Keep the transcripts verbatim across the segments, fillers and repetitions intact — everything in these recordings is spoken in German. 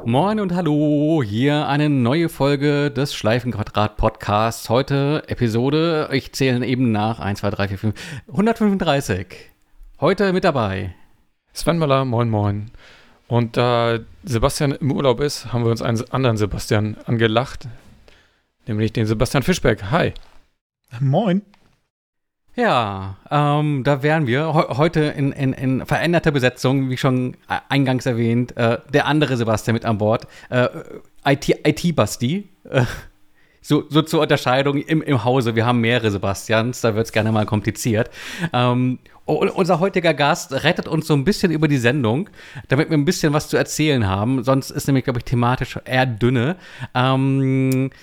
Moin und hallo, hier eine neue Folge des Schleifenquadrat-Podcasts. Heute Episode, ich zähle eben nach, eins, zwei, drei, vier, fünf, hundertfünfunddreißig. Heute mit dabei Sven Möller, moin moin. Und da Sebastian im Urlaub ist, haben wir uns einen anderen Sebastian angelacht, nämlich den Sebastian Fischbeck. Hi. Moin. Ja, ähm, da wären wir he- heute in, in, in veränderter Besetzung, wie schon eingangs erwähnt, äh, der andere Sebastian mit an Bord, äh, I T-Basti, äh, so, so zur Unterscheidung im, im Hause, wir haben mehrere Sebastians, da wird es gerne mal kompliziert. Ähm, und unser heutiger Gast rettet uns so ein bisschen über die Sendung, damit wir ein bisschen was zu erzählen haben, sonst ist nämlich, glaube ich, thematisch eher dünne. Ähm,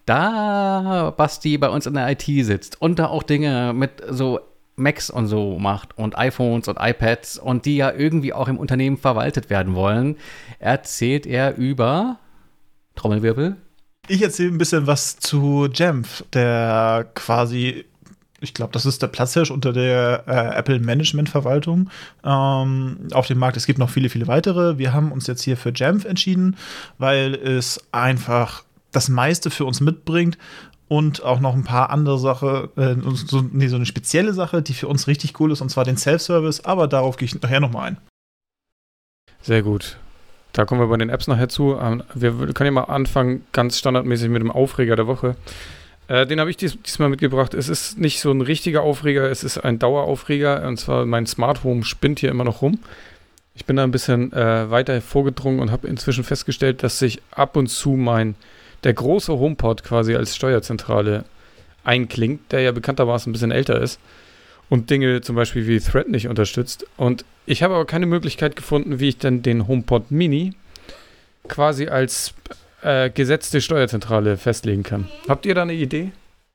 Da Basti bei uns in der I T sitzt und da auch Dinge mit so Macs und so macht und iPhones und iPads und die ja irgendwie auch im Unternehmen verwaltet werden wollen, erzählt er über Trommelwirbel. Ich erzähle ein bisschen was zu Jamf, der quasi, ich glaube, das ist der Platzhirsch unter der äh, Apple Management-Verwaltung ähm, auf dem Markt. Es gibt noch viele, viele weitere. Wir haben uns jetzt hier für Jamf entschieden, weil es einfach das meiste für uns mitbringt und auch noch ein paar andere Sachen, äh, so, nee, so eine spezielle Sache, die für uns richtig cool ist, und zwar den Self-Service, aber darauf gehe ich nachher nochmal ein. Sehr gut. Da kommen wir bei den Apps nachher zu. Wir können ja mal anfangen, ganz standardmäßig mit dem Aufreger der Woche. Äh, den habe ich dies, diesmal mitgebracht. Es ist nicht so ein richtiger Aufreger, es ist ein Daueraufreger, und zwar mein Smart Home spinnt hier immer noch rum. Ich bin da ein bisschen äh, weiter vorgedrungen und habe inzwischen festgestellt, dass sich ab und zu mein der große HomePod quasi als Steuerzentrale einklingt, der ja bekanntermaßen ein bisschen älter ist und Dinge zum Beispiel wie Thread nicht unterstützt. Und ich habe aber keine Möglichkeit gefunden, wie ich denn den HomePod Mini quasi als äh, gesetzte Steuerzentrale festlegen kann. Habt ihr da eine Idee?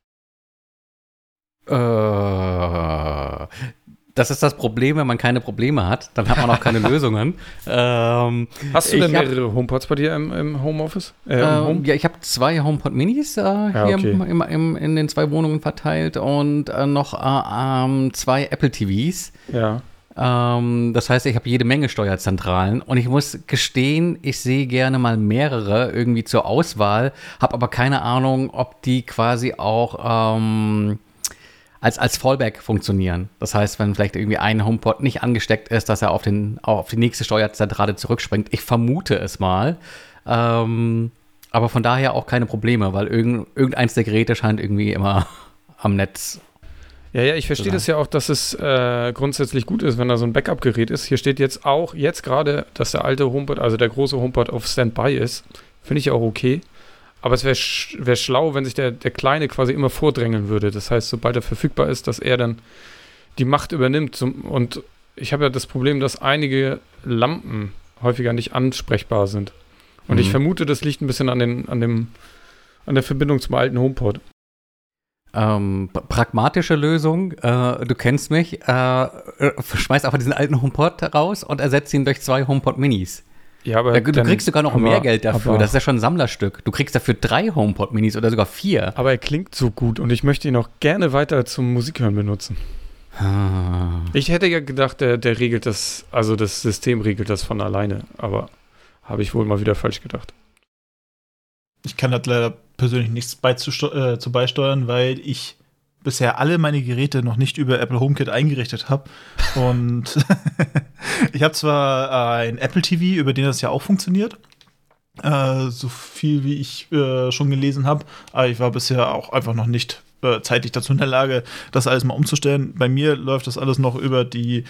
Äh, das ist das Problem, wenn man keine Probleme hat, dann hat man auch keine Lösungen. Ähm, Hast du denn hab, mehrere HomePods bei dir im, im Homeoffice? Äh, im ähm, Home? Ja, ich habe zwei HomePod Minis äh, ja, hier okay. im, im, im, in den zwei Wohnungen verteilt und äh, noch äh, ähm, zwei Apple T Vs. Ja. Ähm, das heißt, ich habe jede Menge Steuerzentralen und ich muss gestehen, ich sehe gerne mal mehrere irgendwie zur Auswahl, habe aber keine Ahnung, ob die quasi auch ähm, als, als Fallback funktionieren. Das heißt, wenn vielleicht irgendwie ein HomePod nicht angesteckt ist, dass er auf, den, auf die nächste Steuerzentrale zurückspringt. Ich vermute es mal. Ähm, aber von daher auch keine Probleme, weil irgend, irgendeins der Geräte scheint irgendwie immer am Netz. Ja, ja, ich verstehe das ja auch, dass es äh, grundsätzlich gut ist, wenn da so ein Backup-Gerät ist. Hier steht jetzt auch, jetzt gerade, dass der alte HomePod, also der große HomePod auf Standby ist. Finde ich auch okay. Aber es wäre sch- wär schlau, wenn sich der, der Kleine quasi immer vordrängeln würde. Das heißt, sobald er verfügbar ist, dass er dann die Macht übernimmt. Zum, und ich habe ja das Problem, dass einige Lampen häufiger nicht ansprechbar sind. Und Mhm. ich vermute, das liegt ein bisschen an, den, an, dem, an der Verbindung zum alten HomePod. Ähm, pragmatische Lösung, äh, du kennst mich, äh, äh, schmeiß einfach diesen alten HomePod raus und ersetzt ihn durch zwei HomePod Minis. Ja, aber Da, du dann, kriegst sogar noch aber, mehr Geld dafür, aber, das ist ja schon ein Sammlerstück. Du kriegst dafür drei HomePod Minis oder sogar vier. Aber er klingt so gut und ich möchte ihn auch gerne weiter zum Musikhören benutzen. Ah. Ich hätte ja gedacht, der, der regelt das, also das System regelt das von alleine, aber habe ich wohl mal wieder falsch gedacht. Ich kann da leider persönlich nichts beizusto- äh, zu beisteuern, weil ich bisher alle meine Geräte noch nicht über Apple HomeKit eingerichtet habe. Und ich habe zwar ein Apple T V, über den das ja auch funktioniert, äh, so viel wie ich äh, schon gelesen habe, aber ich war bisher auch einfach noch nicht äh, zeitlich dazu in der Lage, das alles mal umzustellen. Bei mir läuft das alles noch über die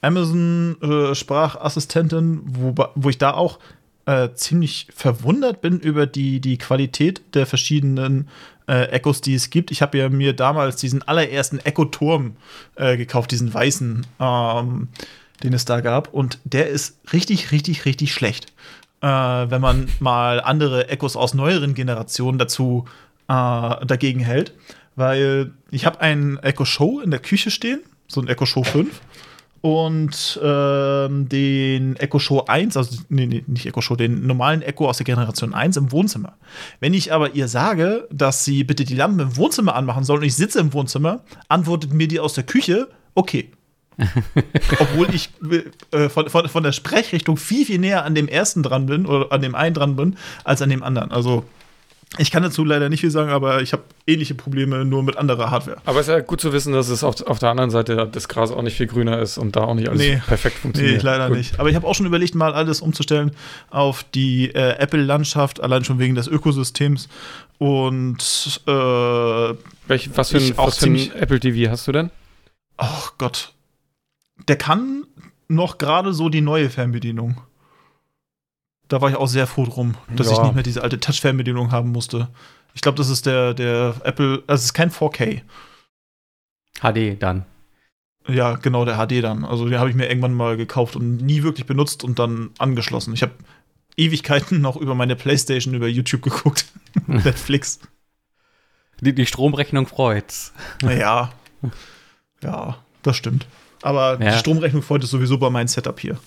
Amazon-Sprachassistentin, äh, wo, wo ich da auch Äh, ziemlich verwundert bin über die, die Qualität der verschiedenen äh, Echos, die es gibt. Ich habe ja mir damals diesen allerersten Echo-Turm äh, gekauft, diesen weißen, ähm, den es da gab. Und der ist richtig, richtig, richtig schlecht. Äh, wenn man mal andere Echos aus neueren Generationen dazu äh, dagegen hält. Weil ich habe einen Echo Show in der Küche stehen, so ein Echo Show fünf. Und ähm, den Echo Show eins, also nee, nee, nicht Echo Show, den normalen Echo aus der Generation eins im Wohnzimmer. Wenn ich aber ihr sage, dass sie bitte die Lampen im Wohnzimmer anmachen soll und ich sitze im Wohnzimmer, antwortet mir die aus der Küche, okay. Obwohl ich äh, von, von, von der Sprechrichtung viel, viel näher an dem ersten dran bin oder an dem einen dran bin, als an dem anderen. Also ich kann dazu leider nicht viel sagen, aber ich habe ähnliche Probleme, nur mit anderer Hardware. Aber es ist ja gut zu wissen, dass es auf, auf der anderen Seite des Gras auch nicht viel grüner ist und da auch nicht alles nee, perfekt funktioniert. Nee, leider gut. nicht. Aber ich habe auch schon überlegt, mal alles umzustellen auf die äh, Apple-Landschaft, allein schon wegen des Ökosystems. Und äh, Welch, was für ein, was für ein Apple T V hast du denn? Ach Gott. Der kann noch gerade so die neue Fernbedienung. Da war ich auch sehr froh drum, dass ja. ich nicht mehr diese alte Touch-Fernbedienung haben musste. Ich glaube, das ist der, der Apple, also es ist kein vier K. H D dann. Ja, genau, der H D dann. Also den habe ich mir irgendwann mal gekauft und nie wirklich benutzt und dann angeschlossen. Ich habe Ewigkeiten noch über meine PlayStation, über YouTube geguckt. Netflix. Die, die Stromrechnung freut's. Ja. Ja, das stimmt. Aber ja. die Stromrechnung freut es sowieso bei meinem Setup hier.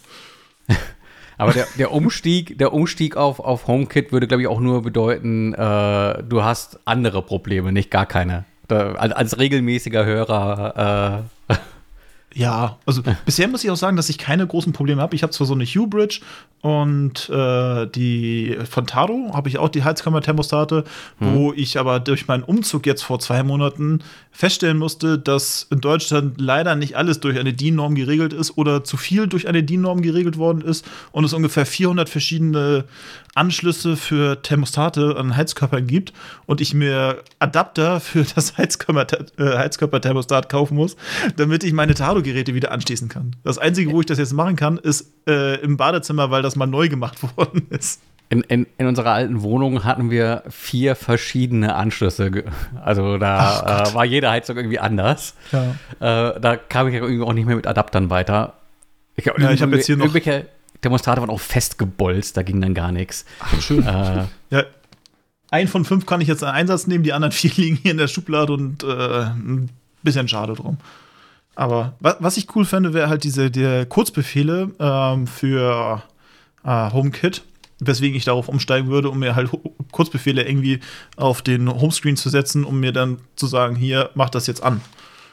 Aber der, der Umstieg, der Umstieg auf, auf HomeKit würde, glaube ich, auch nur bedeuten, äh, du hast andere Probleme, nicht gar keine. Da, als, als regelmäßiger Hörer äh, Ja, also bisher muss ich auch sagen, dass ich keine großen Probleme habe. Ich habe zwar so eine Hue-Bridge und äh, die von Tado habe ich auch die Heizkammer-Thermostate, hm. wo ich aber durch meinen Umzug jetzt vor zwei Monaten feststellen musste, dass in Deutschland leider nicht alles durch eine D I N-Norm geregelt ist oder zu viel durch eine D I N-Norm geregelt worden ist und es ungefähr vierhundert verschiedene Anschlüsse für Thermostate an Heizkörpern gibt und ich mir Adapter für das Heizkörper, äh, Heizkörperthermostat kaufen muss, damit ich meine Tado-Geräte wieder anschließen kann. Das Einzige, wo ich das jetzt machen kann, ist äh, im Badezimmer, weil das mal neu gemacht worden ist. In, in, in unserer alten Wohnung hatten wir vier verschiedene Anschlüsse. Also da äh, war jede Heizung irgendwie anders. Ja. Äh, da kam ich irgendwie auch nicht mehr mit Adaptern weiter. Ich, ja, ich habe jetzt hier noch irgendwelche Thermostate waren auch festgebolzt, da ging dann gar nichts. Ach, schön. Äh, ja, ein von fünf kann ich jetzt in Einsatz nehmen, die anderen vier liegen hier in der Schublade und äh, ein bisschen schade drum. Aber wa- was ich cool fände, wäre halt diese die Kurzbefehle ähm, für äh, HomeKit, weswegen ich darauf umsteigen würde, um mir halt Ho- Kurzbefehle irgendwie auf den Homescreen zu setzen, um mir dann zu sagen, hier, mach das jetzt an.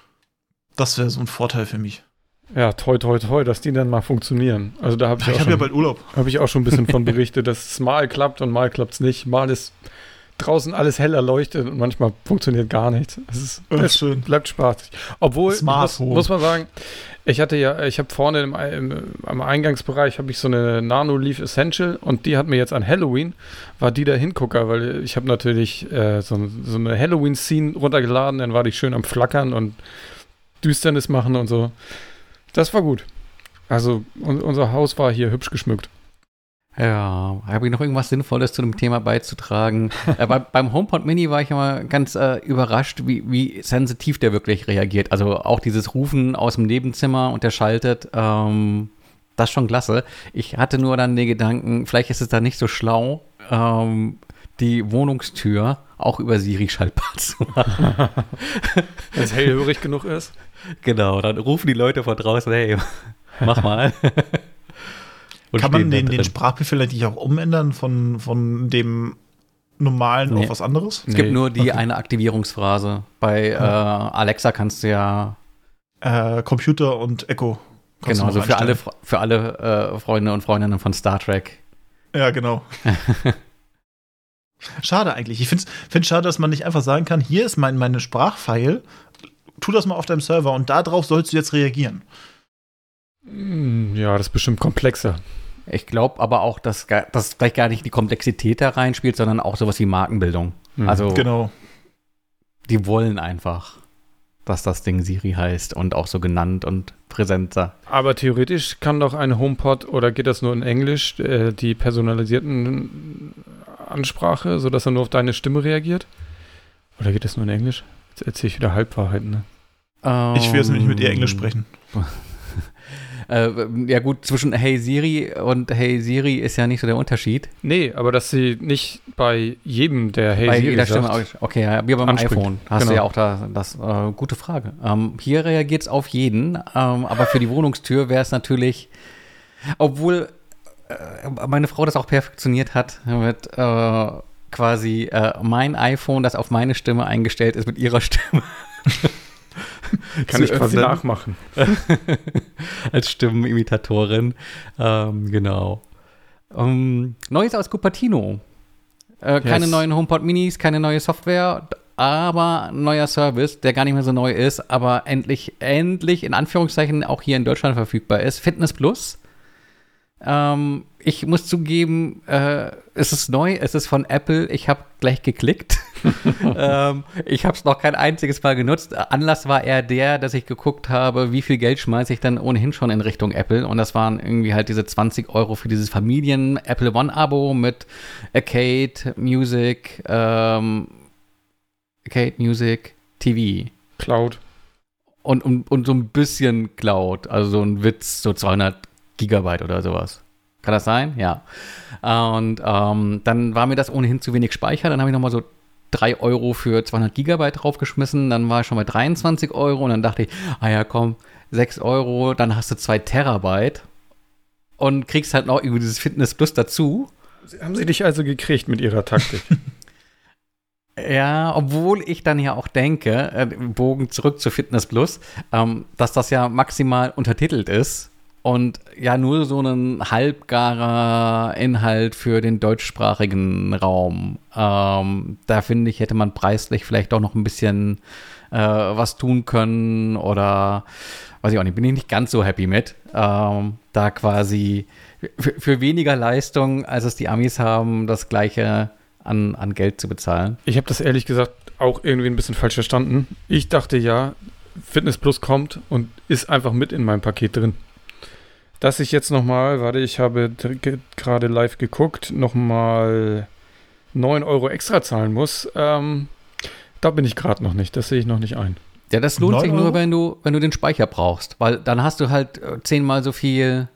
Das wäre so ein Vorteil für mich. Ja, toi, toi, toi, dass die dann mal funktionieren. Also da habe ich, ich habe ja bald Urlaub. Habe ich auch schon ein bisschen von berichtet, dass es mal klappt und mal klappt es nicht. Mal ist draußen alles hell erleuchtet und manchmal funktioniert gar nichts. Es ist, das es schön. Bleibt spaßig. Obwohl, muss, Home. muss man sagen, ich hatte ja, ich habe vorne im, im, am Eingangsbereich habe ich so eine Nano Leaf Essential und die hat mir jetzt an Halloween, war die der Hingucker, weil ich habe natürlich äh, so, so eine Halloween-Scene runtergeladen, dann war die schön am Flackern und Düsternis machen und so. Das war gut. Also un- unser Haus war hier hübsch geschmückt. Ja, habe ich noch irgendwas Sinnvolles zu dem Thema beizutragen? äh, bei, beim HomePod Mini war ich immer ganz äh, überrascht, wie, wie sensitiv der wirklich reagiert. Also auch dieses Rufen aus dem Nebenzimmer und der schaltet, ähm, das ist schon klasse. Ich hatte nur dann den Gedanken, vielleicht ist es da nicht so schlau, ähm, die Wohnungstür auch über Siri schaltbar zu machen. Wenn es hellhörig genug ist. Genau, dann rufen die Leute von draußen, hey, mach mal. Und kann man den, den Sprachbefehl eigentlich auch umändern von, von dem normalen nee. auf was anderes? Es nee. gibt nur die okay. eine Aktivierungsphrase. Bei ja. äh, Alexa kannst du ja äh, Computer und Echo. Genau, also für alle, für alle äh, Freunde und Freundinnen von Star Trek. Ja, genau. Schade eigentlich. Ich finde es schade, dass man nicht einfach sagen kann, hier ist mein meine Sprachfile, tu das mal auf deinem Server und darauf sollst du jetzt reagieren. Ja, das ist bestimmt komplexer. Ich glaube aber auch, dass das vielleicht gar nicht die Komplexität da reinspielt, sondern auch sowas wie Markenbildung. Mhm. Also genau. Die wollen einfach, dass das Ding Siri heißt und auch so genannt und präsenter. Aber theoretisch kann doch ein HomePod, oder geht das nur in Englisch, äh, die personalisierten Ansprache, sodass er nur auf deine Stimme reagiert? Oder geht das nur in Englisch? Jetzt erzähle ich wieder Halbwahrheiten, ne? Um, ich will jetzt nicht mit ihr Englisch sprechen. Äh, ja gut, zwischen Hey Siri und Hey Siri ist ja nicht so der Unterschied. Nee, aber dass sie nicht bei jedem, der Hey bei Siri jeder sagt, Stimme, okay, ja, wie beim anspringt. iPhone hast genau. du ja auch da, das, äh, gute Frage. Ähm, hier reagiert es auf jeden, ähm, aber für die Wohnungstür wäre es natürlich, obwohl äh, meine Frau das auch perfektioniert hat, mit äh, quasi äh, mein iPhone, das auf meine Stimme eingestellt ist, mit ihrer Stimme. Kann ich quasi nachmachen. Als Stimmenimitatorin. Ähm, genau. Um, Neues aus Cupertino. Äh, keine Yes. neuen HomePod Minis, keine neue Software, aber ein neuer Service, der gar nicht mehr so neu ist, aber endlich, endlich in Anführungszeichen auch hier in Deutschland verfügbar ist. Fitness Plus. Ähm, ich muss zugeben, äh, es ist neu, es ist von Apple. Ich habe gleich geklickt. ähm, ich habe es noch kein einziges Mal genutzt. Anlass war eher der, dass ich geguckt habe, wie viel Geld schmeiße ich dann ohnehin schon in Richtung Apple. Und das waren irgendwie halt diese zwanzig Euro für dieses Familien-Apple One-Abo mit Arcade, Music, ähm, Arcade, Music, T V. Cloud. Und, und, und so ein bisschen Cloud, also so ein Witz, so zweihundert Gigabyte oder sowas. Kann das sein? Ja. Und ähm, dann war mir das ohnehin zu wenig Speicher. Dann habe ich nochmal so drei Euro für zweihundert Gigabyte draufgeschmissen. Dann war ich schon bei dreiundzwanzig Euro. Und dann dachte ich, ah ja, komm, sechs Euro, dann hast du zwei Terabyte. Und kriegst halt noch über dieses Fitness Plus dazu. Haben sie dich also gekriegt mit ihrer Taktik? Ja, obwohl ich dann ja auch denke, äh, Bogen zurück zu Fitness Plus, ähm, dass das ja maximal untertitelt ist. Und ja, nur so ein halbgarer Inhalt für den deutschsprachigen Raum. Ähm, da finde ich, hätte man preislich vielleicht auch noch ein bisschen äh, was tun können oder weiß ich auch nicht, bin ich nicht ganz so happy mit. Ähm, da quasi für, für weniger Leistung, als es die Amis haben, das Gleiche an, an Geld zu bezahlen. Ich habe das ehrlich gesagt auch irgendwie ein bisschen falsch verstanden. Ich dachte ja, Fitness Plus kommt und ist einfach mit in meinem Paket drin. Dass ich jetzt nochmal, warte, ich habe g- gerade live geguckt, nochmal neun Euro extra zahlen muss, ähm, da bin ich gerade noch nicht, das sehe ich noch nicht ein. Ja, das lohnt sich neun nur, Euro? wenn du, wenn du den Speicher brauchst, weil dann hast du halt äh, zehnmal so viel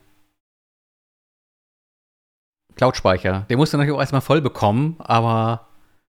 Cloud-Speicher. Den musst du natürlich auch erstmal voll bekommen, aber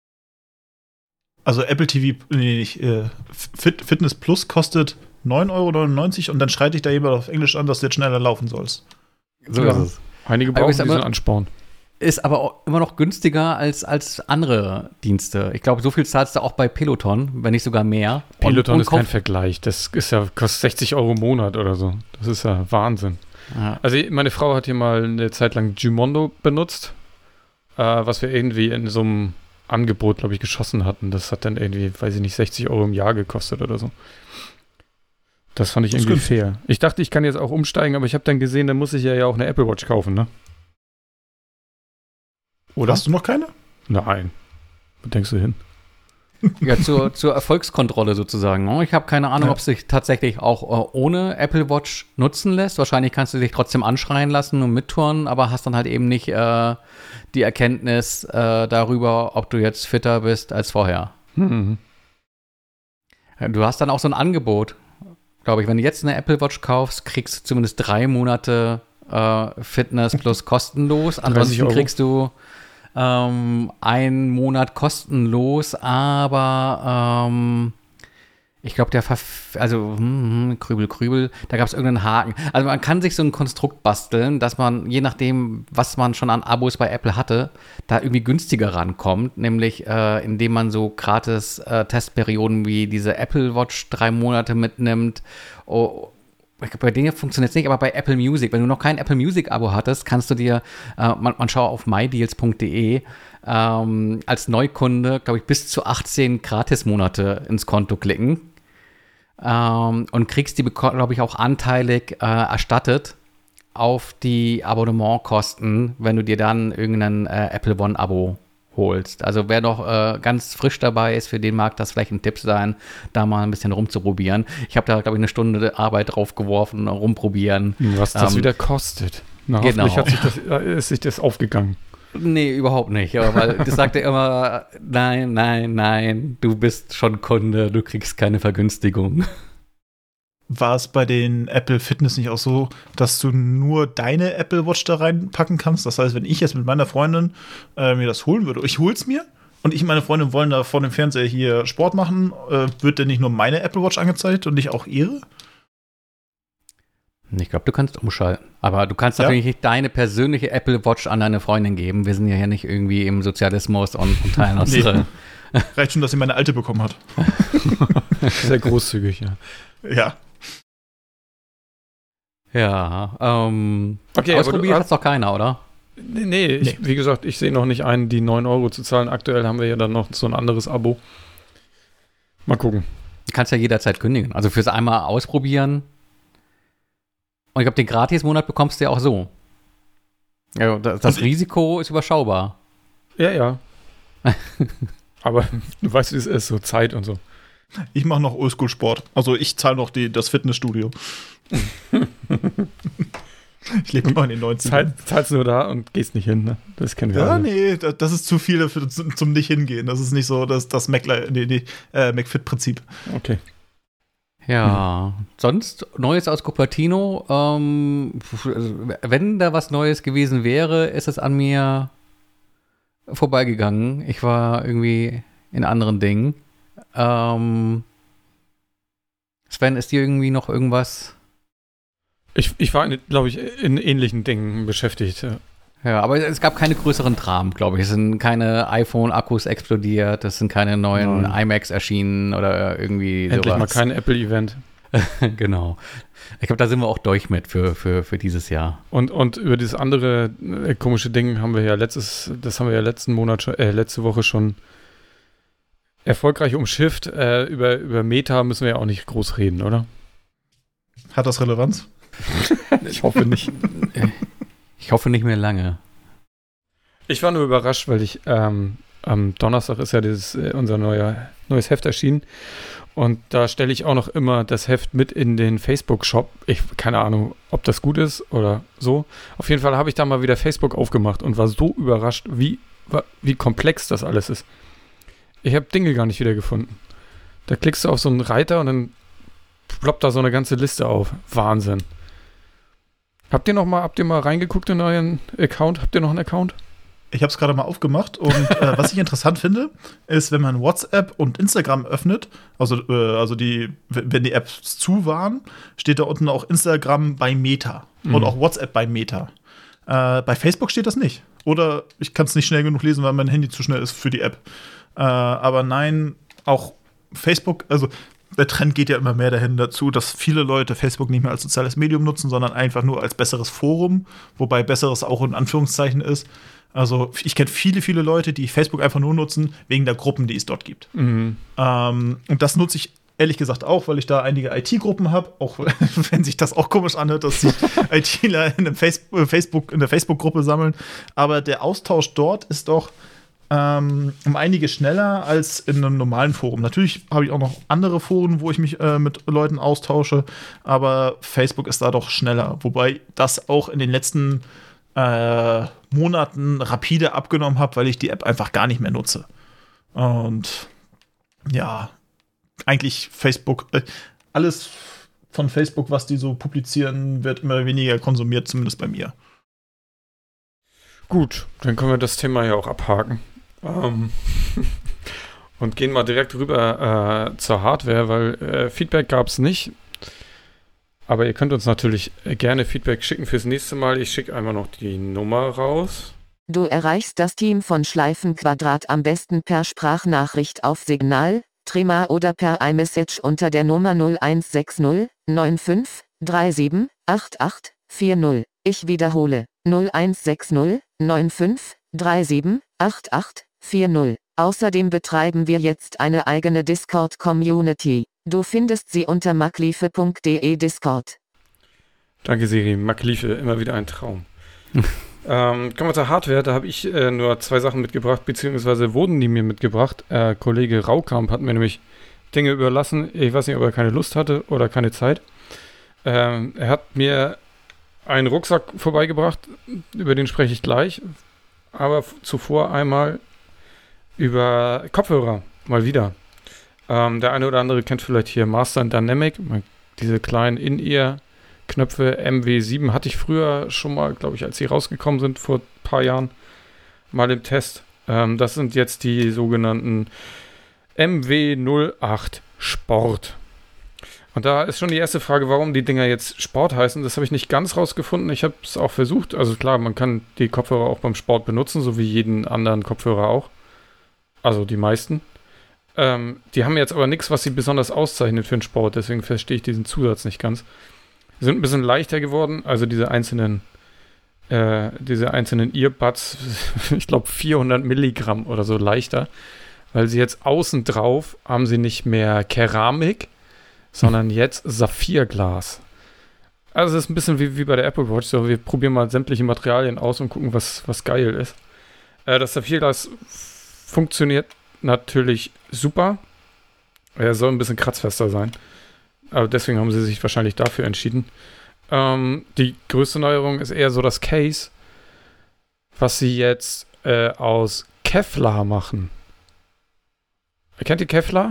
Also Apple T V, nee, nicht, äh, Fit, Fitness Plus kostet neun Euro neunundneunzig und dann schreit dich da jemand auf Englisch an, dass du jetzt schneller laufen sollst. so Ja. ist es. Einige Aber brauchen ist aber- diesen Ansporn. Ist aber auch immer noch günstiger als, als andere Dienste. Ich glaube, so viel zahlst du auch bei Peloton, wenn nicht sogar mehr. Peloton und, und ist kein kauf- Vergleich, das ist ja, kostet sechzig Euro im Monat oder so. Das ist ja Wahnsinn. Ja. Also meine Frau hat hier mal eine Zeit lang Gymondo benutzt, äh, was wir irgendwie in so einem Angebot, glaube ich, geschossen hatten. Das hat dann irgendwie, weiß ich nicht, sechzig Euro im Jahr gekostet oder so. Das fand ich Das ist irgendwie günstig. fair. Ich dachte, ich kann jetzt auch umsteigen, aber ich habe dann gesehen, da muss ich ja, ja auch eine Apple Watch kaufen, ne? Oder? Hast du noch keine? Nein. Wo denkst du hin? Ja, zur, zur Erfolgskontrolle sozusagen. ne? Ich habe keine Ahnung, Ja. ob es sich tatsächlich auch äh, ohne Apple Watch nutzen lässt. Wahrscheinlich kannst du dich trotzdem anschreien lassen und mittouren, aber hast dann halt eben nicht äh, die Erkenntnis äh, darüber, ob du jetzt fitter bist als vorher. Mhm. Du hast dann auch so ein Angebot, glaube ich. Wenn du jetzt eine Apple Watch kaufst, kriegst du zumindest drei Monate äh, Fitness Plus kostenlos. Ansonsten Euro. kriegst du ähm, einen Monat kostenlos, aber ähm, ich glaube, der Verf also hm, hm, Krübel, Krübel, da gab es irgendeinen Haken. Also man kann sich so ein Konstrukt basteln, dass man, je nachdem, was man schon an Abos bei Apple hatte, da irgendwie günstiger rankommt, nämlich äh, indem man so gratis äh, Testperioden wie diese Apple Watch drei Monate mitnimmt. Oh, ich glaub, bei denen funktioniert es nicht, aber bei Apple Music, wenn du noch kein Apple Music Abo hattest, kannst du dir, äh, man, man schau auf mydeals punkt de, ähm, als Neukunde, glaube ich, bis zu achtzehn Gratismonate ins Konto klicken. Ähm, und kriegst die, glaube ich, auch anteilig äh, erstattet auf die Abonnementkosten, wenn du dir dann irgendein äh, Apple One-Abo holst. Also wer noch äh, ganz frisch dabei ist, für den mag das vielleicht ein Tipp sein, da mal ein bisschen rumzuprobieren. Ich habe da, glaube ich, eine Stunde Arbeit drauf geworfen, rumprobieren. Was das Ähm, wieder kostet. Na, genau. hoffentlich hat sich das, äh, ist sich das aufgegangen. Nee, überhaupt nicht. Aber weil das sagt er immer, nein, nein, nein, du bist schon Kunde, du kriegst keine Vergünstigung. War es bei den Apple Fitness nicht auch so, dass du nur deine Apple Watch da reinpacken kannst? Das heißt, wenn ich jetzt mit meiner Freundin äh, mir das holen würde, ich hol's mir und ich und meine Freundin wollen da vor dem Fernseher hier Sport machen, äh, wird denn nicht nur meine Apple Watch angezeigt und nicht auch ihre? Ich glaube, du kannst umschalten. Aber du kannst Ja. natürlich nicht deine persönliche Apple Watch an deine Freundin geben. Wir sind ja hier nicht irgendwie im Sozialismus und, und teilen unsere. Reicht schon, dass sie meine alte bekommen hat. Sehr großzügig, ja. Ja. Ja, ähm, Okay, ausprobiert aber hat es doch keiner, oder? Nee, nee, ich, Nee. wie gesagt, ich sehe noch nicht ein, die neun Euro zu zahlen. Aktuell haben wir ja dann noch so ein anderes Abo. Mal gucken. Du kannst ja jederzeit kündigen. Also fürs einmal ausprobieren. Und ich glaube, den Gratis-Monat bekommst du ja auch so. Ja, das das Und ich- Risiko ist überschaubar. Ja, ja. Aber du weißt, wie es ist, so Zeit und so. Ich mache noch Oldschool-Sport. Also ich zahle noch die, das Fitnessstudio. Ich lebe immer in den neunzigern. Zeit, zahlst nur da und gehst nicht hin, ne? Das kennen wir Ja, alle. nee, da- das ist zu viel dafür, zum, zum nicht hingehen. Das ist nicht so das, das Macli- nee, nee, äh, McFit-Prinzip. Okay. Ja, sonst Neues aus Cupertino. Ähm, also, wenn da was Neues gewesen wäre, ist es an mir vorbeigegangen. Ich war irgendwie in anderen Dingen. Ähm, Sven, ist dir irgendwie noch irgendwas? Ich, ich war, glaube ich, in ähnlichen Dingen beschäftigt. ja. Ja, aber es gab keine größeren Dramen, glaube ich. Es sind keine iPhone-Akkus explodiert, es sind keine neuen Nein. iMacs erschienen oder irgendwie Endlich sowas. mal kein Apple-Event. Genau. Ich glaube, da sind wir auch durch mit für, für, für dieses Jahr. Und, und über dieses andere äh, komische Ding haben wir ja letztes, das haben wir ja letzten Monat, schon, äh, letzte Woche schon erfolgreich umschifft. Äh, über, über Meta müssen wir ja auch nicht groß reden, oder? Hat das Relevanz? Ich hoffe nicht. Ich hoffe nicht mehr lange. Ich war nur überrascht, weil ich ähm, am Donnerstag ist ja dieses, äh, unser neuer, neues Heft erschienen. Und da stelle ich auch noch immer das Heft mit in den Facebook-Shop. Ich keine Ahnung, ob das gut ist oder so. Auf jeden Fall habe ich da mal wieder Facebook aufgemacht und war so überrascht, wie, wie komplex das alles ist. Ich habe Dinge gar nicht wiedergefunden. Da klickst du auf so einen Reiter und dann ploppt da so eine ganze Liste auf. Wahnsinn. Habt ihr noch mal, habt ihr mal reingeguckt in euren Account? Habt ihr noch einen Account? Ich habe es gerade mal aufgemacht und äh, was ich interessant finde, ist, wenn man WhatsApp und Instagram öffnet, also, äh, also die, wenn die Apps zu waren, steht da unten auch Instagram bei Meta Mhm. und auch WhatsApp bei Meta. Äh, bei Facebook steht das nicht. Oder ich kann es nicht schnell genug lesen, weil mein Handy zu schnell ist für die App. Äh, aber nein, auch Facebook, also der Trend geht ja immer mehr dahin dazu, dass viele Leute Facebook nicht mehr als soziales Medium nutzen, sondern einfach nur als besseres Forum, wobei besseres auch in Anführungszeichen ist. Also ich kenne viele, viele Leute, die Facebook einfach nur nutzen, wegen der Gruppen, die es dort gibt. Mhm. Ähm, und das nutze ich ehrlich gesagt auch, weil ich da einige I T-Gruppen habe, auch wenn sich das auch komisch anhört, dass sich ITler in, einem Facebook, Facebook, in der Facebook-Gruppe sammeln. Aber der Austausch dort ist doch ähm, um einige schneller als in einem normalen Forum. Natürlich habe ich auch noch andere Foren, wo ich mich äh, mit Leuten austausche, aber Facebook ist da doch schneller. Wobei das auch in den letzten äh, Monaten rapide abgenommen habe, weil ich die App einfach gar nicht mehr nutze. Und ja, eigentlich Facebook, äh, alles von Facebook, was die so publizieren, wird immer weniger konsumiert, zumindest bei mir. Gut, dann können wir das Thema ja auch abhaken. Ähm und gehen mal direkt rüber äh, zur Hardware, weil äh, Feedback gab es nicht. Aber ihr könnt uns natürlich äh, gerne Feedback schicken fürs nächste Mal. Ich schicke einmal noch die Nummer raus. Du erreichst das Team von Schleifenquadrat am besten per Sprachnachricht auf Signal, Trema oder per iMessage unter der Nummer null eins sechs null neun fünf drei sieben acht acht vier null. Ich wiederhole, null eins sechs null neun fünf drei sieben acht acht vier null. Außerdem betreiben wir jetzt eine eigene Discord-Community. Du findest sie unter macliefe punkt de Discord. Danke, Siri. Macliefe, immer wieder ein Traum. ähm, kommen wir zur Hardware. Da habe ich äh, nur zwei Sachen mitgebracht, beziehungsweise wurden die mir mitgebracht. Äh, Kollege Raukamp hat mir nämlich Dinge überlassen. Ich weiß nicht, ob er keine Lust hatte oder keine Zeit. Ähm, er hat mir einen Rucksack vorbeigebracht, über den spreche ich gleich. Aber f- zuvor einmal über Kopfhörer, mal wieder. Ähm, der eine oder andere kennt vielleicht hier Master and Dynamic, diese kleinen In-Ear-Knöpfe. M W sieben hatte ich früher schon mal, glaube ich, als sie rausgekommen sind, vor ein paar Jahren, mal im Test. Ähm, das sind jetzt die sogenannten M W null acht Sport. Und da ist schon die erste Frage, warum die Dinger jetzt Sport heißen. Das habe ich nicht ganz rausgefunden. Ich habe es auch versucht. Also klar, man kann die Kopfhörer auch beim Sport benutzen, so wie jeden anderen Kopfhörer auch. Also die meisten. Ähm, die haben jetzt aber nichts, was sie besonders auszeichnet für den Sport, deswegen verstehe ich diesen Zusatz nicht ganz. Sie sind ein bisschen leichter geworden, also diese einzelnen äh, diese einzelnen Earbuds, ich glaube vierhundert Milligramm oder so leichter, weil sie jetzt außen drauf haben sie nicht mehr Keramik, sondern jetzt Saphirglas. Also es ist ein bisschen wie, wie bei der Apple Watch, so wir probieren mal sämtliche Materialien aus und gucken, was, was geil ist. Äh, das Saphirglas funktioniert natürlich super. Er soll ein bisschen kratzfester sein. Aber deswegen haben sie sich wahrscheinlich dafür entschieden. Ähm, die größte Neuerung ist eher so das Case, was sie jetzt äh, aus Kevlar machen. Kennt ihr Kevlar?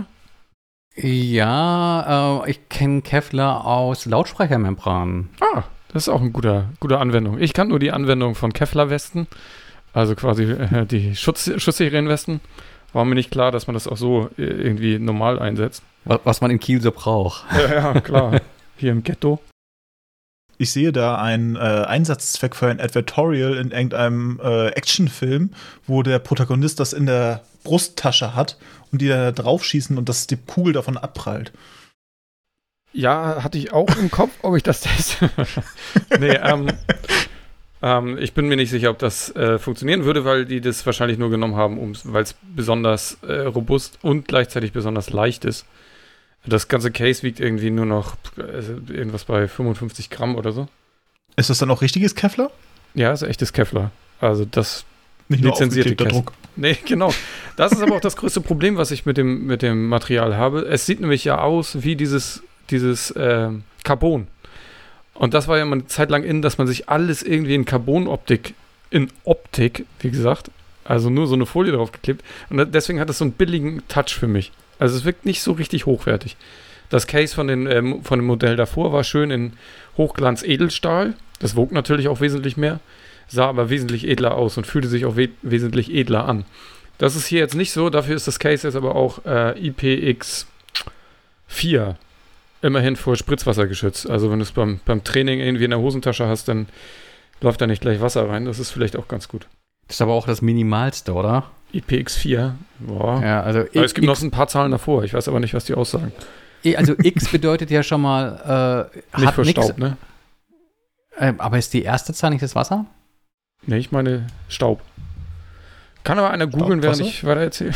Ja, äh, ich kenne Kevlar aus Lautsprechermembranen. Ah, das ist auch eine gute, gute Anwendung. Ich kann nur die Anwendung von Kevlar-Westen, also quasi äh, die Schutz, Schutzserienwesten. War mir nicht klar, dass man das auch so äh, irgendwie normal einsetzt. Was, was man in Kiel so braucht. Ja, ja, klar. Hier im Ghetto. Ich sehe da einen äh, Einsatzzweck für ein Advertorial in irgendeinem äh, Actionfilm, wo der Protagonist das in der Brusttasche hat und die da draufschießen und dass die Kugel davon abprallt. Ja, hatte ich auch im Kopf, ob ich das teste. nee, ähm, ähm, ich bin mir nicht sicher, ob das äh, funktionieren würde, weil die das wahrscheinlich nur genommen haben, weil es besonders äh, robust und gleichzeitig besonders leicht ist. Das ganze Case wiegt irgendwie nur noch also irgendwas bei fünfundfünfzig Gramm oder so. Ist das dann auch richtiges Kevlar? Ja, ist echtes Kevlar. Also das Nicht nur lizenzierte aufgeklebter Kevlar. Druck. Nee, genau. Das ist aber auch das größte Problem, was ich mit dem, mit dem Material habe. Es sieht nämlich ja aus wie dieses, dieses äh, Carbon. Und das war ja mal eine Zeit lang in, dass man sich alles irgendwie in Carbonoptik, in Optik, wie gesagt, also nur so eine Folie drauf geklebt. Und deswegen hat es so einen billigen Touch für mich. Also es wirkt nicht so richtig hochwertig. Das Case von, den, ähm, von dem Modell davor war schön in Hochglanz Edelstahl. Das wog natürlich auch wesentlich mehr, sah aber wesentlich edler aus und fühlte sich auch we- wesentlich edler an. Das ist hier jetzt nicht so, dafür ist das Case jetzt aber auch äh, I P X vier immerhin vor Spritzwasser geschützt. Also wenn du es beim, beim Training irgendwie in der Hosentasche hast, dann läuft da nicht gleich Wasser rein. Das ist vielleicht auch ganz gut. Das ist aber auch das Minimalste, oder? I P X vier, boah. Ja, also Aber es gibt X, noch ein paar Zahlen davor. Ich weiß aber nicht, was die aussagen. also X bedeutet ja schon mal, äh, Nicht hat für nix, Staub, ne? äh, aber ist die erste Zahl nicht das Wasser? Ne, ich meine Staub. Kann aber einer googeln, während Staubwasser? ich weiter erzähle.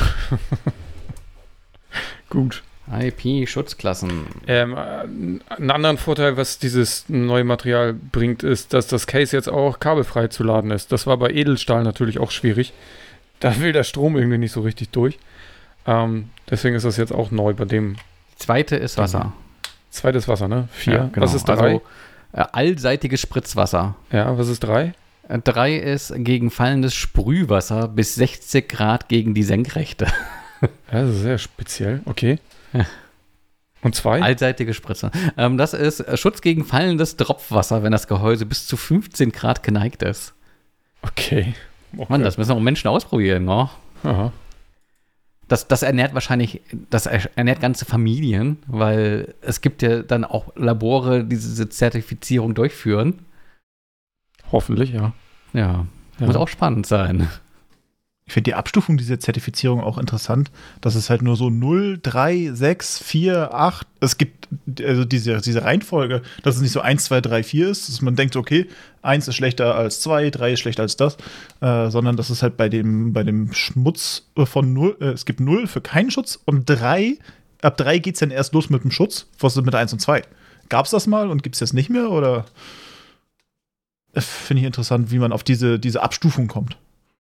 Gut. I P-Schutzklassen. Ähm, einen anderen Vorteil, was dieses neue Material bringt, ist, dass das Case jetzt auch kabelfrei zu laden ist. Das war bei Edelstahl natürlich auch schwierig. Da will der Strom irgendwie nicht so richtig durch. Ähm, deswegen ist das jetzt auch neu bei dem. Zweite ist Wasser. Zweites Wasser, ne? Vier. Ja, genau. Was ist drei? Also, äh, allseitiges Spritzwasser. Ja, was ist drei? Äh, drei ist gegen fallendes Sprühwasser bis sechzig Grad gegen die Senkrechte. Ja, das ist sehr speziell. Okay. Ja. Und zwei? Allseitige Spritze. Ähm, das ist äh, Schutz gegen fallendes Tropfwasser, wenn das Gehäuse bis zu fünfzehn Grad geneigt ist. Okay. okay. Mann, das müssen auch Menschen ausprobieren, ne? Aha. Das, das ernährt wahrscheinlich, das ernährt ganze Familien, weil es gibt ja dann auch Labore, die diese Zertifizierung durchführen. Hoffentlich, ja. Ja, Ja. muss auch spannend sein. Ich finde die Abstufung dieser Zertifizierung auch interessant, dass es halt nur so null, drei, sechs, vier, acht, es gibt also diese, diese Reihenfolge, dass es nicht so eins, zwei, drei, vier ist, dass man denkt, okay, eins ist schlechter als zwei, drei ist schlechter als das, äh, sondern dass es halt bei dem, bei dem Schmutz von null, äh, es gibt null für keinen Schutz und drei, ab drei geht es dann erst los mit dem Schutz, was ist mit eins und zwei? Gab es das mal und gibt es jetzt nicht mehr, oder? Finde ich interessant, wie man auf diese, diese Abstufung kommt.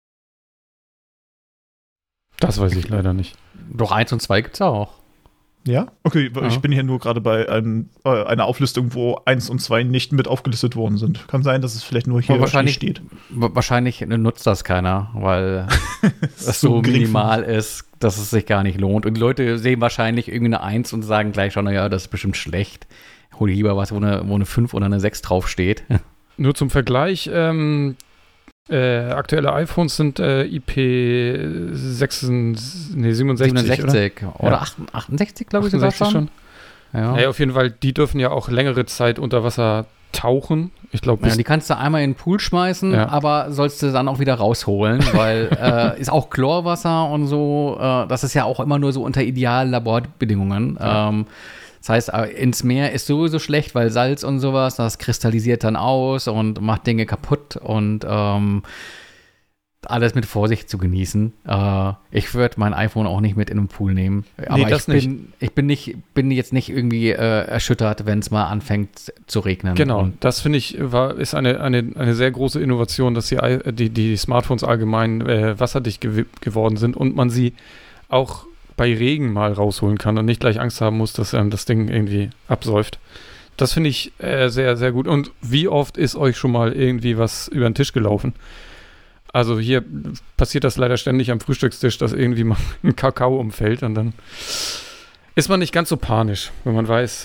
Das weiß ich leider nicht. Doch eins und zwei gibt's auch. Ja? Okay, Ja. ich bin hier nur gerade bei einem, äh, einer Auflistung, wo eins und zwei nicht mit aufgelistet worden sind. Kann sein, dass es vielleicht nur hier Aber wahrscheinlich steht. wa- Wahrscheinlich nutzt das keiner, weil es so so gering minimal ist, dass es sich gar nicht lohnt. Und die Leute sehen wahrscheinlich irgendwie eine eins und sagen gleich schon, naja, das ist bestimmt schlecht. Hol lieber was, wo eine, wo eine fünf oder eine sechs draufsteht. Nur zum Vergleich, ähm, äh, aktuelle iPhones sind äh, I P sechs, nee, siebenundsechzig, siebenundsechzig oder? oder Ja. achtundachtzig, glaube ich, sogar achtundsechzig schon. schon. Ja. Ja, auf jeden Fall, die dürfen ja auch längere Zeit unter Wasser tauchen. Ich glaube, Ja, die kannst du einmal in den Pool schmeißen, Ja. aber sollst du dann auch wieder rausholen, weil äh, ist auch Chlorwasser und so. Äh, das ist ja auch immer nur so unter idealen Laborbedingungen. Ja. Ähm, das heißt, äh, ins Meer ist sowieso schlecht, weil Salz und sowas, das kristallisiert dann aus und macht Dinge kaputt und ähm, alles mit Vorsicht zu genießen. Äh, ich würde mein iPhone auch nicht mit in den Pool nehmen. Aber das ich, bin, ich bin nicht, bin jetzt nicht irgendwie äh, erschüttert, wenn es mal anfängt zu regnen. Genau, Und das finde ich, war, ist eine, eine, eine sehr große Innovation, dass die, I- die, die Smartphones allgemein äh, wasserdicht gew- geworden sind und man sie auch bei Regen mal rausholen kann und nicht gleich Angst haben muss, dass ähm, das Ding irgendwie absäuft. Das finde ich äh, sehr, sehr gut. Und wie oft ist euch schon mal irgendwie was über den Tisch gelaufen? Also hier passiert das leider ständig am Frühstückstisch, dass irgendwie mal ein Kakao umfällt und dann ist man nicht ganz so panisch, wenn man weiß,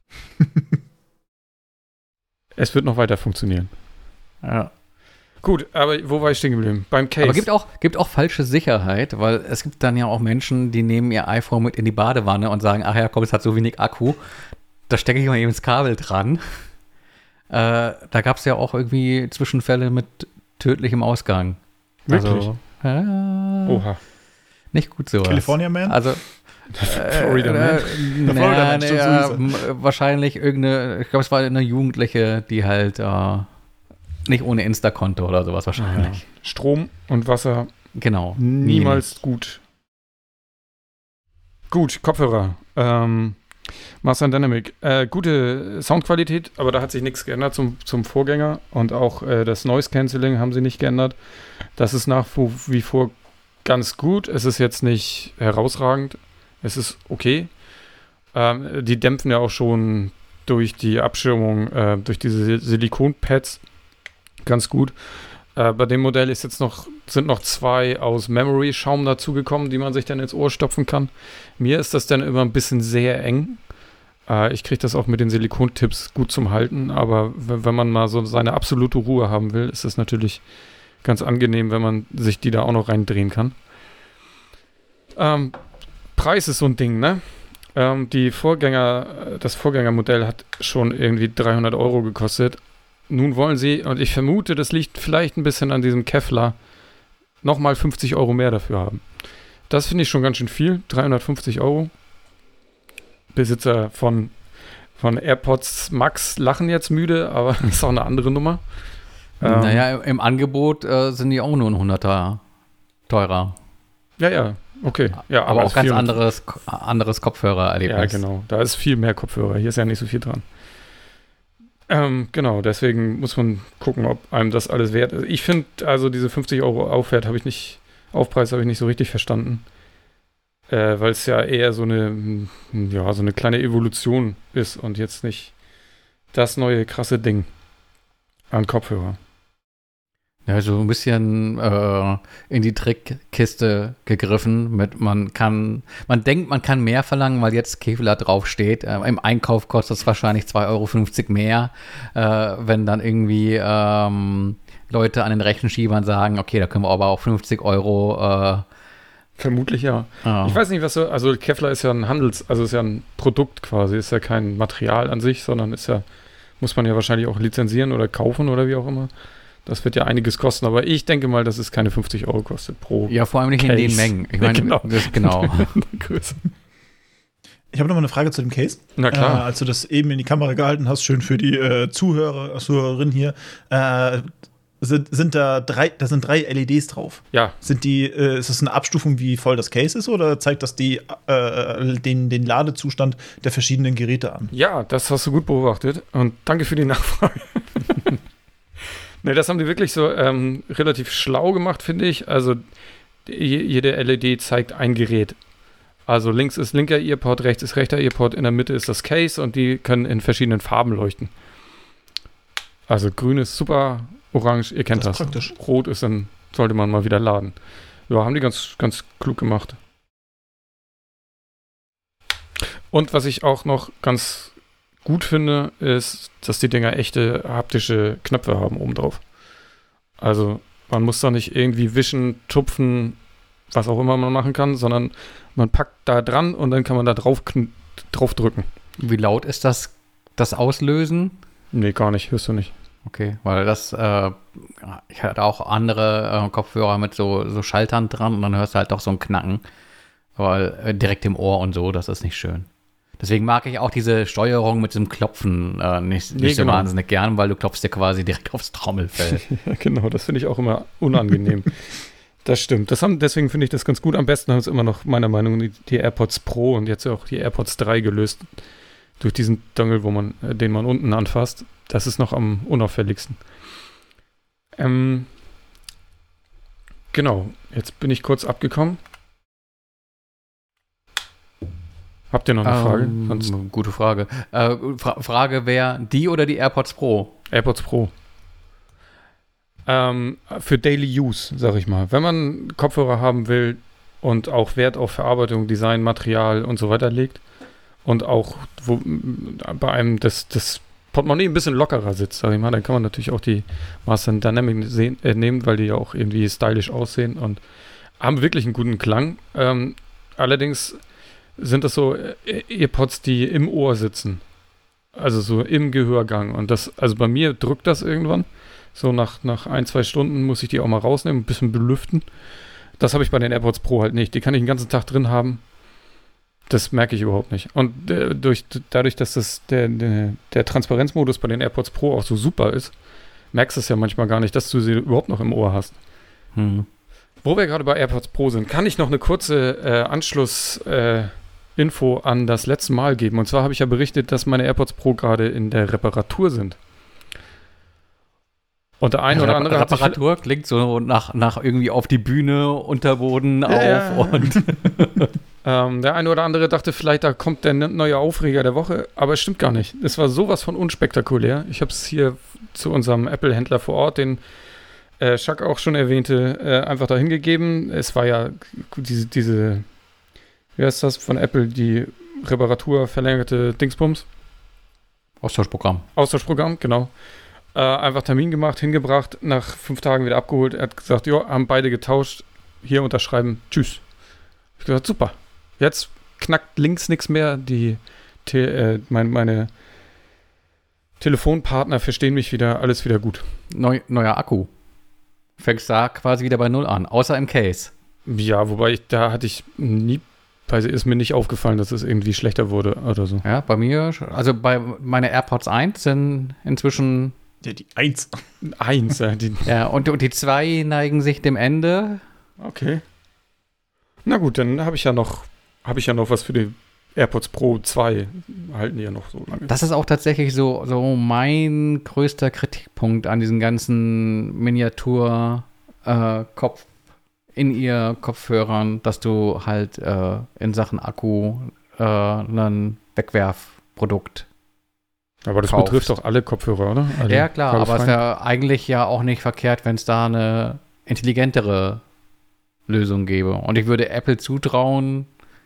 es wird noch weiter funktionieren. ja. Gut, aber wo war ich stehen geblieben? Beim Case. Aber gibt auch, gibt auch falsche Sicherheit, weil es gibt dann ja auch Menschen, die nehmen ihr iPhone mit in die Badewanne und sagen, ach ja, komm, es hat so wenig Akku, da stecke ich mal eben das Kabel dran. Äh, da gab es ja auch irgendwie Zwischenfälle mit tödlichem Ausgang. Wirklich? Also, äh, Oha. nicht gut sowas. California Man? Also, Florida Man. äh, Florida naja, Man, stimmt, naja, so m- wahrscheinlich irgendeine, ich glaube, es war eine Jugendliche, die halt äh, nicht ohne Insta-Konto oder sowas wahrscheinlich. Strom und Wasser Genau. niemals gut. Gut, Kopfhörer. Ähm, Master Dynamic. Äh, gute Soundqualität, aber da hat sich nichts geändert zum, zum Vorgänger. Und auch äh, das Noise Cancelling haben sie nicht geändert. Das ist nach wie vor ganz gut. Es ist jetzt nicht herausragend. Es ist okay. Ähm, die dämpfen ja auch schon durch die Abschirmung, äh, durch diese Sil- Silikonpads ganz gut. Äh, bei dem Modell ist jetzt noch, sind noch zwei aus Memory-Schaum dazugekommen, die man sich dann ins Ohr stopfen kann. Mir ist das dann immer ein bisschen sehr eng. Äh, ich kriege das auch mit den Silikontipps gut zum Halten, aber w- wenn man mal so seine absolute Ruhe haben will, ist das natürlich ganz angenehm, wenn man sich die da auch noch reindrehen kann. Ähm, Preis ist so ein Ding, ne? Ähm, die Vorgänger, das Vorgängermodell hat schon irgendwie dreihundert Euro gekostet. Nun wollen sie, und ich vermute, das liegt vielleicht ein bisschen an diesem Kevlar, nochmal fünfzig Euro mehr dafür haben. Das finde ich schon ganz schön viel, dreihundertfünfzig Euro. Besitzer von, von AirPods Max lachen jetzt müde, aber das ist auch eine andere Nummer. Ähm, Naja, im, im Angebot äh, sind die auch nur ein Hunderter teurer. Ja, ja, okay. Ja, aber, auch ist ganz viel- anderes, anderes Kopfhörererlebnis. Ja, genau. Da ist viel mehr Kopfhörer. Hier ist ja nicht so viel dran. Ähm, genau, deswegen muss man gucken, ob einem das alles wert ist. Ich finde, also diese fünfzig Euro Aufwert habe ich nicht, Aufpreis habe ich nicht so richtig verstanden. Äh, weil es ja eher so eine, mm, ja, so eine kleine Evolution ist und jetzt nicht das neue krasse Ding an Kopfhörer. Ja, so ein bisschen äh, in die Trickkiste gegriffen mit, man kann, man denkt, man kann mehr verlangen, weil jetzt Kevlar draufsteht. Äh, Im Einkauf kostet es wahrscheinlich zwei Euro fünfzig mehr, äh, wenn dann irgendwie ähm, Leute an den Rechenschiebern sagen, okay, da können wir aber auch fünfzig Euro äh, Vermutlich ja. äh, Ich weiß nicht, was so, also Kevlar ist ja ein Handels, also ist ja ein Produkt quasi, ist ja kein Material an sich, sondern ist ja, muss man ja wahrscheinlich auch lizenzieren oder kaufen oder wie auch immer. Das wird ja einiges kosten, aber ich denke mal, dass es keine fünfzig Euro kostet pro. ja, vor allem nicht in Case. den Mengen. Ich meine, Genau. das, genau. Größe. Ich habe noch mal eine Frage zu dem Case. Na klar. Äh, als du das eben in die Kamera gehalten hast, schön für die äh, Zuhörer, Zuhörerin hier, äh, sind, sind da drei, da sind drei L E Ds drauf. Ja, Sind die, äh, ist das eine Abstufung, wie voll das Case ist, oder zeigt das die, äh, den, den Ladezustand der verschiedenen Geräte an? ja, das hast du gut beobachtet und danke für die Nachfrage. Ne, das haben die wirklich so ähm, relativ schlau gemacht, finde ich. Also je- jede L E D zeigt ein Gerät. Also links ist linker Earport, rechts ist rechter Earport, in der Mitte ist das Case und die können in verschiedenen Farben leuchten. Also grün ist super, orange, ihr kennt Das das. ist praktisch. Rot ist dann, sollte man mal wieder laden. Ja, haben die ganz, ganz klug gemacht. Und was ich auch noch ganz gut finde, ist, dass die Dinger echte haptische Knöpfe haben oben drauf. Also man muss da nicht irgendwie wischen, tupfen, was auch immer man machen kann, sondern man packt da dran und dann kann man da drauf, kn- drauf drücken. Wie laut ist das, das Auslösen? Nee, gar nicht, hörst du nicht. Okay, weil das, äh, ich hatte auch andere äh, Kopfhörer mit so, so Schaltern dran und dann hörst du halt doch so ein Knacken, weil äh, direkt im Ohr und so, das ist nicht schön. Deswegen mag ich auch diese Steuerung mit diesem Klopfen äh, nicht, nicht Nee, so genau. wahnsinnig gern, weil du klopfst dir quasi direkt aufs Trommelfell. Ja, genau, das finde ich auch immer unangenehm. Das stimmt. Das haben, deswegen finde ich das ganz gut. Am besten haben es immer noch, meiner Meinung nach, die, die AirPods Pro und jetzt auch die AirPods drei gelöst. Durch diesen Dongle, wo man, äh, den man unten anfasst. Das ist noch am unauffälligsten. Ähm, genau, jetzt bin ich kurz abgekommen. Habt ihr noch eine Frage? Ähm, Sonst gute Frage. Äh, Fra- Frage wäre, die oder die AirPods Pro? AirPods Pro. Ähm, für Daily Use, sag ich mal. Wenn man Kopfhörer haben will und auch Wert auf Verarbeitung, Design, Material und so weiter legt und auch wo, bei einem das, das Portemonnaie ein bisschen lockerer sitzt, sag ich mal, dann kann man natürlich auch die Master Dynamic sehen, äh, nehmen, weil die ja auch irgendwie stylisch aussehen und haben wirklich einen guten Klang. Ähm, allerdings sind das so äh, Earpods, die im Ohr sitzen. Also so im Gehörgang. Und das, also bei mir drückt das irgendwann. So nach, nach ein, zwei Stunden muss ich die auch mal rausnehmen, ein bisschen belüften. Das habe ich bei den AirPods Pro halt nicht. Die kann ich den ganzen Tag drin haben. Das merke ich überhaupt nicht. Und äh, durch, dadurch, dass das der, der, der Transparenzmodus bei den AirPods Pro auch so super ist, merkst du es ja manchmal gar nicht, dass du sie überhaupt noch im Ohr hast. Hm. Wo wir gerade bei AirPods Pro sind, kann ich noch eine kurze äh, Anschluss äh, Info an das letzte Mal geben. Und zwar habe ich ja berichtet, dass meine AirPods Pro gerade in der Reparatur sind. Und der eine oder andere hat sich Reparatur klingt so nach, nach irgendwie auf die Bühne, Unterboden auf ja. und ähm, der eine oder andere dachte vielleicht, da kommt der neue Aufreger der Woche, aber es stimmt gar nicht. Es war sowas von unspektakulär. Ich habe es hier zu unserem Apple-Händler vor Ort, den äh, Chuck auch schon erwähnte, äh, einfach dahin gegeben. Es war ja diese, diese, wie heißt das, von Apple, die Reparatur verlängerte Dingsbums. Austauschprogramm. Austauschprogramm, genau. Äh, einfach Termin gemacht, hingebracht, nach fünf Tagen wieder abgeholt. Er hat gesagt, ja, haben beide getauscht, hier unterschreiben, tschüss. Ich gesagt, super. Jetzt knackt links nichts mehr. Die Te- äh, mein, meine Telefonpartner verstehen mich wieder, alles wieder gut. Neu, neuer Akku. Fängst da quasi wieder bei Null an, außer im Case. Ja, wobei ich, da hatte ich nie, weil ist mir nicht aufgefallen, dass es irgendwie schlechter wurde oder so. Ja, bei mir, also bei meine AirPods eins sind inzwischen Ja, die Eins. Eins, ja. Die, ja, und, und die zwei neigen sich dem Ende. okay. Na gut, dann habe ich ja noch, habe ich ja noch was für die AirPods Pro zwei. Halten die ja noch so lange. Das ist auch tatsächlich so, so mein größter Kritikpunkt an diesen ganzen Miniatur-Kopf in ihr Kopfhörern, dass du halt äh, in Sachen Akku äh, ein Wegwerfprodukt Aber das kaufst. betrifft doch alle Kopfhörer, oder? Alle ja, klar, aber es kabelfreien? wäre eigentlich ja auch nicht verkehrt, wenn es da eine intelligentere Lösung gäbe. Und ich würde Apple zutrauen,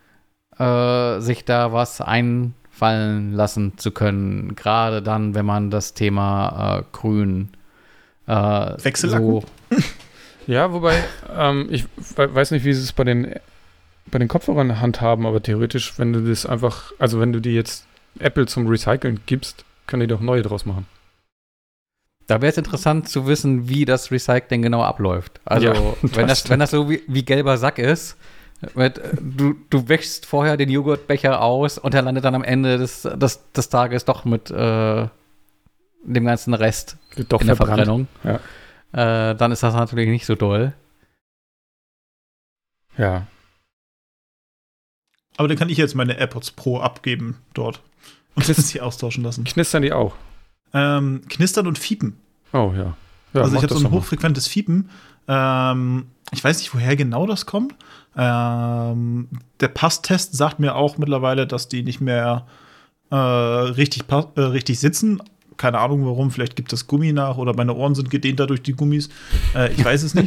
äh, sich da was einfallen lassen zu können. Gerade dann, wenn man das Thema äh, Grün äh, Wechselakku? so Ja, wobei, ähm, ich we- weiß nicht, wie sie es bei den, bei den Kopfhörern handhaben, aber theoretisch, wenn du das einfach, also wenn du die jetzt Apple zum Recyceln gibst, können die doch neue draus machen. Da wäre es interessant zu wissen, wie das Recycling genau abläuft. Also, Ja, wenn, das das, wenn das so wie, wie gelber Sack ist, mit, äh, du, du wäschst vorher den Joghurtbecher aus und er landet dann am Ende des, des, des Tages doch mit äh, dem ganzen Rest Wird doch in der verbrannt. Verbrennung. Äh, dann ist das natürlich nicht so doll. Ja. Aber dann kann ich jetzt meine AirPods Pro abgeben dort und sie austauschen lassen. Knistern die auch? Ähm, knistern und fiepen. Oh ja. ja also mach ich habe das so ein doch mal. hochfrequentes Fiepen. Ähm, ich weiß nicht, woher genau das kommt. Ähm, der Passtest sagt mir auch mittlerweile, dass die nicht mehr äh, richtig, pa- äh, richtig sitzen. Keine Ahnung warum, vielleicht gibt das Gummi nach oder meine Ohren sind gedehnter durch die Gummis. Äh, ich weiß es nicht.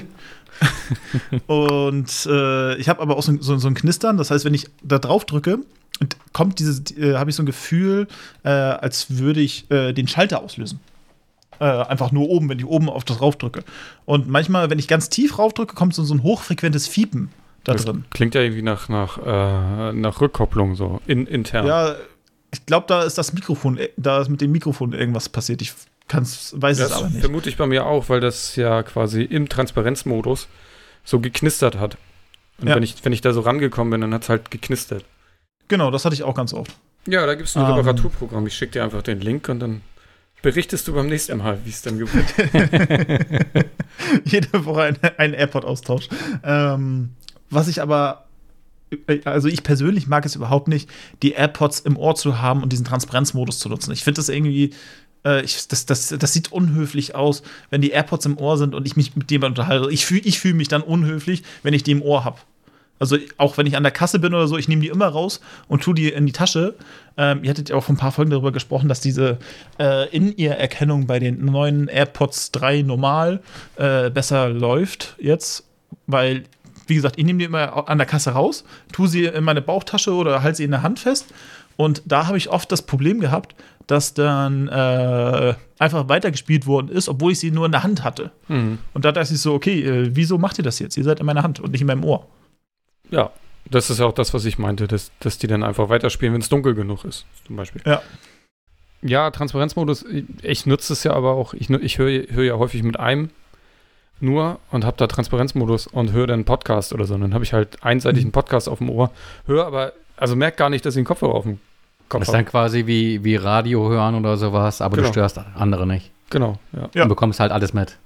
Und äh, ich habe aber auch so, so, so ein Knistern. Das heißt, wenn ich da drauf drücke, kommt dieses, äh, habe ich so ein Gefühl, äh, als würde ich äh, den Schalter auslösen. Äh, einfach nur oben, wenn ich oben auf das raufdrücke. Und manchmal, wenn ich ganz tief raufdrücke, kommt so, so ein hochfrequentes Fiepen da Das drin. klingt ja irgendwie nach, nach, äh, nach Rückkopplung so, in, intern. Ja, ich glaube, da ist das Mikrofon, da ist mit dem Mikrofon irgendwas passiert. Ich kann's, weiß das es aber nicht. Vermute ich bei mir auch, weil das ja quasi im Transparenzmodus so geknistert hat. Und Ja. wenn, ich, wenn ich da so rangekommen bin, dann hat es halt geknistert. Genau, das hatte ich auch ganz oft. Ja, da gibt es ein Ähm. Reparaturprogramm. Ich schicke dir einfach den Link und dann berichtest du beim nächsten Mal, wie es dann geworden ist. Jede Woche ein, ein AirPod-Austausch. Ähm, was ich aber, also ich persönlich mag es überhaupt nicht, die AirPods im Ohr zu haben und diesen Transparenzmodus zu nutzen. Ich finde das irgendwie, äh, ich, das, das, das sieht unhöflich aus, wenn die AirPods im Ohr sind und ich mich mit jemandem unterhalte. Ich fühle ich fühl mich dann unhöflich, wenn ich die im Ohr habe. Also auch wenn ich an der Kasse bin oder so, ich nehme die immer raus und tue die in die Tasche. Ähm, ihr hattet ja auch vor ein paar Folgen darüber gesprochen, dass diese äh, In-Ear-Erkennung bei den neuen AirPods drei normal äh, besser läuft jetzt, weil, wie gesagt, ich nehme die immer an der Kasse raus, tue sie in meine Bauchtasche oder halte sie in der Hand fest. Und da habe ich oft das Problem gehabt, dass dann äh, einfach weitergespielt worden ist, obwohl ich sie nur in der Hand hatte. Mhm. Und da dachte ich so, okay, äh, wieso macht ihr das jetzt? Ihr seid in meiner Hand und nicht in meinem Ohr. Ja, das ist ja auch das, was ich meinte, dass, dass die dann einfach weiterspielen, wenn es dunkel genug ist, zum Beispiel. Ja. Ja, Transparenzmodus, ich, ich nutze es ja aber auch, ich, ich höre hör ja häufig mit einem nur und habe da Transparenzmodus und höre dann einen Podcast oder so. Und dann habe ich halt einseitig einen Podcast auf dem Ohr, höre aber, also merke gar nicht, dass ich einen Kopfhörer auf dem Kopf Das ist habe. dann quasi wie, wie Radio hören oder sowas, aber Genau. du störst andere nicht. Genau, ja. Ja. Und bekommst halt alles mit.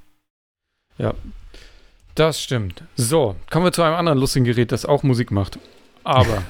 Das stimmt. So, kommen wir zu einem anderen lustigen Gerät, das auch Musik macht. Aber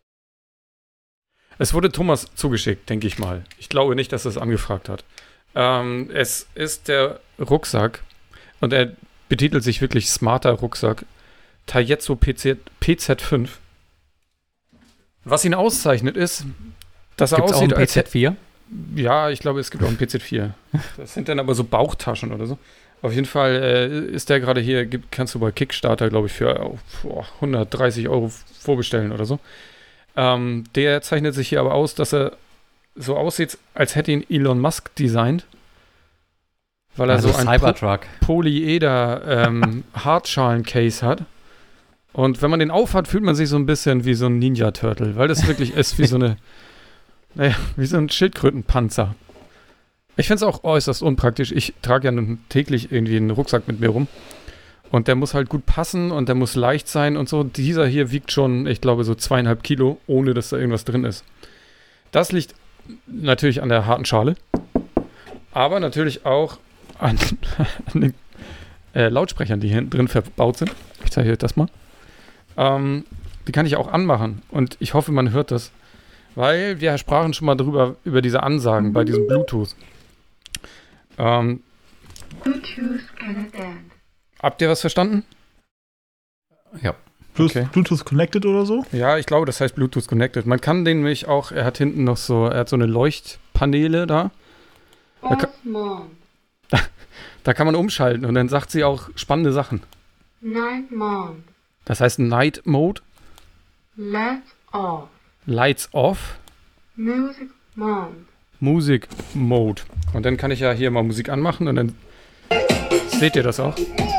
es wurde Thomas zugeschickt, denke ich mal. Ich glaube nicht, dass er es angefragt hat. Ähm, es ist der Rucksack und er betitelt sich wirklich smarter Rucksack. Tajetsu P Z fünf. Was ihn auszeichnet ist, dass er Gibt's auch aussieht ein P als Z vier? ja, ich glaube, es gibt auch einen P Z vier. Das sind dann aber so Bauchtaschen oder so. Auf jeden Fall äh, ist der gerade hier, gibt, kannst du bei Kickstarter, glaube ich, für oh, boah, hundertdreißig Euro vorbestellen oder so. Ähm, der zeichnet sich hier aber aus, dass er so aussieht, als hätte ihn Elon Musk designt. Weil er Also so ein Cybertruck. Po- Polyeder ähm, Hartschalen-Case hat. Und wenn man den aufhat, fühlt man sich so ein bisschen wie so ein Ninja-Turtle, weil das wirklich ist wie so eine, naja, wie so ein Schildkrötenpanzer. Ich finde es auch äußerst unpraktisch. Ich trage ja nun täglich irgendwie einen Rucksack mit mir rum. Und der muss halt gut passen und der muss leicht sein und so. Dieser hier wiegt schon, ich glaube, so zweieinhalb Kilo, ohne dass da irgendwas drin ist. Das liegt natürlich an der harten Schale, aber natürlich auch an, an den äh, Lautsprechern, die hier drin verbaut sind. Ich zeige euch das mal. Ähm, die kann ich auch anmachen und ich hoffe, man hört das, weil wir sprachen schon mal drüber, über diese Ansagen bei diesem Bluetooth. Ähm, Bluetooth connected. habt ihr was verstanden? Ja. Plus Okay. Bluetooth Connected oder so? Ja, ich glaube, das heißt Bluetooth Connected. Man kann den nämlich auch, er hat hinten noch so, er hat so eine Leuchtpaneele da. Da kann, Fourth month. da kann man umschalten und dann sagt sie auch spannende Sachen. Ninth month. Das heißt Night Mode, Lights off. Lights Off, Music month. Musik Mode. Und dann kann ich ja hier mal Musik anmachen und dann seht ihr das auch.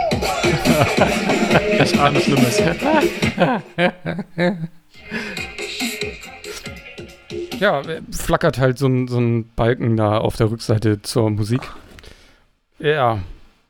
Ich ahne Schlimmes. Ja, flackert halt so ein, so ein Balken da auf der Rückseite zur Musik. Ja,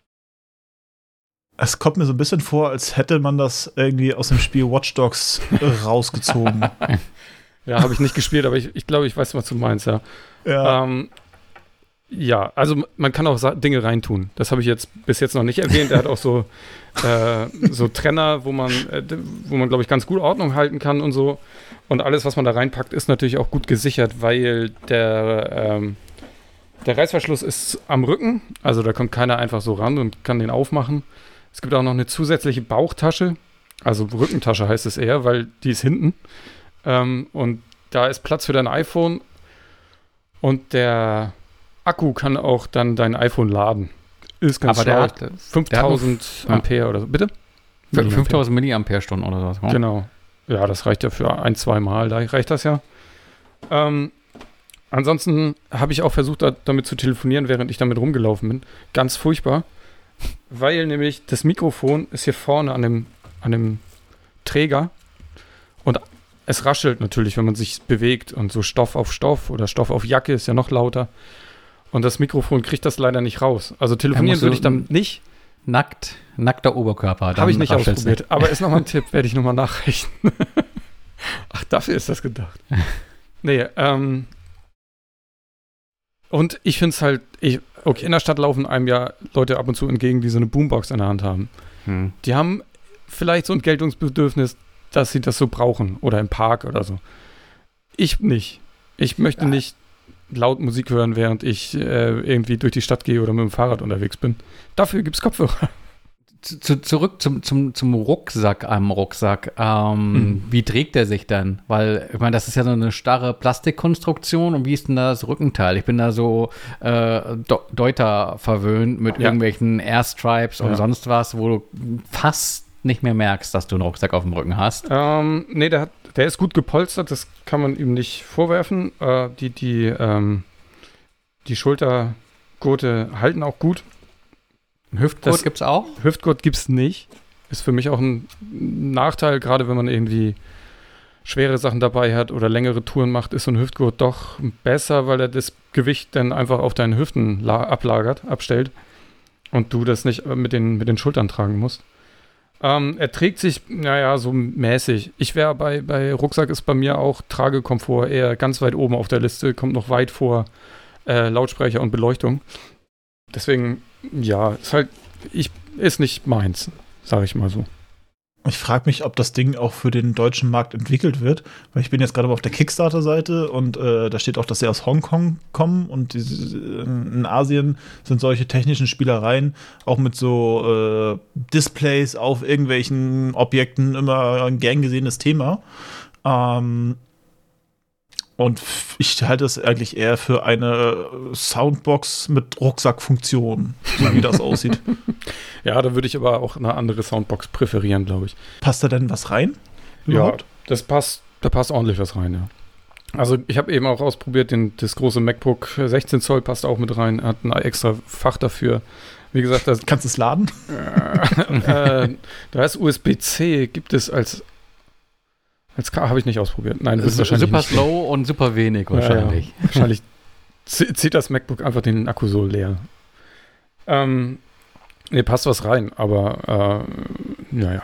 Es kommt mir so ein bisschen vor, als hätte man das irgendwie aus dem Spiel Watch Dogs rausgezogen. ja, habe ich nicht gespielt, aber ich, ich glaube, ich weiß, was du meinst, ja. Ja. Ähm, ja, also man kann auch Sa- Dinge reintun. Das habe ich jetzt bis jetzt noch nicht erwähnt. Er hat auch so, äh, so Trenner, wo man, äh, wo man, glaube ich, ganz gut Ordnung halten kann und so. Und alles, was man da reinpackt, ist natürlich auch gut gesichert, weil der, ähm, der Reißverschluss ist am Rücken. Also da kommt keiner einfach so ran und kann den aufmachen. Es gibt auch noch eine zusätzliche Bauchtasche. Also Rückentasche heißt es eher, weil die ist hinten. Ähm, und da ist Platz für dein iPhone. Und der Akku kann auch dann dein iPhone laden. Ist ganz Aber der schlau. hat, der hat fünftausend ja. Ampere oder so. Bitte? nur fünftausend Milliampere-Stunden oder sowas. Ja. Genau. Ja, das reicht ja für ein, zwei Mal. Da reicht das ja. Ähm, ansonsten habe ich auch versucht, da, damit zu telefonieren, während ich damit rumgelaufen bin. Ganz furchtbar. Weil nämlich das Mikrofon ist hier vorne an dem, an dem Träger. Und es raschelt natürlich, wenn man sich bewegt und so Stoff auf Stoff oder Stoff auf Jacke ist ja noch lauter. Und das Mikrofon kriegt das leider nicht raus. Also telefonieren würde ich dann nicht. Nackt, nackter Oberkörper. Habe ich nicht raschelt's ausprobiert. Aber ist nochmal ein Tipp, werde ich nochmal nachrechnen. Ach, dafür ist das gedacht. Nee, ähm. Und ich finde es halt, ich, okay, in der Stadt laufen einem ja Leute ab und zu entgegen, die so eine Boombox in der Hand haben. Hm. Die haben vielleicht so ein Geltungsbedürfnis, dass sie das so brauchen oder im Park oder so. Ich nicht. Ich möchte Ja. nicht laut Musik hören, während ich äh, irgendwie durch die Stadt gehe oder mit dem Fahrrad unterwegs bin. Dafür gibt es Kopfhörer. Zu, zu, zurück zum, zum, zum Rucksack am Rucksack. Ähm, Hm. Wie trägt der sich dann? Weil, ich meine, das ist ja so eine starre Plastikkonstruktion. Und wie ist denn das Rückenteil? Ich bin da so äh, Do- Deuter verwöhnt mit Ja. irgendwelchen Airstripes und Ja. sonst was, wo du fast nicht mehr merkst, dass du einen Rucksack auf dem Rücken hast. Ähm, nee, der, hat, der ist gut gepolstert, das kann man ihm nicht vorwerfen. Äh, die, die, ähm, die Schultergurte halten auch gut. Hüftgurt Das- gibt's auch? Hüftgurt gibt's nicht. Ist für mich auch ein Nachteil, gerade wenn man irgendwie schwere Sachen dabei hat oder längere Touren macht, ist so ein Hüftgurt doch besser, weil er das Gewicht dann einfach auf deinen Hüften la- ablagert, abstellt und du das nicht mit den, mit den Schultern tragen musst. Ähm, er trägt sich, naja, so mäßig. Ich wäre bei, bei Rucksack ist bei mir auch Tragekomfort eher ganz weit oben auf der Liste, kommt noch weit vor äh, Lautsprecher und Beleuchtung. Deswegen, ja, ist halt, ich, ist nicht meins, sage ich mal so. Ich frage mich, ob das Ding auch für den deutschen Markt entwickelt wird, weil ich bin jetzt gerade mal auf der Kickstarter-Seite und äh, da steht auch, dass sie aus Hongkong kommen und die, in Asien sind solche technischen Spielereien auch mit so äh, Displays auf irgendwelchen Objekten immer ein gern gesehenes Thema. Ähm, und f- ich halte es eigentlich eher für eine Soundbox mit Rucksackfunktion, so wie das aussieht. Ja, da würde ich aber auch eine andere Soundbox präferieren, glaube ich. Passt da denn was rein? Überhaupt? Ja, das passt, da passt ordentlich was rein, ja. Also ich habe eben auch ausprobiert, den, das große MacBook sechzehn Zoll passt auch mit rein, hat ein extra Fach dafür. Wie gesagt, das, Kannst du es laden? äh, da ist U S B C, gibt es als, als K, habe ich nicht ausprobiert. Nein, das ist wahrscheinlich Super nicht. slow und super wenig wahrscheinlich. Ja, ja. Wahrscheinlich zi- zieht das MacBook einfach den Akku so leer. Ähm, nee, passt was rein, aber äh, naja.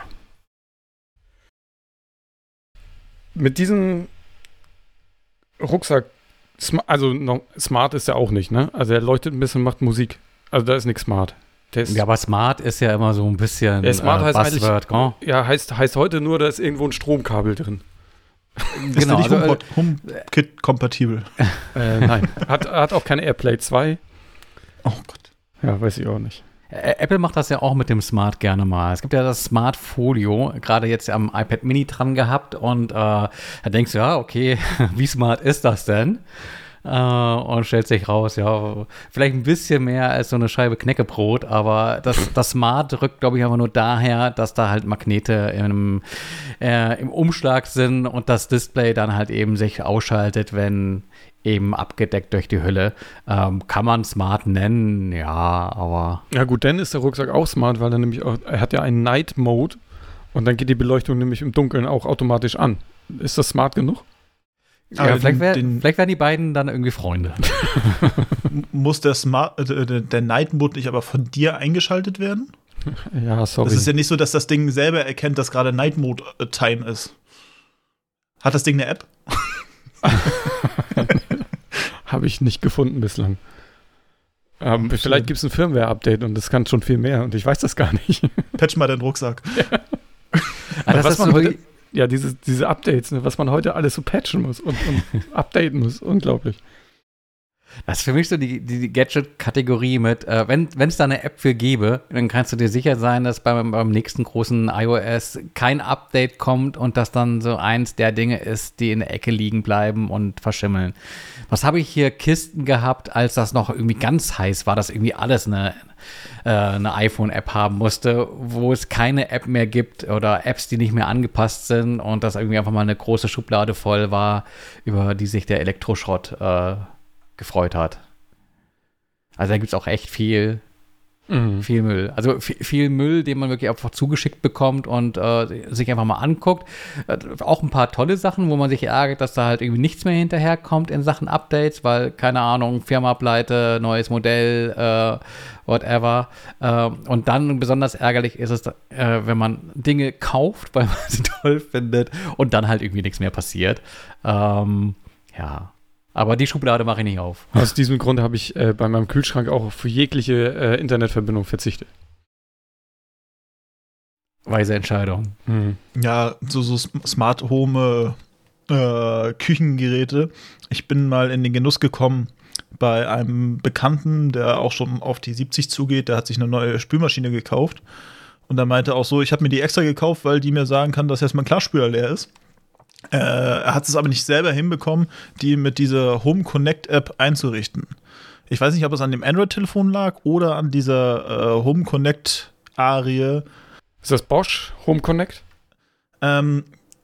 Mit diesem Rucksack, sma- also noch, smart ist er auch nicht, ne? Also er leuchtet ein bisschen, macht Musik. Also da ist nichts smart. Der ist, Ja, aber smart ist ja immer so ein bisschen Ja, smart heißt eigentlich- Buzzword, gell? ja, heißt, heißt heute nur, da ist irgendwo ein Stromkabel drin. Ist Genau, der nicht also, HomePod- HomeKit-kompatibel? Äh, nein. hat, hat auch keine AirPlay zwei. Oh Gott. Ja, weiß ich auch nicht. Ä- Apple macht das ja auch mit dem Smart gerne mal. Es gibt ja das Smart Folio, gerade jetzt am iPad Mini dran gehabt und äh, da denkst du, ja, okay, wie smart ist das denn? Äh, und stellt sich raus, ja, vielleicht ein bisschen mehr als so eine Scheibe Knäckebrot, aber das, das Smart rückt, glaube ich, einfach nur daher, dass da halt Magnete im, äh, im Umschlag sind und das Display dann halt eben sich ausschaltet, wenn eben abgedeckt durch die Hülle. Ähm, kann man smart nennen, ja, aber Ja gut, dann ist der Rucksack auch smart, weil er nämlich auch, er hat ja einen Night Mode und dann geht die Beleuchtung nämlich im Dunkeln auch automatisch an. Ist das smart genug? ja, Aber vielleicht, den- wär, den- vielleicht werden die beiden dann irgendwie Freunde. M- Muss der Smart, äh, der- der Night Mode nicht aber von dir eingeschaltet werden? Ja, sorry. Das ist ja nicht so, dass das Ding selber erkennt, dass gerade Night Mode äh, Time ist. Hat das Ding eine App? Habe ich nicht gefunden bislang. Ähm, vielleicht gibt es ein Firmware-Update und das kann schon viel mehr und ich weiß das gar nicht. Patch mal deinen Rucksack. Ah, das was ist man so heute, wie- ja, diese, diese Updates, ne, was man heute alles so patchen muss und, und updaten muss. Unglaublich. Das ist für mich so die, die, die Gadget-Kategorie mit, äh, wenn es da eine App für gäbe, dann kannst du dir sicher sein, dass beim, beim nächsten großen iOS kein Update kommt und das dann so eins der Dinge ist, die in der Ecke liegen bleiben und verschimmeln. Was habe ich hier Kisten gehabt, als das noch irgendwie ganz heiß war, dass irgendwie alles eine, äh, eine iPhone-App haben musste, wo es keine App mehr gibt oder Apps, die nicht mehr angepasst sind und das irgendwie einfach mal eine große Schublade voll war, über die sich der Elektroschrott äh, gefreut hat. Also da gibt es auch echt viel, Mhm. Viel Müll. Also viel, viel Müll, den man wirklich einfach zugeschickt bekommt und äh, sich einfach mal anguckt. Äh, auch ein paar tolle Sachen, wo man sich ärgert, dass da halt irgendwie nichts mehr hinterherkommt in Sachen Updates, weil, keine Ahnung, Firma pleite, neues Modell, äh, whatever. Äh, und dann besonders ärgerlich ist es, äh, wenn man Dinge kauft, weil man sie toll findet und dann halt irgendwie nichts mehr passiert. Ähm, ja. Aber die Schublade mache ich nicht auf. Aus diesem Grund habe ich äh, bei meinem Kühlschrank auch für jegliche äh, Internetverbindung verzichtet. Weise Entscheidung. Hm. Ja, so, so Smart Home äh, Küchengeräte. Ich bin mal in den Genuss gekommen bei einem Bekannten, der auch schon auf die siebzig zugeht. Der hat sich eine neue Spülmaschine gekauft. Und er meinte auch so, ich habe mir die extra gekauft, weil die mir sagen kann, dass jetzt mein Klarspüler leer ist. Äh, er hat es aber nicht selber hinbekommen, die mit dieser Home Connect App einzurichten. Ich weiß nicht, ob es an dem Android-Telefon lag oder an dieser äh, Home Connect Arie. Ist das Bosch Home Connect? Ähm,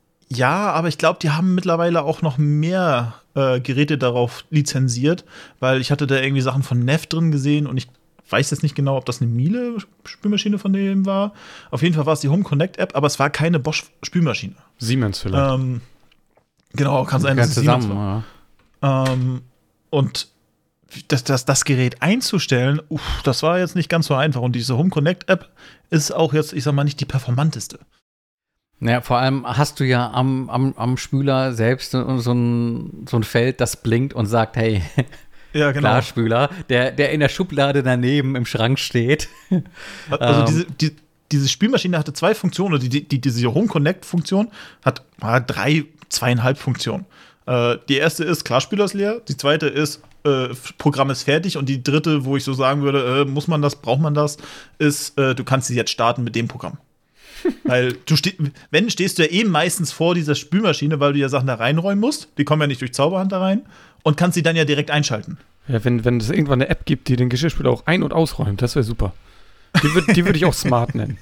ja, aber ich glaube, die haben mittlerweile auch noch mehr äh, Geräte darauf lizenziert, weil ich hatte da irgendwie Sachen von Neff drin gesehen und ich weiß jetzt nicht genau, ob das eine Miele-Spülmaschine von dem war. Auf jeden Fall war es die Home Connect App, aber es war keine Bosch-Spülmaschine. Siemens vielleicht. Ähm, genau, kann sein, dass es zusammen, Siemens war. Ja. Ähm, und das, das, das Gerät einzustellen, uff, das war jetzt nicht ganz so einfach. Und diese Home Connect App ist auch jetzt, ich sag mal, nicht die performanteste. Naja, vor allem hast du ja am, am, am Spüler selbst so, so, ein, so ein Feld, das blinkt und sagt, hey, ja, genau. Klarspüler, der, der in der Schublade daneben im Schrank steht. Also ähm. diese, die, diese Spülmaschine hatte zwei Funktionen. Die, die, diese Home Connect-Funktion hat ah, drei, zweieinhalb Funktionen. Äh, die erste ist, Klarspüler ist leer. Die zweite ist, äh, Programm ist fertig. Und die dritte, wo ich so sagen würde, äh, muss man das, braucht man das, ist, äh, du kannst sie jetzt starten mit dem Programm. Weil du ste- wenn, stehst du ja eben meistens vor dieser Spülmaschine, weil du ja Sachen da reinräumen musst. Die kommen ja nicht durch Zauberhand da rein. Und kannst sie dann ja direkt einschalten. Ja, wenn, wenn es irgendwann eine App gibt, die den Geschirrspüler auch ein- und ausräumt, das wäre super. Die würde die würd ich auch smart nennen.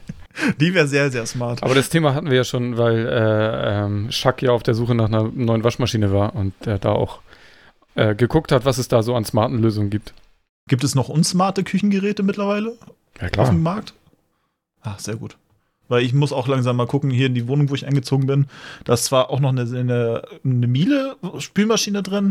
Die wäre sehr, sehr smart. Aber das Thema hatten wir ja schon, weil äh, ähm, Schack ja auf der Suche nach einer neuen Waschmaschine war und der da auch äh, geguckt hat, was es da so an smarten Lösungen gibt. Gibt es noch unsmarte Küchengeräte mittlerweile Ja, auf dem Markt? Ach, sehr gut. Weil ich muss auch langsam mal gucken, hier in die Wohnung, wo ich eingezogen bin. Da ist zwar auch noch eine, eine, eine Miele-Spülmaschine drin,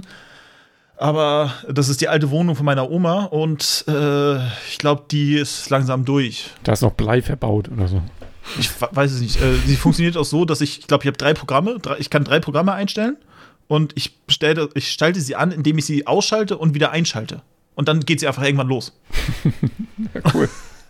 aber das ist die alte Wohnung von meiner Oma und äh, ich glaube, die ist langsam durch. Da ist noch Blei verbaut oder so. Ich weiß es nicht. Äh, sie funktioniert auch so, dass ich, ich glaube, ich habe drei Programme. Drei, ich kann drei Programme einstellen und ich, bestelle, ich schalte sie an, indem ich sie ausschalte und wieder einschalte. Und dann geht sie einfach irgendwann los. Ja, cool.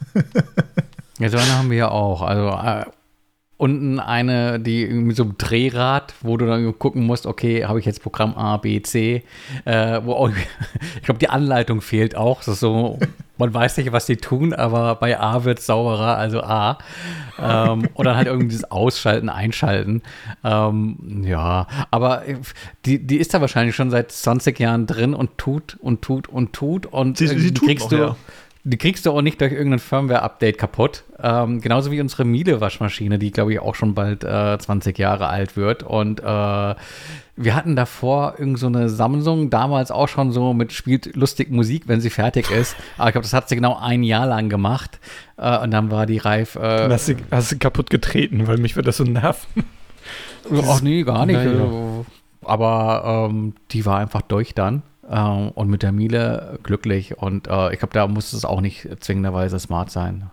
Ja, so eine haben wir ja auch. Also äh, unten eine, die mit so einem Drehrad, wo du dann gucken musst, okay, habe ich jetzt Programm A, B, C, äh, wo auch, ich glaube, die Anleitung fehlt auch. Das ist so, man weiß nicht, was die tun, aber bei A wird es sauberer, also A. Ähm, und dann halt irgendwie dieses Ausschalten, Einschalten. Ähm, ja, aber die, die ist da wahrscheinlich schon seit zwanzig Jahren drin und tut und tut und tut. Und Sie, sie die tut kriegst noch, du. ja. Die kriegst du auch nicht durch irgendein Firmware-Update kaputt. Ähm, genauso wie unsere Miele-Waschmaschine, die, glaube ich, auch schon bald äh, zwanzig Jahre alt wird. Und äh, wir hatten davor irgend so eine Samsung, damals auch schon so mit spielt lustig Musik, wenn sie fertig ist. Aber ich glaube, das hat sie genau ein Jahr lang gemacht. Äh, und dann war die reif. Äh, hast, du, hast du kaputt getreten, weil mich wird das so nerven. Ach nee, gar nicht. Naja. Also, aber ähm, die war einfach durch dann. Uh, und mit der Miele glücklich. Und uh, ich glaube, da muss es auch nicht zwingenderweise smart sein.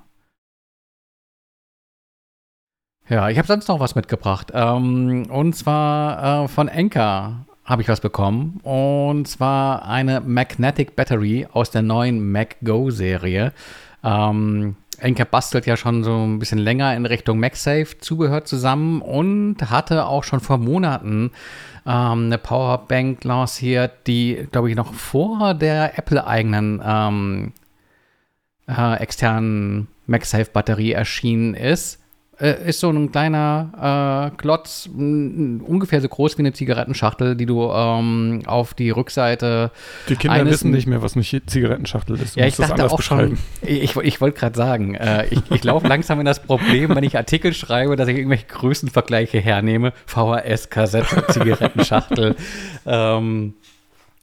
Ja, ich habe sonst noch was mitgebracht. Um, und zwar uh, von Anker habe ich was bekommen. Und zwar eine Magnetic Battery aus der neuen Mac Go-Serie. Um, Anker bastelt ja schon so ein bisschen länger in Richtung MagSafe Zubehör zusammen und hatte auch schon vor Monaten ähm, eine Powerbank lanciert, die, glaube ich, noch vor der Apple-eigenen ähm, äh, externen MagSafe-Batterie erschienen ist. Äh, ist so ein kleiner äh, Klotz, m- ungefähr so groß wie eine Zigarettenschachtel, die du ähm, auf die Rückseite Die Kinder eines wissen nicht mehr, was eine Zigarettenschachtel ist. Du ja, musst ich das dachte anders auch beschreiben. schon, ich, ich wollte gerade sagen, äh, ich, ich laufe langsam in das Problem, wenn ich Artikel schreibe, dass ich irgendwelche Größenvergleiche hernehme, V H S-Kassette, Zigarettenschachtel. ähm,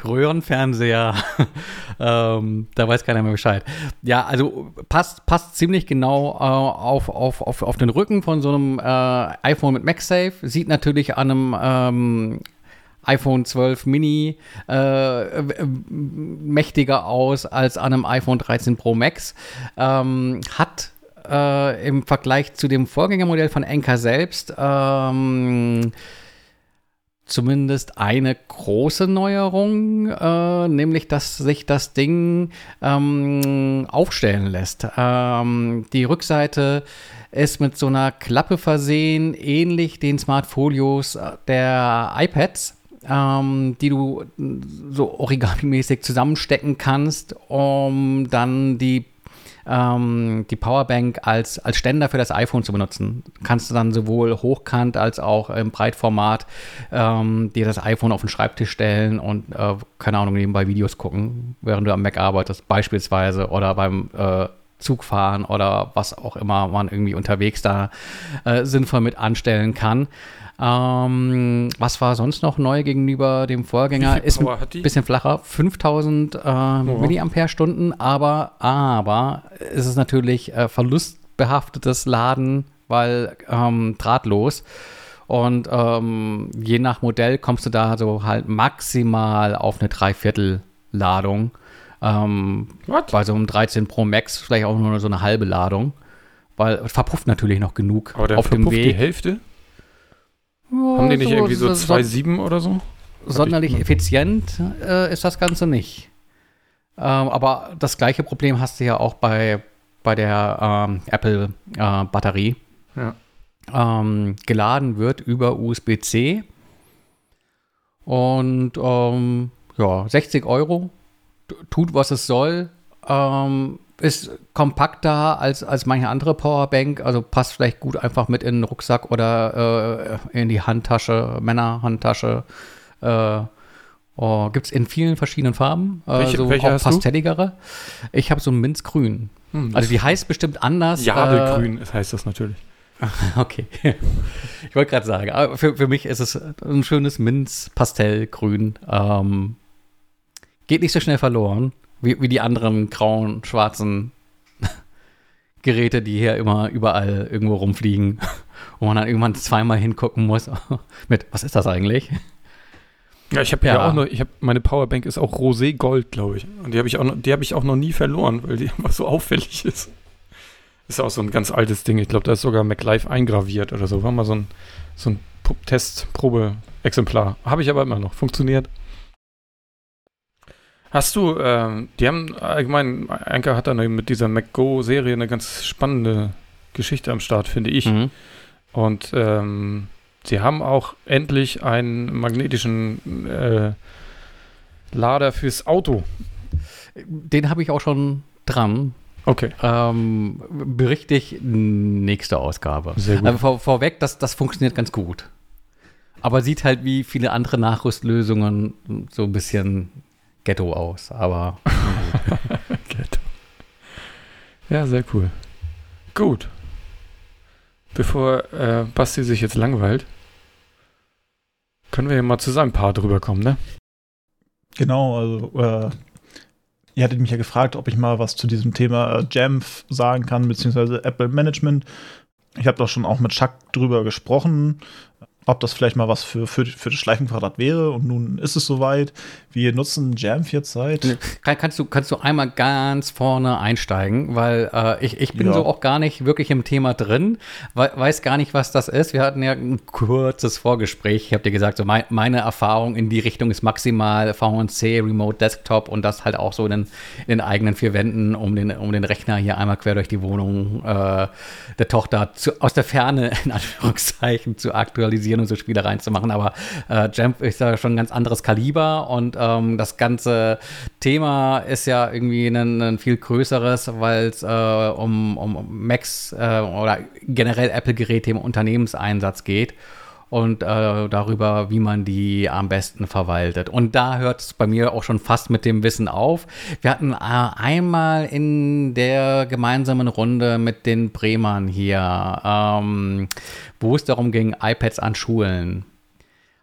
Röhrenfernseher, ähm, da weiß keiner mehr Bescheid. Ja, also passt, passt ziemlich genau äh, auf, auf, auf, auf den Rücken von so einem äh, iPhone mit MagSafe. Sieht natürlich an einem ähm, iPhone zwölf Mini äh, mächtiger aus als an einem iPhone dreizehn Pro Max. Ähm, hat äh, im Vergleich zu dem Vorgängermodell von Anker selbst ähm, zumindest eine große Neuerung, äh, nämlich, dass sich das Ding ähm, aufstellen lässt. Ähm, die Rückseite ist mit so einer Klappe versehen, ähnlich den Smartfolios der iPads, ähm, die du so origami-mäßig zusammenstecken kannst, um dann die Ähm, die Powerbank als, als Ständer für das iPhone zu benutzen. Kannst du dann sowohl hochkant als auch im Breitformat ähm, dir das iPhone auf den Schreibtisch stellen und, äh, keine Ahnung, nebenbei Videos gucken, während du am Mac arbeitest, beispielsweise, oder beim äh, Zugfahren oder was auch immer man irgendwie unterwegs da äh, sinnvoll mit anstellen kann. Ähm, was war sonst noch neu gegenüber dem Vorgänger? Ist ein bisschen flacher, fünftausend äh, oh. Milliampere-Stunden, aber, aber ist es natürlich äh, verlustbehaftetes Laden, weil ähm, drahtlos. Und ähm, je nach Modell kommst du da so halt maximal auf eine Dreiviertel-Ladung. Ähm, bei so einem dreizehn Pro Max vielleicht auch nur so eine halbe Ladung, weil verpufft natürlich noch genug aber der auf dem Weg. Die Hälfte? Ja, haben die nicht so, irgendwie so, so zwei Komma sieben oder so? Sonderlich effizient äh, ist das Ganze nicht. Ähm, aber das gleiche Problem hast du ja auch bei, bei der ähm, Apple-Batterie. Äh, ja. ähm, geladen wird über U S B C. Und ähm, ja, sechzig Euro. Tut, was es soll. Ähm, ist kompakter als, als manche andere Powerbank. Also passt vielleicht gut einfach mit in den Rucksack oder äh, in die Handtasche, Männerhandtasche. Äh, oh, gibt es in vielen verschiedenen Farben. Äh, welche, so welche auch hast pastelligere. Du? Ich habe so ein Minzgrün. Hm, also die heißt bestimmt anders. Jadegrün äh, heißt das natürlich. Okay. Ich wollte gerade sagen, aber für, für mich ist es ein schönes Minz-Pastellgrün. Ähm, geht nicht so schnell verloren, wie, wie die anderen grauen, schwarzen Geräte, die hier immer überall irgendwo rumfliegen. Wo man dann irgendwann zweimal hingucken muss. Mit, was ist das eigentlich? Ja, ich habe ja. ja auch noch, ich habe, meine Powerbank ist auch Rosé-Gold, glaube ich. Und die habe ich auch noch, die habe ich auch noch nie verloren, weil die einfach so auffällig ist. Ist auch so ein ganz altes Ding. Ich glaube, da ist sogar MacLife eingraviert oder so. War mal so ein, so ein Test-Probe-Exemplar. Habe ich aber immer noch. Funktioniert. Hast du, ähm, die haben allgemein, Anker hat dann mit dieser MacGo-Serie eine ganz spannende Geschichte am Start, finde ich. Mhm. Und ähm, sie haben auch endlich einen magnetischen äh, Lader fürs Auto. Den habe ich auch schon dran. Okay. Ähm, berichte ich nächste Ausgabe. Sehr gut. Aber vor, vorweg, das, das funktioniert ganz gut. Aber sieht halt wie viele andere Nachrüstlösungen so ein bisschen Ghetto aus. Aber Ghetto. Ja, sehr cool. Gut. Bevor äh, Basti sich jetzt langweilt, können wir ja mal zu seinem Part rüberkommen, ne? Genau, also äh ihr hattet mich ja gefragt, ob ich mal was zu diesem Thema äh, Jamf sagen kann, beziehungsweise Apple Management. Ich habe doch schon auch mit Chuck drüber gesprochen, ob das vielleicht mal was für, für, für das Schleifenquadrat wäre. Und nun ist es soweit. Wir nutzen Jamf jetzt seit. Kann, kannst, du, kannst du einmal ganz vorne einsteigen, weil äh, ich, ich bin ja. so auch gar nicht wirklich im Thema drin, we weiß gar nicht, was das ist. Wir hatten ja ein kurzes Vorgespräch. Ich habe dir gesagt, so mein, meine Erfahrung in die Richtung ist maximal V N C, Remote Desktop und das halt auch so in den, in den eigenen vier Wänden, um den, um den Rechner hier einmal quer durch die Wohnung äh, der Tochter zu, aus der Ferne, in Anführungszeichen, zu aktualisieren und so Spiele reinzumachen, aber äh, Jamf ist ja schon ein ganz anderes Kaliber und ähm, das ganze Thema ist ja irgendwie ein, ein viel größeres, weil es äh, um, um Macs äh, oder generell Apple-Geräte im Unternehmenseinsatz geht und äh, darüber, wie man die am besten verwaltet. Und da hört es bei mir auch schon fast mit dem Wissen auf. Wir hatten äh, einmal in der gemeinsamen Runde mit den Bremern hier, ähm, wo es darum ging, iPads an Schulen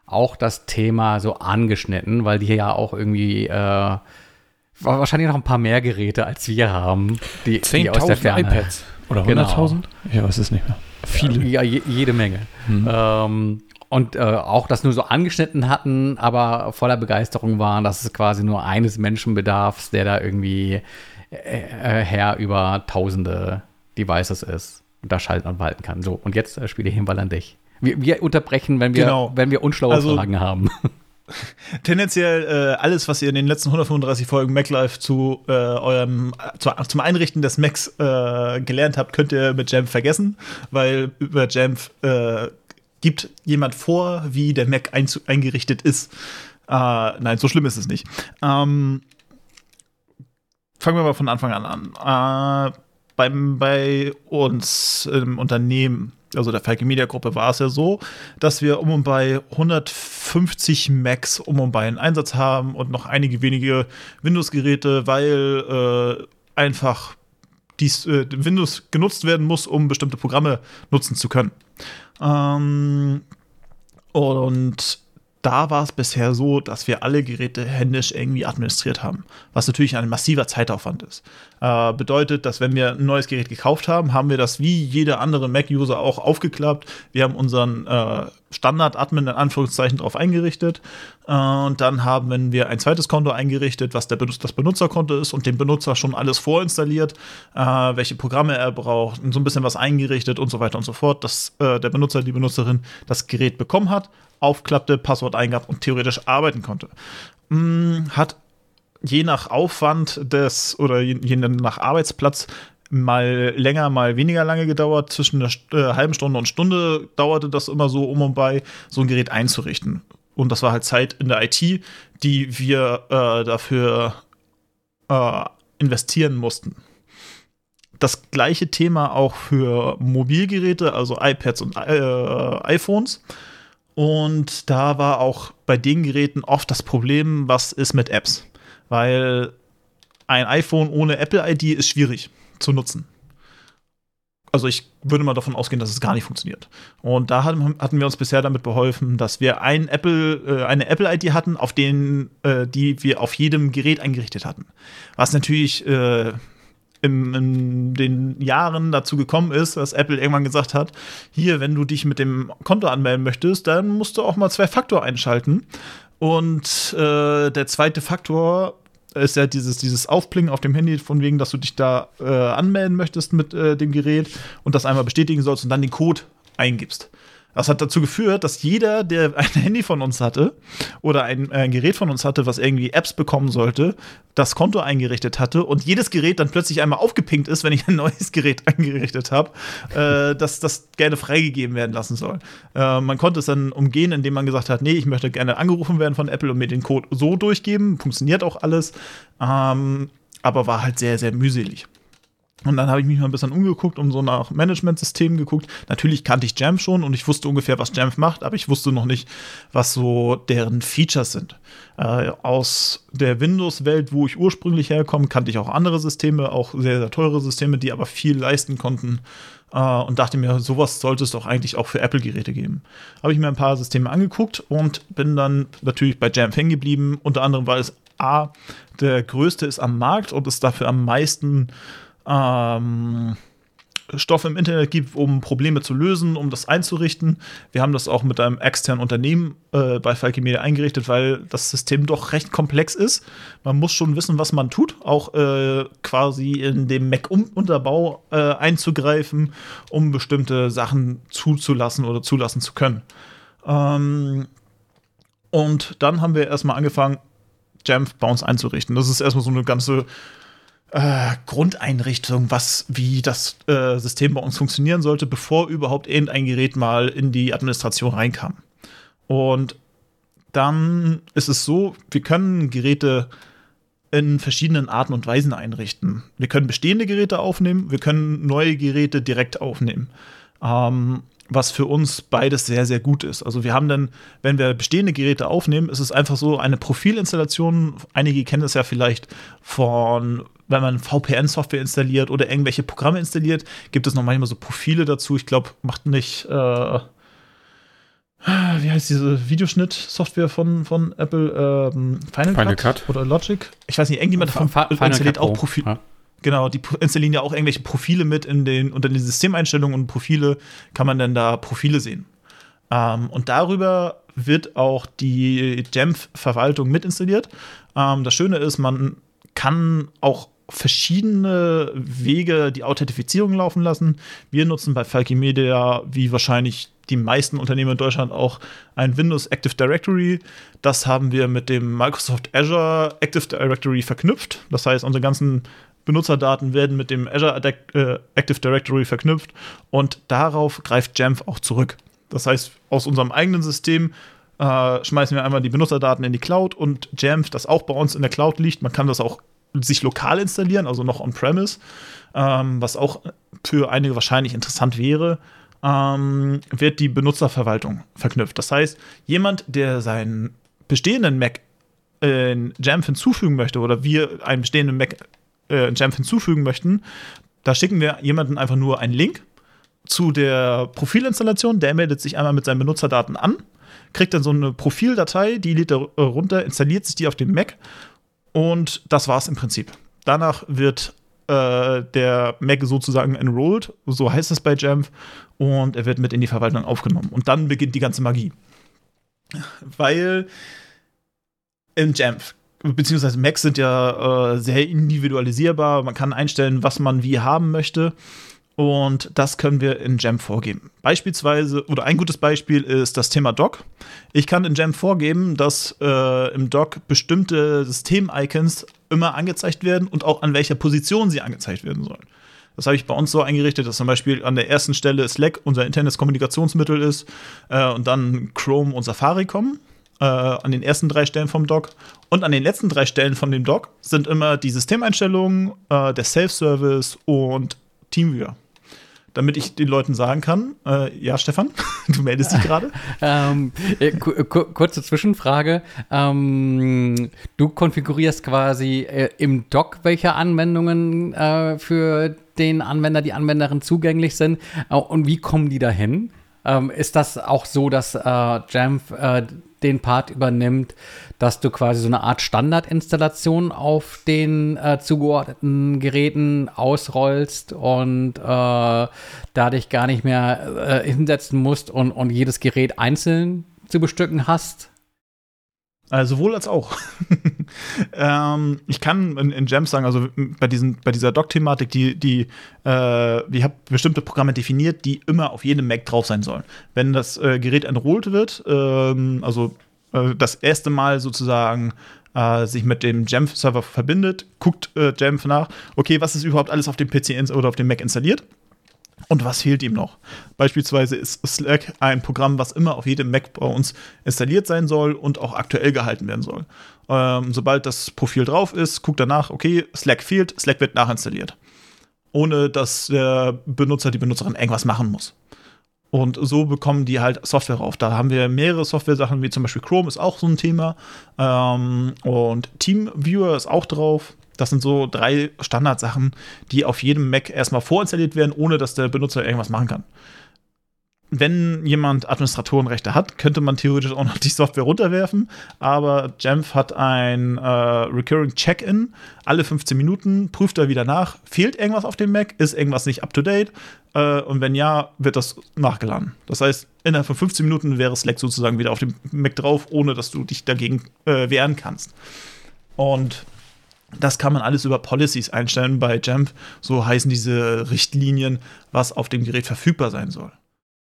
auch das Thema so angeschnitten, weil die ja auch irgendwie äh, wahrscheinlich noch ein paar mehr Geräte als wir haben, die, die aus der Ferne. iPads. Oder hunderttausend? Genau. Ich weiß es nicht mehr. Viele. Ja, je, jede Menge. Mhm. Ähm, und äh, auch das nur so angeschnitten hatten, aber voller Begeisterung waren, dass es quasi nur eines Menschen bedarf, der da irgendwie äh, äh, Herr über tausende Devices ist und da schalten und walten kann. So, und jetzt äh, spiele ich den Ball an dich. Wir, wir unterbrechen, wenn wir, genau. wenn wir unschlaue also, Fragen haben. Tendenziell äh, alles, was ihr in den letzten hundertfünfunddreißig Folgen MacLife zu äh, eurem zu, zum Einrichten des Macs äh, gelernt habt, könnt ihr mit Jamf vergessen, weil über Jamf äh, gibt jemand vor, wie der Mac ein, eingerichtet ist. Äh, nein, so schlimm ist es nicht. Ähm, fangen wir mal von Anfang an an. Äh, beim, bei uns im Unternehmen, also der Falke Media Gruppe, war es ja so, dass wir um und bei hundertfünfzig Macs um und bei einen Einsatz haben und noch einige wenige Windows-Geräte, weil äh, einfach dies, äh, Windows genutzt werden muss, um bestimmte Programme nutzen zu können. Ähm, und da war es bisher so, dass wir alle Geräte händisch irgendwie administriert haben, was natürlich ein massiver Zeitaufwand ist. Äh, bedeutet, dass wenn wir ein neues Gerät gekauft haben, haben wir das wie jeder andere Mac-User auch aufgeklappt. Wir haben unseren äh, Standard-Admin in Anführungszeichen drauf eingerichtet äh, und dann haben wir ein zweites Konto eingerichtet, was der Benutzer, das Benutzerkonto ist und dem Benutzer schon alles vorinstalliert, äh, welche Programme er braucht, und so ein bisschen was eingerichtet und so weiter und so fort, dass äh, der Benutzer, die Benutzerin das Gerät bekommen hat, aufklappte, Passwort eingab und theoretisch arbeiten konnte. Hm, hat je nach Aufwand des oder je, je nach Arbeitsplatz mal länger, mal weniger lange gedauert. Zwischen einer äh, halben Stunde und Stunde dauerte das immer so um und bei, so ein Gerät einzurichten. Und das war halt Zeit in der I T, die wir äh, dafür äh, investieren mussten. Das gleiche Thema auch für Mobilgeräte, also iPads und äh, iPhones. Und da war auch bei den Geräten oft das Problem, was ist mit Apps? Weil ein iPhone ohne Apple I D ist schwierig zu nutzen. Also ich würde mal davon ausgehen, dass es gar nicht funktioniert. Und da hatten wir uns bisher damit beholfen, dass wir ein Apple, äh, eine Apple I D hatten, auf denen, äh, die wir auf jedem Gerät eingerichtet hatten. Was natürlich äh, In, in den Jahren dazu gekommen ist, dass Apple irgendwann gesagt hat, hier, wenn du dich mit dem Konto anmelden möchtest, dann musst du auch mal Zwei-Faktor einschalten. Und äh, der zweite Faktor ist ja dieses, dieses Aufblinken auf dem Handy, von wegen, dass du dich da äh, anmelden möchtest mit äh, dem Gerät und das einmal bestätigen sollst und dann den Code eingibst. Das hat dazu geführt, dass jeder, der ein Handy von uns hatte oder ein, ein Gerät von uns hatte, was irgendwie Apps bekommen sollte, das Konto eingerichtet hatte und jedes Gerät dann plötzlich einmal aufgepinkt ist, wenn ich ein neues Gerät eingerichtet habe, äh, dass das gerne freigegeben werden lassen soll. Äh, man konnte es dann umgehen, indem man gesagt hat, nee, ich möchte gerne angerufen werden von Apple und mir den Code so durchgeben. Funktioniert auch alles, ähm, aber war halt sehr, sehr mühselig. Und dann habe ich mich mal ein bisschen umgeguckt und so nach Managementsystemen geguckt. Natürlich kannte ich Jamf schon und ich wusste ungefähr, was Jamf macht, aber ich wusste noch nicht, was so deren Features sind. Äh, aus der Windows-Welt, wo ich ursprünglich herkomme, kannte ich auch andere Systeme, auch sehr, sehr teure Systeme, die aber viel leisten konnten. Äh, und dachte mir, sowas sollte es doch eigentlich auch für Apple-Geräte geben. Habe ich mir ein paar Systeme angeguckt und bin dann natürlich bei Jamf hängen geblieben. Unter anderem, weil es A, der größte ist am Markt und es dafür am meisten Ähm, Stoff im Internet gibt, um Probleme zu lösen, um das einzurichten. Wir haben das auch mit einem externen Unternehmen äh, bei Falke Media eingerichtet, weil das System doch recht komplex ist. Man muss schon wissen, was man tut, auch äh, quasi in dem Mac-Unterbau äh, einzugreifen, um bestimmte Sachen zuzulassen oder zulassen zu können. Ähm, und dann haben wir erstmal angefangen, Jamf bei uns einzurichten. Das ist erstmal so eine ganze Äh, Grundeinrichtung, was, wie das äh, System bei uns funktionieren sollte, bevor überhaupt irgendein Gerät mal in die Administration reinkam. Und dann ist es so, wir können Geräte in verschiedenen Arten und Weisen einrichten. Wir können bestehende Geräte aufnehmen, wir können neue Geräte direkt aufnehmen. Ähm, was für uns beides sehr, sehr gut ist. Also wir haben dann, wenn wir bestehende Geräte aufnehmen, ist es einfach so eine Profilinstallation. Einige kennen das ja vielleicht von, wenn man V P N-Software installiert oder irgendwelche Programme installiert, gibt es noch manchmal so Profile dazu. Ich glaube, macht nicht, äh, wie heißt diese Videoschnitt-Software von, von Apple? Ähm, Final, Final Cut, Cut oder Logic? Ich weiß nicht, irgendjemand davon Fa- Final installiert Cut auch Pro, Profile. ja. Genau, die pro- installieren ja auch irgendwelche Profile mit in den, unter den Systemeinstellungen und Profile kann man dann da Profile sehen. Ähm, und darüber wird auch die Jamf-Verwaltung mit installiert. Ähm, das Schöne ist, man kann auch verschiedene Wege die Authentifizierung laufen lassen. Wir nutzen bei Falky Media, wie wahrscheinlich die meisten Unternehmen in Deutschland, auch ein Windows Active Directory. Das haben wir mit dem Microsoft Azure Active Directory verknüpft. Das heißt, unsere ganzen Benutzerdaten werden mit dem Azure Active Directory verknüpft und darauf greift Jamf auch zurück. Das heißt, aus unserem eigenen System äh, schmeißen wir einmal die Benutzerdaten in die Cloud und Jamf, das auch bei uns in der Cloud liegt, man kann das auch sich lokal installieren, also noch on-premise, ähm, was auch für einige wahrscheinlich interessant wäre, ähm, wird die Benutzerverwaltung verknüpft. Das heißt, jemand, der seinen bestehenden Mac in Jamf hinzufügen möchte oder wir einen bestehenden Mac äh, in Jamf hinzufügen möchten, da schicken wir jemanden einfach nur einen Link zu der Profilinstallation, der meldet sich einmal mit seinen Benutzerdaten an, kriegt dann so eine Profildatei, die lädt er runter, installiert sich die auf dem Mac und das war's im Prinzip. Danach wird äh, der Mac sozusagen enrolled, so heißt es bei Jamf, und er wird mit in die Verwaltung aufgenommen. Und dann beginnt die ganze Magie. Weil in Jamf, beziehungsweise Macs sind ja äh, sehr individualisierbar, man kann einstellen, was man wie haben möchte. Und das können wir in Jamf vorgeben. Beispielsweise, oder ein gutes Beispiel ist das Thema Dock. Ich kann in Jamf vorgeben, dass äh, im Dock bestimmte System-Icons immer angezeigt werden und auch an welcher Position sie angezeigt werden sollen. Das habe ich bei uns so eingerichtet, dass zum Beispiel an der ersten Stelle Slack unser internes Kommunikationsmittel ist äh, und dann Chrome und Safari kommen. Äh, an den ersten drei Stellen vom Dock. Und an den letzten drei Stellen von dem Dock sind immer die Systemeinstellungen, äh, der Self-Service und TeamViewer. Damit ich den Leuten sagen kann, äh, ja, Stefan, du meldest dich gerade. ähm, äh, ku- ku- kurze Zwischenfrage. Ähm, du konfigurierst quasi äh, im Dock, welche Anwendungen äh, für den Anwender, die Anwenderin zugänglich sind. Äh, und wie kommen die dahin? Ähm, ist das auch so, dass äh, Jamf äh, den Part übernimmt, dass du quasi so eine Art Standardinstallation auf den äh, zugeordneten Geräten ausrollst und äh, dadurch gar nicht mehr äh, hinsetzen musst und, und jedes Gerät einzeln zu bestücken hast? Also sowohl als auch. ähm, ich kann in, in Jamf sagen, also bei, diesen, bei dieser Dock-Thematik, die, die äh, ich habe bestimmte Programme definiert, die immer auf jedem Mac drauf sein sollen. Wenn das äh, Gerät enrollt wird, ähm, also äh, das erste Mal sozusagen äh, sich mit dem Jamf-Server verbindet, guckt äh, Jamf nach, okay, was ist überhaupt alles auf dem P C ins- oder auf dem Mac installiert? Und was fehlt ihm noch? Beispielsweise ist Slack ein Programm, was immer auf jedem Mac bei uns installiert sein soll und auch aktuell gehalten werden soll. Ähm, sobald das Profil drauf ist, guckt er nach, okay, Slack fehlt, Slack wird nachinstalliert. Ohne dass der Benutzer, die Benutzerin irgendwas machen muss. Und so bekommen die halt Software rauf. Da haben wir mehrere Software-Sachen, wie zum Beispiel Chrome ist auch so ein Thema. Ähm, und TeamViewer ist auch drauf. Das sind so drei Standardsachen, die auf jedem Mac erstmal vorinstalliert werden, ohne dass der Benutzer irgendwas machen kann. Wenn jemand Administratorenrechte hat, könnte man theoretisch auch noch die Software runterwerfen, aber Jamf hat ein äh, Recurring Check-in. Alle fünfzehn Minuten prüft er wieder nach, fehlt irgendwas auf dem Mac, ist irgendwas nicht up-to-date äh, und wenn ja, wird das nachgeladen. Das heißt, innerhalb von fünfzehn Minuten wäre Slack sozusagen wieder auf dem Mac drauf, ohne dass du dich dagegen äh, wehren kannst. Und das kann man alles über Policies einstellen bei Jamf. So heißen diese Richtlinien, was auf dem Gerät verfügbar sein soll.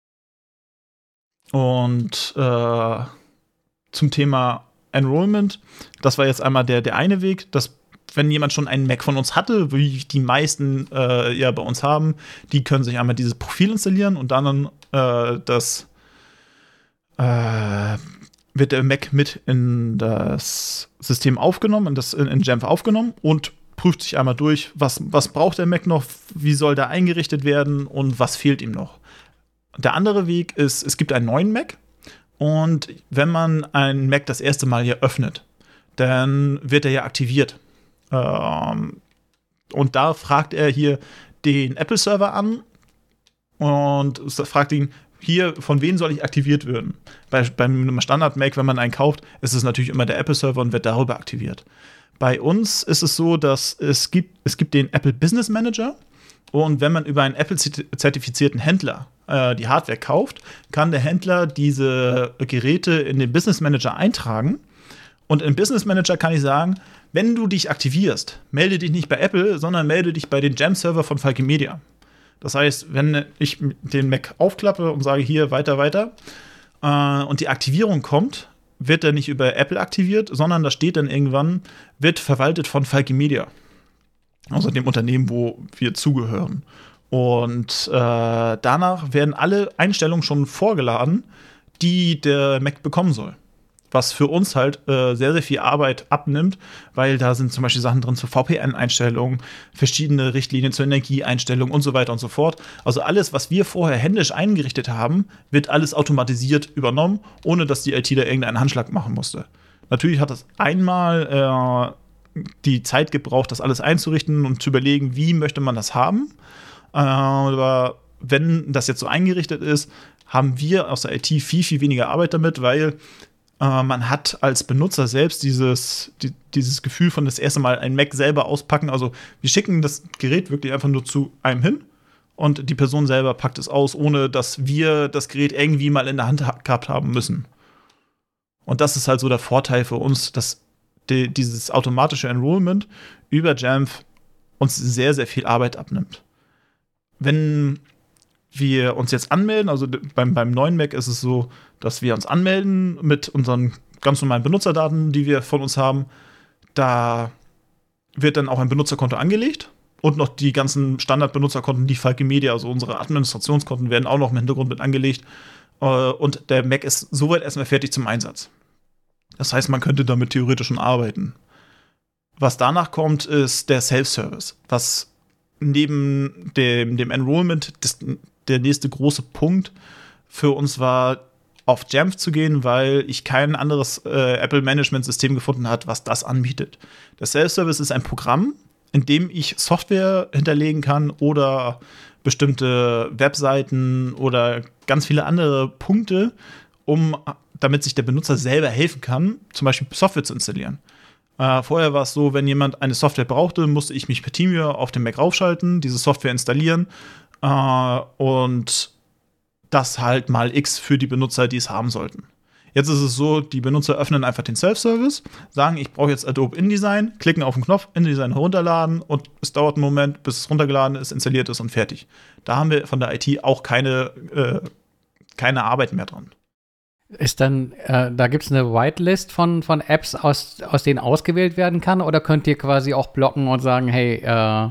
Und äh, zum Thema Enrollment, das war jetzt einmal der, der eine Weg, dass wenn jemand schon einen Mac von uns hatte, wie die meisten äh, ja bei uns haben, die können sich einmal dieses Profil installieren und dann äh, das äh, wird der Mac mit in das System aufgenommen, in, das, in, in Jamf aufgenommen und prüft sich einmal durch, was, was braucht der Mac noch, wie soll der eingerichtet werden und was fehlt ihm noch. Der andere Weg ist, es gibt einen neuen Mac und wenn man einen Mac das erste Mal hier öffnet, dann wird er ja aktiviert. Ähm, und da fragt er hier den Apple-Server an und fragt ihn, hier, von wem soll ich aktiviert werden? Bei, beim Standard-Mac, wenn man einen kauft, ist es natürlich immer der Apple-Server und wird darüber aktiviert. Bei uns ist es so, dass es gibt, es gibt den Apple Business Manager. Und wenn man über einen Apple-zertifizierten Händler äh, die Hardware kauft, kann der Händler diese Geräte in den Business Manager eintragen. Und im Business Manager kann ich sagen, wenn du dich aktivierst, melde dich nicht bei Apple, sondern melde dich bei den Jam-Server von Falke Media. Das heißt, wenn ich den Mac aufklappe und sage, hier, weiter, weiter, äh, und die Aktivierung kommt, wird er nicht über Apple aktiviert, sondern da steht dann irgendwann, wird verwaltet von Falke Media. Also dem Unternehmen, wo wir zugehören. Und äh, danach werden alle Einstellungen schon vorgeladen, die der Mac bekommen soll. Was für uns halt äh, sehr, sehr viel Arbeit abnimmt, weil da sind zum Beispiel Sachen drin zur V P N-Einstellungen, verschiedene Richtlinien zur Energieeinstellung und so weiter und so fort. Also alles, was wir vorher händisch eingerichtet haben, wird alles automatisiert übernommen, ohne dass die I T da irgendeinen Handschlag machen musste. Natürlich hat das einmal äh, die Zeit gebraucht, das alles einzurichten und zu überlegen, wie möchte man das haben. Äh, aber wenn das jetzt so eingerichtet ist, haben wir aus der I T viel, viel weniger Arbeit damit, weil äh, man hat als Benutzer selbst dieses, die, dieses Gefühl von das erste Mal ein Mac selber auspacken. Also wir schicken das Gerät wirklich einfach nur zu einem hin und die Person selber packt es aus, ohne dass wir das Gerät irgendwie mal in der Hand ha- gehabt haben müssen. Und das ist halt so der Vorteil für uns, dass Die, dieses automatische Enrollment über Jamf uns sehr, sehr viel Arbeit abnimmt. Wenn wir uns jetzt anmelden, also beim, beim neuen Mac ist es so, dass wir uns anmelden mit unseren ganz normalen Benutzerdaten, die wir von uns haben. Da wird dann auch ein Benutzerkonto angelegt und noch die ganzen Standardbenutzerkonten, die Falke Media, also unsere Administrationskonten, werden auch noch im Hintergrund mit angelegt. Und der Mac ist soweit erstmal fertig zum Einsatz. Das heißt, man könnte damit theoretisch schon arbeiten. Was danach kommt, ist der Self-Service, was neben dem, dem Enrollment das, der nächste große Punkt für uns war, auf Jamf zu gehen, weil ich kein anderes äh, Apple-Management-System gefunden habe, was das anbietet. Der Self-Service ist ein Programm, in dem ich Software hinterlegen kann oder bestimmte Webseiten oder ganz viele andere Punkte, um damit sich der Benutzer selber helfen kann, zum Beispiel Software zu installieren. Äh, vorher war es so, wenn jemand eine Software brauchte, musste ich mich per TeamViewer auf dem Mac raufschalten, diese Software installieren äh, und das halt mal X für die Benutzer, die es haben sollten. Jetzt ist es so, die Benutzer öffnen einfach den Self-Service, sagen, ich brauche jetzt Adobe InDesign, klicken auf den Knopf, InDesign herunterladen und es dauert einen Moment, bis es runtergeladen ist, installiert ist und fertig. Da haben wir von der I T auch keine, äh, keine Arbeit mehr dran. Ist dann, äh, da gibt es eine Whitelist von, von Apps, aus, aus denen ausgewählt werden kann? Oder könnt ihr quasi auch blocken und sagen, hey, äh,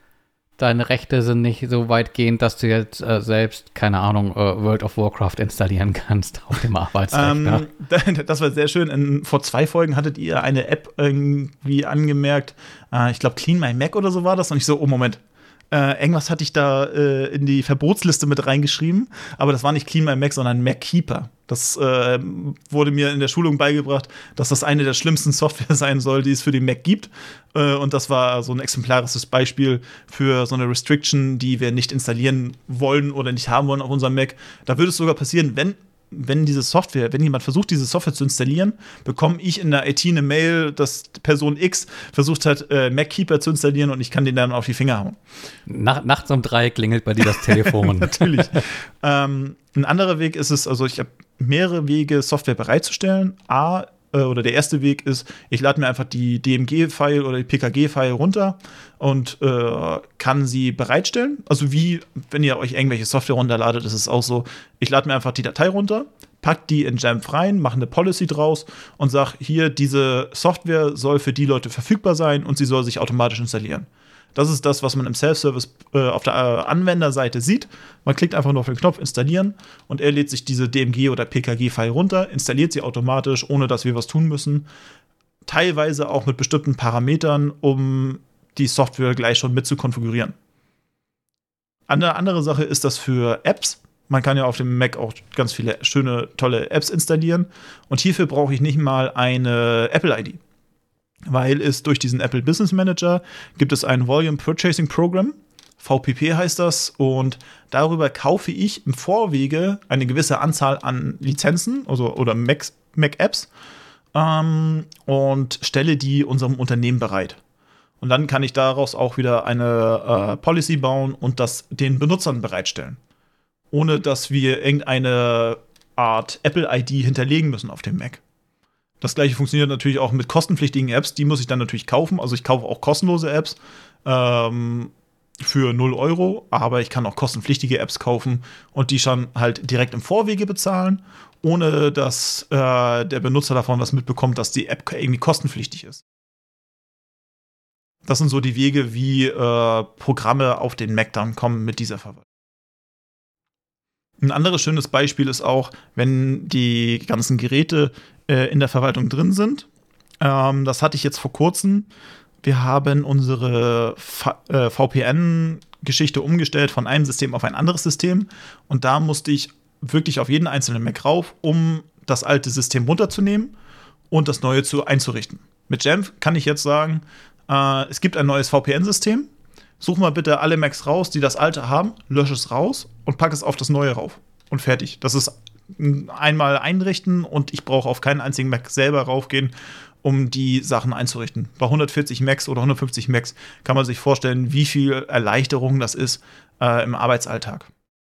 deine Rechte sind nicht so weitgehend, dass du jetzt äh, selbst, keine Ahnung, äh, World of Warcraft installieren kannst auf dem Arbeitsrechner? Ähm, das war sehr schön. In, vor zwei Folgen hattet ihr eine App irgendwie angemerkt. Äh, ich glaube, Clean My Mac oder so war das. Und ich so, oh, Moment. Äh, irgendwas hatte ich da äh, in die Verbotsliste mit reingeschrieben, aber das war nicht Clean My Mac, sondern MacKeeper. Das äh, wurde mir in der Schulung beigebracht, dass das eine der schlimmsten Software sein soll, die es für den Mac gibt. Äh, und das war so ein exemplarisches Beispiel für so eine Restriction, die wir nicht installieren wollen oder nicht haben wollen auf unserem Mac. Da würde es sogar passieren, wenn wenn diese Software, wenn jemand versucht, diese Software zu installieren, bekomme ich in der I T eine Mail, dass Person X versucht hat, äh, MacKeeper zu installieren und ich kann den dann auf die Finger hauen. Nach, nachts um drei klingelt bei dir das Telefon. Natürlich. ähm, ein anderer Weg ist es, also ich habe mehrere Wege, Software bereitzustellen. A, äh, oder der erste Weg ist, ich lade mir einfach die D M G-File oder die P K G-File runter und äh, kann sie bereitstellen. Also wie, wenn ihr euch irgendwelche Software runterladet, ist es auch so, ich lade mir einfach die Datei runter, pack die in Jamf rein, mache eine Policy draus und sage, hier, diese Software soll für die Leute verfügbar sein und sie soll sich automatisch installieren. Das ist das, was man im Self-Service äh, auf der äh, Anwenderseite sieht. Man klickt einfach nur auf den Knopf installieren und er lädt sich diese D M G- oder P K G-File runter, installiert sie automatisch, ohne dass wir was tun müssen. Teilweise auch mit bestimmten Parametern, um die Software gleich schon mit zu konfigurieren. Eine andere Sache ist das für Apps. Man kann ja auf dem Mac auch ganz viele schöne, tolle Apps installieren. Und hierfür brauche ich nicht mal eine Apple I D. Weil es durch diesen Apple Business Manager gibt es ein Volume Purchasing Program, V P P heißt das. Und darüber kaufe ich im Vorwege eine gewisse Anzahl an Lizenzen, also oder Mac, Mac-Apps ähm, und stelle die unserem Unternehmen bereit. Und dann kann ich daraus auch wieder eine äh, Policy bauen und das den Benutzern bereitstellen. Ohne dass wir irgendeine Art Apple-I D hinterlegen müssen auf dem Mac. Das gleiche funktioniert natürlich auch mit kostenpflichtigen Apps. Die muss ich dann natürlich kaufen. Also ich kaufe auch kostenlose Apps ähm, für null Euro. Aber ich kann auch kostenpflichtige Apps kaufen und die schon halt direkt im Vorwege bezahlen, ohne dass äh, der Benutzer davon was mitbekommt, dass die App irgendwie kostenpflichtig ist. Das sind so die Wege, wie äh, Programme auf den Mac dann kommen mit dieser Verwaltung. Ein anderes schönes Beispiel ist auch, wenn die ganzen Geräte äh, in der Verwaltung drin sind. Ähm, das hatte ich jetzt vor kurzem. Wir haben unsere V- äh, V P N-Geschichte umgestellt von einem System auf ein anderes System. Und da musste ich wirklich auf jeden einzelnen Mac rauf, um das alte System runterzunehmen und das neue zu einzurichten. Mit Jamf kann ich jetzt sagen, äh, es gibt ein neues V P N-System. Such mal bitte alle Macs raus, die das alte haben, lösche es raus und packe es auf das neue rauf. Und fertig. Das ist einmal einrichten und ich brauche auf keinen einzigen Mac selber raufgehen, um die Sachen einzurichten. Bei hundertvierzig Macs oder hundertfünfzig Macs kann man sich vorstellen, wie viel Erleichterung das ist äh, im Arbeitsalltag.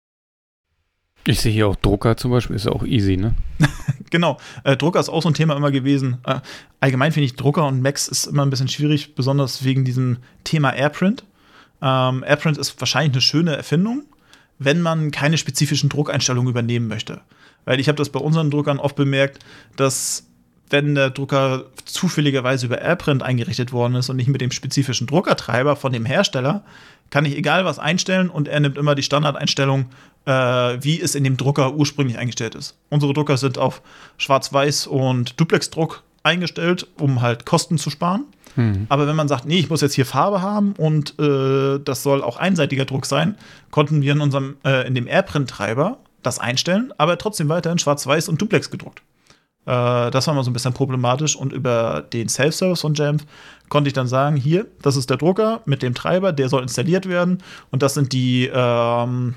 Ich sehe hier auch Drucker zum Beispiel, ist auch easy, ne? Genau, äh, Drucker ist auch so ein Thema immer gewesen. Äh, allgemein finde ich Drucker und Macs ist immer ein bisschen schwierig, besonders wegen diesem Thema AirPrint. Ähm, AirPrint ist wahrscheinlich eine schöne Erfindung, wenn man keine spezifischen Druckeinstellungen übernehmen möchte. Weil ich habe das bei unseren Druckern oft bemerkt, dass wenn der Drucker zufälligerweise über AirPrint eingerichtet worden ist und nicht mit dem spezifischen Druckertreiber von dem Hersteller, kann ich egal was einstellen und er nimmt immer die Standardeinstellung, äh, wie es in dem Drucker ursprünglich eingestellt ist. Unsere Drucker sind auf Schwarz-Weiß und Duplex-Druck eingestellt, um halt Kosten zu sparen. Mhm. Aber wenn man sagt, nee, ich muss jetzt hier Farbe haben und äh, das soll auch einseitiger Druck sein, konnten wir in unserem äh, in dem AirPrint-Treiber das einstellen, aber trotzdem weiterhin Schwarz-Weiß und Duplex gedruckt. Äh, das war mal so ein bisschen problematisch und über den Self-Service von Jamf konnte ich dann sagen, hier, das ist der Drucker mit dem Treiber, der soll installiert werden und das sind die ähm,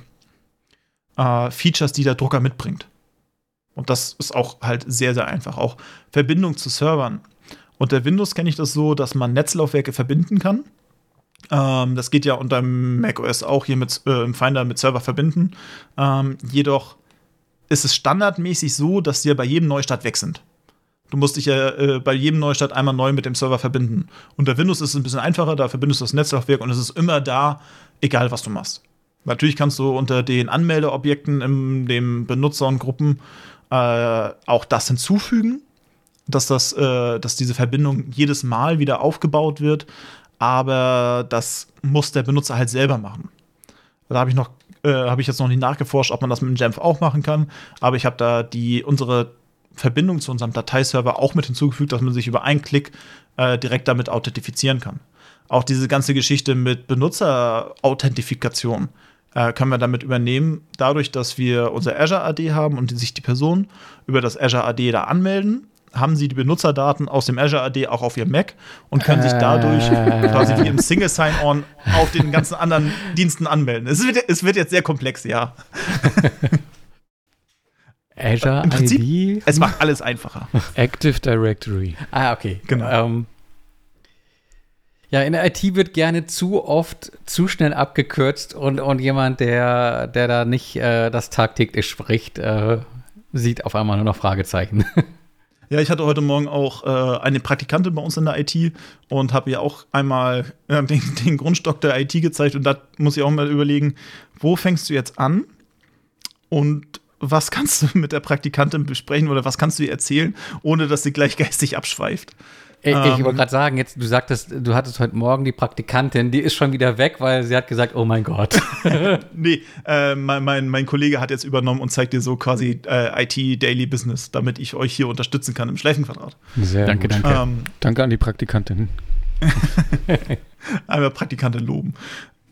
äh, Features, die der Drucker mitbringt. Und das ist auch halt sehr, sehr einfach. Auch Verbindung zu Servern. Unter Windows kenne ich das so, dass man Netzlaufwerke verbinden kann. Ähm, das geht ja unter macOS auch hier mit, äh, im Finder mit Server verbinden. Ähm, jedoch ist es standardmäßig so, dass die ja bei jedem Neustart weg sind. Du musst dich ja äh, bei jedem Neustart einmal neu mit dem Server verbinden. Unter Windows ist es ein bisschen einfacher, da verbindest du das Netzlaufwerk und es ist immer da, egal was du machst. Natürlich kannst du unter den Anmeldeobjekten in den Benutzer und Gruppen äh, auch das hinzufügen, dass, das, äh, dass diese Verbindung jedes Mal wieder aufgebaut wird, aber das muss der Benutzer halt selber machen. Da habe ich noch, äh, habe ich jetzt noch nicht nachgeforscht, ob man das mit dem Jamf auch machen kann, aber ich habe da die unsere Verbindung zu unserem Dateiserver auch mit hinzugefügt, dass man sich über einen Klick äh, direkt damit authentifizieren kann. Auch diese ganze Geschichte mit Benutzerauthentifikation äh, können wir damit übernehmen, dadurch, dass wir unser Azure A D haben und die sich die Personen über das Azure A D da anmelden, haben sie die Benutzerdaten aus dem Azure A D auch auf ihrem Mac und können sich dadurch äh. quasi wie im Single Sign-On auf den ganzen anderen Diensten anmelden. Es wird, es wird jetzt sehr komplex, ja. Azure Im Prinzip, I D? Es macht alles einfacher. Active Directory. Ah, okay. Genau. Ähm, ja, in der I T wird gerne zu oft zu schnell abgekürzt und, und jemand, der, der da nicht äh, das tagtäglich spricht, äh, sieht auf einmal nur noch Fragezeichen. Ja, ich hatte heute Morgen auch äh, eine Praktikantin bei uns in der I T und habe ihr auch einmal äh, den, den Grundstock der I T gezeigt und da muss ich auch mal überlegen, wo fängst du jetzt an und was kannst du mit der Praktikantin besprechen oder was kannst du ihr erzählen, ohne dass sie gleich geistig abschweift. Ich, ähm, ich wollte gerade sagen, jetzt, du sagtest, du hattest heute Morgen die Praktikantin, die ist schon wieder weg, weil sie hat gesagt, oh mein Gott. nee, äh, mein, mein, mein Kollege hat jetzt übernommen und zeigt dir so quasi äh, I T Daily Business, damit ich euch hier unterstützen kann im Schleifenquadrat. Sehr danke, gut. danke. Ähm, Danke an die Praktikantin. Einmal Praktikantin loben.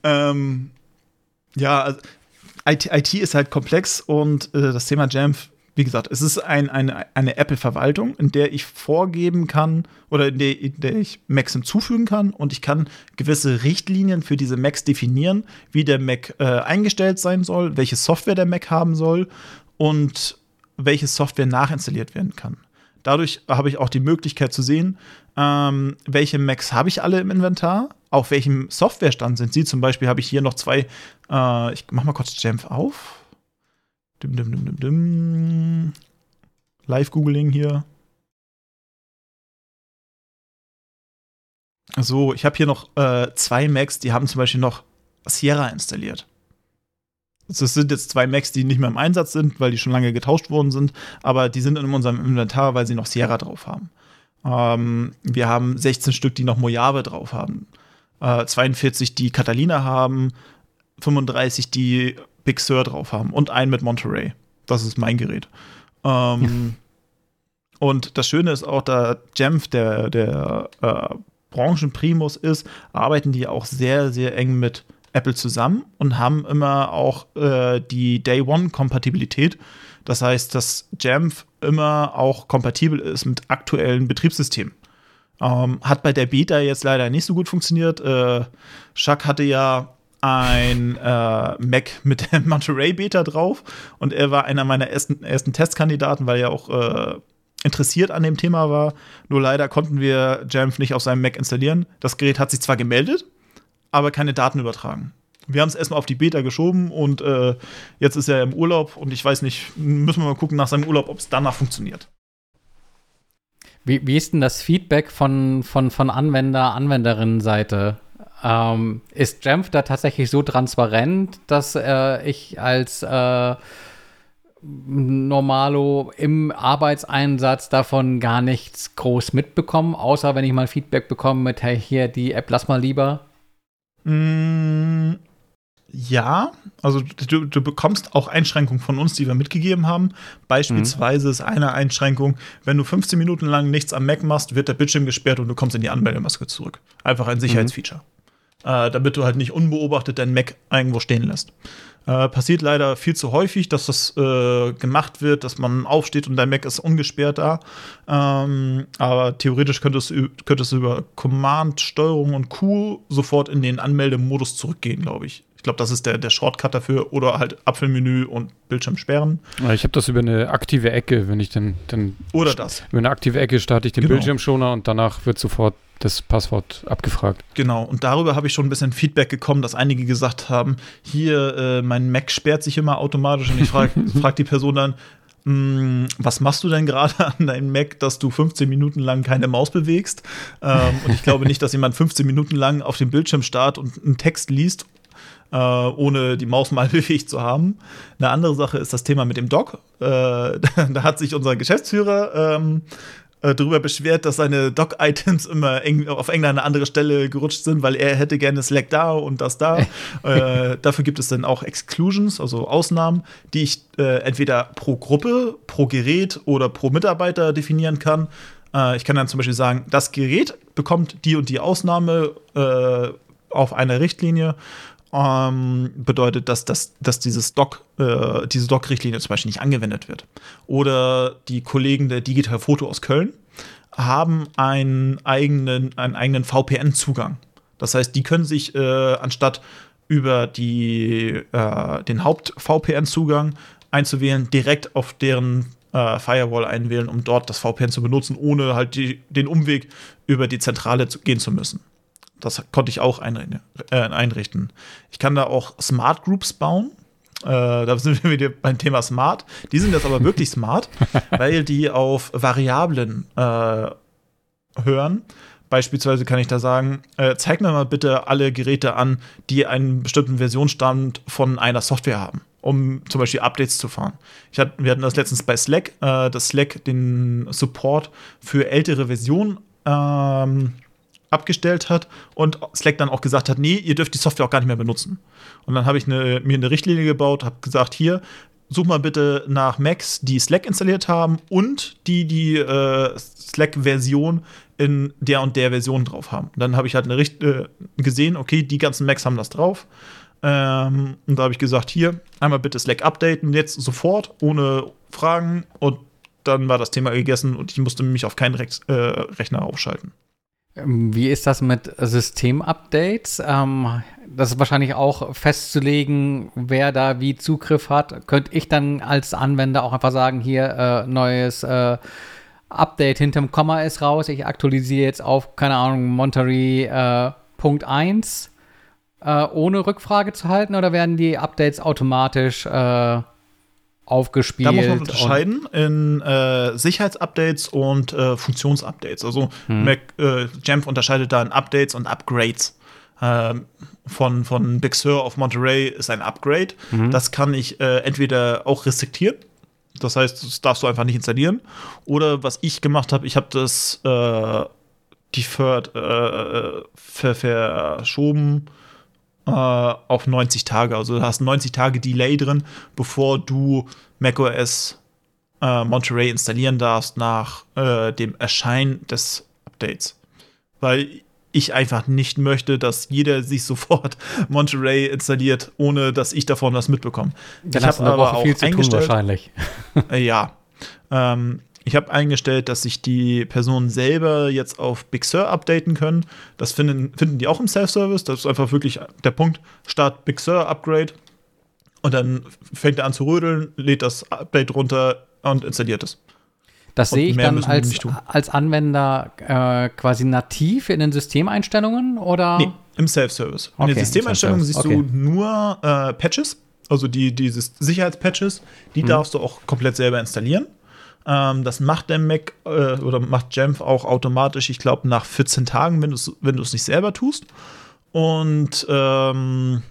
Ähm, ja, also I T, I T ist halt komplex und äh, das Thema Jamf wie gesagt, es ist ein, eine, eine Apple-Verwaltung, in der ich vorgeben kann oder in der, in der ich Macs hinzufügen kann und ich kann gewisse Richtlinien für diese Macs definieren, wie der Mac äh, eingestellt sein soll, welche Software der Mac haben soll und welche Software nachinstalliert werden kann. Dadurch habe ich auch die Möglichkeit zu sehen, ähm, welche Macs habe ich alle im Inventar, auf welchem Softwarestand sind sie. Zum Beispiel habe ich hier noch zwei, äh, ich mach mal kurz Jamf auf. Dim, dim, dim, dim, dim. Live-Googling hier. So, ich habe hier noch äh, zwei Macs, die haben zum Beispiel noch Sierra installiert. Das sind jetzt zwei Macs, die nicht mehr im Einsatz sind, weil die schon lange getauscht worden sind, aber die sind in unserem Inventar, weil sie noch Sierra drauf haben. Ähm, wir haben sechzehn Stück, die noch Mojave drauf haben. Äh, zweiundvierzig, die Catalina haben. fünfunddreißig, die Big Sur drauf haben. Und einen mit Monterey. Das ist mein Gerät. Ähm, und das Schöne ist auch, da Jamf der, der äh, Branchenprimus ist, arbeiten die auch sehr, sehr eng mit Apple zusammen und haben immer auch äh, die Day-One-Kompatibilität. Das heißt, dass Jamf immer auch kompatibel ist mit aktuellen Betriebssystemen. Ähm, hat bei der Beta jetzt leider nicht so gut funktioniert. Äh, Chuck hatte ja ein äh, Mac mit der Monterey Beta drauf und er war einer meiner ersten, ersten Testkandidaten, weil er auch äh, interessiert an dem Thema war. Nur leider konnten wir Jamf nicht auf seinem Mac installieren. Das Gerät hat sich zwar gemeldet, aber keine Daten übertragen. Wir haben es erstmal auf die Beta geschoben und äh, jetzt ist er im Urlaub und ich weiß nicht, müssen wir mal gucken nach seinem Urlaub, ob es danach funktioniert. Wie, wie ist denn das Feedback von, von, von Anwender, Anwenderinnenseite? Ähm, ist Jamf da tatsächlich so transparent, dass äh, ich als äh, Normalo im Arbeitseinsatz davon gar nichts groß mitbekomme, außer wenn ich mal Feedback bekomme mit, hey, hier, die App lass mal lieber? Mm, ja, also du, du bekommst auch Einschränkungen von uns, die wir mitgegeben haben. Beispielsweise mhm. ist eine Einschränkung, wenn du fünfzehn Minuten lang nichts am Mac machst, wird der Bildschirm gesperrt und du kommst in die Anmeldemaske zurück. Einfach ein Sicherheitsfeature. Mhm. Äh, damit du halt nicht unbeobachtet deinen Mac irgendwo stehen lässt. Äh, passiert leider viel zu häufig, dass das äh, gemacht wird, dass man aufsteht und dein Mac ist ungesperrt da. Ähm, aber theoretisch könntest du könntest über Command, Steuerung und Q sofort in den Anmeldemodus zurückgehen, glaube ich. Ich glaube, das ist der, der Shortcut dafür. Oder halt Apfelmenü und Bildschirm sperren. Ich habe das über eine aktive Ecke, wenn ich den, den Oder das. Über eine aktive Ecke starte ich den Genau. Bildschirmschoner und danach wird sofort das Passwort abgefragt. Genau, und darüber habe ich schon ein bisschen Feedback bekommen, dass einige gesagt haben, hier, äh, mein Mac sperrt sich immer automatisch und ich frage frag die Person dann, mh, was machst du denn gerade an deinem Mac, dass du fünfzehn Minuten lang keine Maus bewegst? Ähm, und ich glaube nicht, dass jemand fünfzehn Minuten lang auf dem Bildschirm starrt und einen Text liest, äh, ohne die Maus mal bewegt zu haben. Eine andere Sache ist das Thema mit dem Dock. Äh, da hat sich unser Geschäftsführer ähm, darüber beschwert, dass seine Doc-Items immer eng, auf irgendeine andere Stelle gerutscht sind, weil er hätte gerne Slack da und das da. äh, dafür gibt es dann auch Exclusions, also Ausnahmen, die ich äh, entweder pro Gruppe, pro Gerät oder pro Mitarbeiter definieren kann. Äh, ich kann dann zum Beispiel sagen, das Gerät bekommt die und die Ausnahme äh, auf einer Richtlinie. Ähm, bedeutet, dass, dass, dass dieses Doc, äh, diese Doc-Richtlinie zum Beispiel nicht angewendet wird. Oder die Kollegen der Digital Foto aus Köln haben einen eigenen, einen eigenen V P N-Zugang. Das heißt, die können sich äh, anstatt über die, äh, den Haupt-V P N-Zugang einzuwählen, direkt auf deren äh, Firewall einwählen, um dort das V P N zu benutzen, ohne halt die, den Umweg über die Zentrale zu, gehen zu müssen. Das konnte ich auch einrichten. Ich kann da auch Smart Groups bauen. Äh, da sind wir wieder beim Thema Smart. Die sind jetzt aber wirklich smart, weil die auf Variablen äh, hören. Beispielsweise kann ich da sagen, äh, zeig mir mal bitte alle Geräte an, die einen bestimmten Versionsstand von einer Software haben, um zum Beispiel Updates zu fahren. Ich hatte, wir hatten das letztens bei Slack, äh, dass Slack den Support für ältere Versionen ähm, abgestellt hat und Slack dann auch gesagt hat, nee, ihr dürft die Software auch gar nicht mehr benutzen. Und dann habe ich eine, mir eine Richtlinie gebaut, habe gesagt, hier, such mal bitte nach Macs, die Slack installiert haben und die die äh, Slack-Version in der und der Version drauf haben. Und dann habe ich halt eine Richt- äh, gesehen, okay, die ganzen Macs haben das drauf. Ähm, und da habe ich gesagt, hier, einmal bitte Slack updaten, jetzt sofort, ohne Rückfragen und dann war das Thema gegessen und ich musste mich auf keinen Rex, äh, Rechner aufschalten. Wie ist das mit Systemupdates? Ähm, das ist wahrscheinlich auch festzulegen, wer da wie Zugriff hat. Könnte ich dann als Anwender auch einfach sagen, hier, äh, neues äh, Update hinterm Komma ist raus. Ich aktualisiere jetzt auf, keine Ahnung, Monterey äh, Punkt eins, äh, ohne Rückfrage zu halten? Oder werden die Updates automatisch äh, aufgespielt? Da muss man unterscheiden in äh, Sicherheitsupdates und äh, Funktionsupdates. Also Hm. Mac, äh, Jamf unterscheidet da in Updates und Upgrades. Ähm, von, von Big Sur auf Monterey ist ein Upgrade. Mhm. Das kann ich äh, entweder auch restriktieren. Das heißt, das darfst du einfach nicht installieren. Oder was ich gemacht habe, ich habe das äh, deferred, äh, ver verschoben äh, auf neunzig Tage. Also du hast neunzig Tage Delay drin, bevor du macOS äh, Monterey installieren darfst nach äh, dem Erscheinen des Updates. Weil ich einfach nicht möchte, dass jeder sich sofort Monterey installiert, ohne dass ich davon was mitbekomme. Dann ich hast du habe eine aber Woche auch viel zu tun eingestellt, wahrscheinlich. äh, ja. Ähm, ich habe eingestellt, dass sich die Personen selber jetzt auf Big Sur updaten können. Das finden, finden die auch im Self-Service. Das ist einfach wirklich der Punkt. Start Big Sur Upgrade. Und dann fängt er an zu rödeln, lädt das Update runter und installiert es. Das Und sehe ich mehr dann müssen wir als, nicht tun. als Anwender äh, quasi nativ in den Systemeinstellungen, oder? Nee, im Self-Service. In Okay, den Systemeinstellungen im siehst Self-Service, du nur äh, Patches, also die, diese Sicherheitspatches, die Mhm. darfst du auch komplett selber installieren. Ähm, das macht der Mac äh, oder macht Jamf auch automatisch, ich glaube, nach vierzehn Tagen, wenn du es wenn du es nicht selber tust. Und ähm,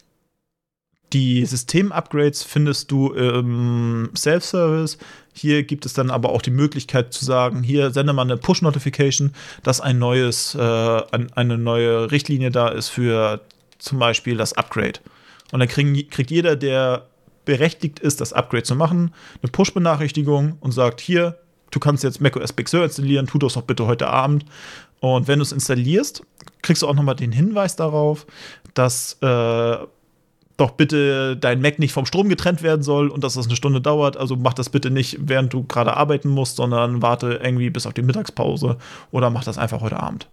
die System-Upgrades findest du im Self-Service. Hier gibt es dann aber auch die Möglichkeit zu sagen, hier sende mal eine Push-Notification, dass ein neues, äh, ein, eine neue Richtlinie da ist für zum Beispiel das Upgrade. Und dann kriegen, kriegt jeder, der berechtigt ist, das Upgrade zu machen, eine Push-Benachrichtigung und sagt, hier, du kannst jetzt macOS Big Sur installieren, tu das doch bitte heute Abend. Und wenn du es installierst, kriegst du auch nochmal den Hinweis darauf, dass äh, doch bitte dein Mac nicht vom Strom getrennt werden soll und dass das eine Stunde dauert. Also mach das bitte nicht, während du gerade arbeiten musst, sondern warte irgendwie bis auf die Mittagspause oder mach das einfach heute Abend.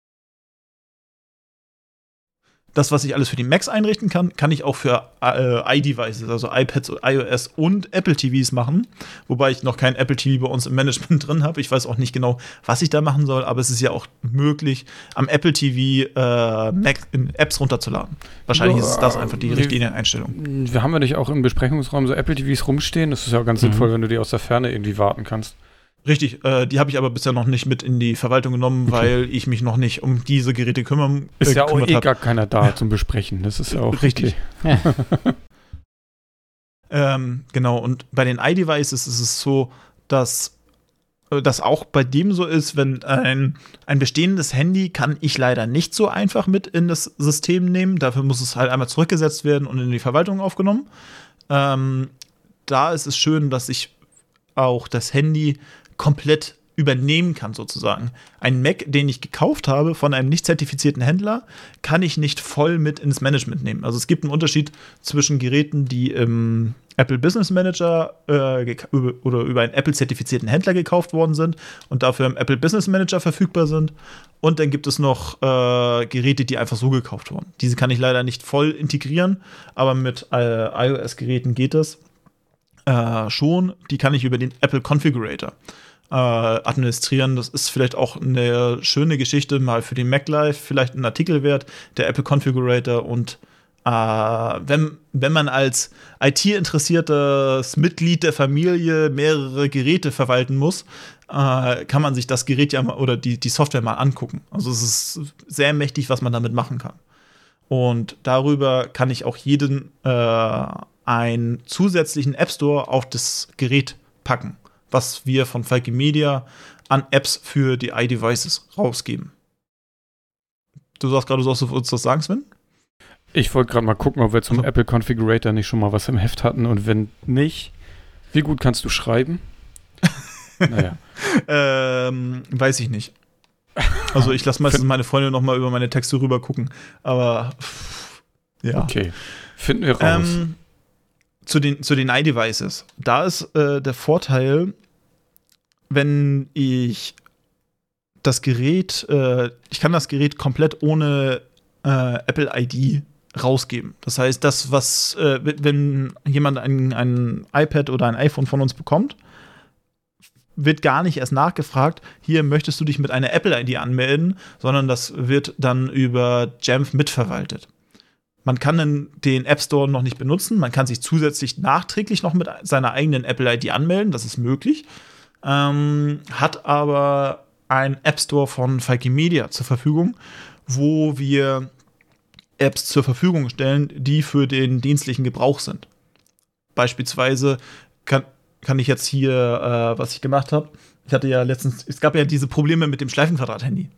Das, was ich alles für die Macs einrichten kann, kann ich auch für äh, iDevices, also iPads, iOS und Apple T Vs machen. Wobei ich noch kein Apple T V bei uns im Management drin habe. Ich weiß auch nicht genau, was ich da machen soll, aber es ist ja auch möglich, am Apple T V äh, Mac in Apps runterzuladen. Wahrscheinlich Ja, ist das einfach die wir- richtige Einstellung. Wir haben ja nicht auch im Besprechungsraum so Apple T Vs rumstehen. Das ist ja ganz Mhm. sinnvoll, wenn du die aus der Ferne irgendwie warten kannst. Richtig, äh, die habe ich aber bisher noch nicht mit in die Verwaltung genommen, weil ich mich noch nicht um diese Geräte kümmern Ist äh, ja auch gekümmert eh hab. gar keiner da zum Besprechen. Das ist ja auch Richtig. okay. Ähm, genau, und bei den iDevices ist es so, dass äh, das auch bei dem so ist, wenn ein, ein bestehendes Handy kann ich leider nicht so einfach mit in das System nehmen. Dafür muss es halt einmal zurückgesetzt werden und in die Verwaltung aufgenommen. Ähm, da ist es schön, dass ich auch das Handy komplett übernehmen kann, sozusagen. Ein Mac, den ich gekauft habe von einem nicht zertifizierten Händler, kann ich nicht voll mit ins Management nehmen. Also es gibt einen Unterschied zwischen Geräten, die im Apple Business Manager äh, geka- über, oder über einen Apple-zertifizierten Händler gekauft worden sind und dafür im Apple Business Manager verfügbar sind. Und dann gibt es noch äh, Geräte, die einfach so gekauft wurden. Diese kann ich leider nicht voll integrieren, aber mit äh, iOS-Geräten geht es äh, schon. Die kann ich über den Apple Configurator äh, administrieren. Das ist vielleicht auch eine schöne Geschichte mal für den Mac Live, vielleicht ein Artikel wert, der Apple Configurator. Und äh, wenn, wenn man als I T-interessiertes Mitglied der Familie mehrere Geräte verwalten muss, äh, kann man sich das Gerät ja mal oder die, die Software mal angucken. Also es ist sehr mächtig, was man damit machen kann. Und darüber kann ich auch jeden äh, einen zusätzlichen App Store auf das Gerät packen, was wir von Falke Media an Apps für die iDevices rausgeben. Du sagst gerade, du sollst uns das sagen, Sven? Ich wollte gerade mal gucken, ob wir zum Also- Apple Configurator nicht schon mal was im Heft hatten. Und wenn nicht, wie gut kannst du schreiben? Naja. Ähm, weiß ich nicht. Also ich lasse meistens meine Freunde noch mal über meine Texte rüber gucken. Aber pff, ja. Okay. Finden wir raus. Ähm, zu den, zu den iDevices. Da ist äh, der Vorteil, wenn ich das Gerät, äh, ich kann das Gerät komplett ohne äh, Apple I D rausgeben. Das heißt, das, was, äh, wenn jemand ein, ein iPad oder ein iPhone von uns bekommt, wird gar nicht erst nachgefragt, hier möchtest du dich mit einer Apple I D anmelden, sondern das wird dann über Jamf mitverwaltet. Man kann den, den App Store noch nicht benutzen, man kann sich zusätzlich nachträglich noch mit seiner eigenen Apple I D anmelden, das ist möglich, ähm, hat aber ein App Store von Falke Media zur Verfügung, wo wir Apps zur Verfügung stellen, die für den dienstlichen Gebrauch sind. Beispielsweise kann kann ich jetzt hier, äh, was ich gemacht habe, ich hatte ja letztens, es gab ja diese Probleme mit dem Schleifenquadrat-Handy.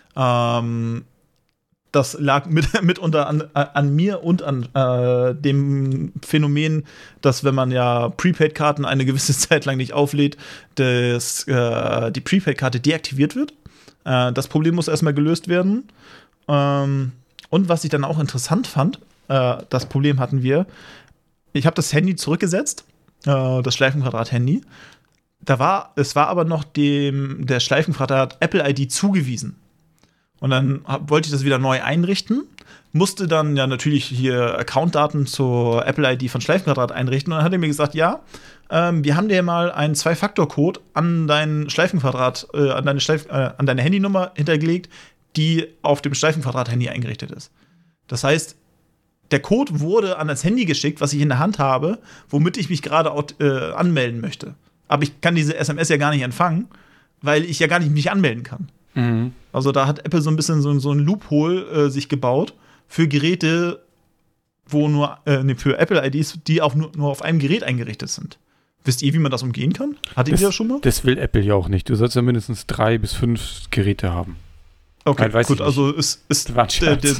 Ähm, das lag mit, mitunter an, an mir und an äh, dem Phänomen, dass wenn man ja Prepaid-Karten eine gewisse Zeit lang nicht auflädt, dass äh, die Prepaid-Karte deaktiviert wird. Äh, das Problem muss erstmal gelöst werden. Ähm, und was ich dann auch interessant fand, äh, das Problem hatten wir, ich habe das Handy zurückgesetzt, das Schleifenquadrat-Handy. Da war, es war aber noch dem, der Schleifenquadrat Apple I D zugewiesen. Und dann hab, wollte ich das wieder neu einrichten, musste dann ja natürlich hier Accountdaten zur Apple I D von Schleifenquadrat einrichten. Und dann hat er mir gesagt, ja, ähm, wir haben dir mal einen Zwei-Faktor-Code an deinen Schleifenquadrat, äh, an, deine Schleif äh, an deine Handynummer hinterlegt, die auf dem Schleifenquadrat-Handy eingerichtet ist. Das heißt, der Code wurde an das Handy geschickt, was ich in der Hand habe, womit ich mich gerade äh, anmelden möchte. Aber ich kann diese S M S ja gar nicht empfangen, weil ich ja gar nicht mich anmelden kann. Mhm. Also da hat Apple so ein bisschen so, so ein Loophole äh, sich gebaut für Geräte, wo nur, äh, nee, für Apple I Ds, die auch nur, nur auf einem Gerät eingerichtet sind. Wisst ihr, wie man das umgehen kann? Hattet ihr das schon mal? Das will Apple ja auch nicht. Du sollst ja mindestens drei bis fünf Geräte haben. Okay, Nein, gut, also ist, ist der, der,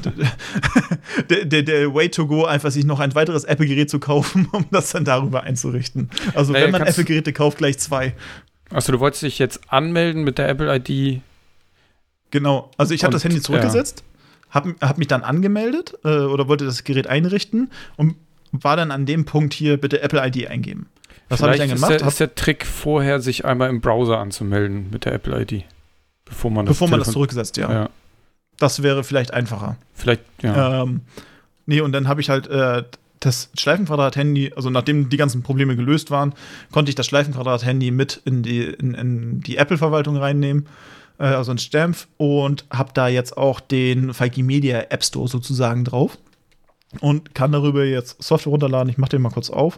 der, der, der Way to go, einfach sich noch ein weiteres Apple-Gerät zu kaufen, um das dann darüber einzurichten. Also naja, wenn man Apple-Geräte kauft, gleich zwei. Achso, du wolltest dich jetzt anmelden mit der Apple I D? Genau, also ich habe das Handy zurückgesetzt, ja. habe hab mich dann angemeldet äh, oder wollte das Gerät einrichten und war dann an dem Punkt hier, bitte Apple I D eingeben. Was habe ich dann gemacht? Ist der, ist der Trick vorher, sich einmal im Browser anzumelden mit der Apple I D? Bevor man das, Bevor man das zurücksetzt, ja. ja. Das wäre vielleicht einfacher. Vielleicht, ja. Ähm, nee, und dann habe ich halt äh, das Schleifenquadrat-Handy, also nachdem die ganzen Probleme gelöst waren, konnte ich das Schleifenquadrat-Handy mit in die, in, in die Apple-Verwaltung reinnehmen, äh, also in Jamf, und habe da jetzt auch den Falke Media App Store sozusagen drauf und kann darüber jetzt Software runterladen. Ich mache den mal kurz auf.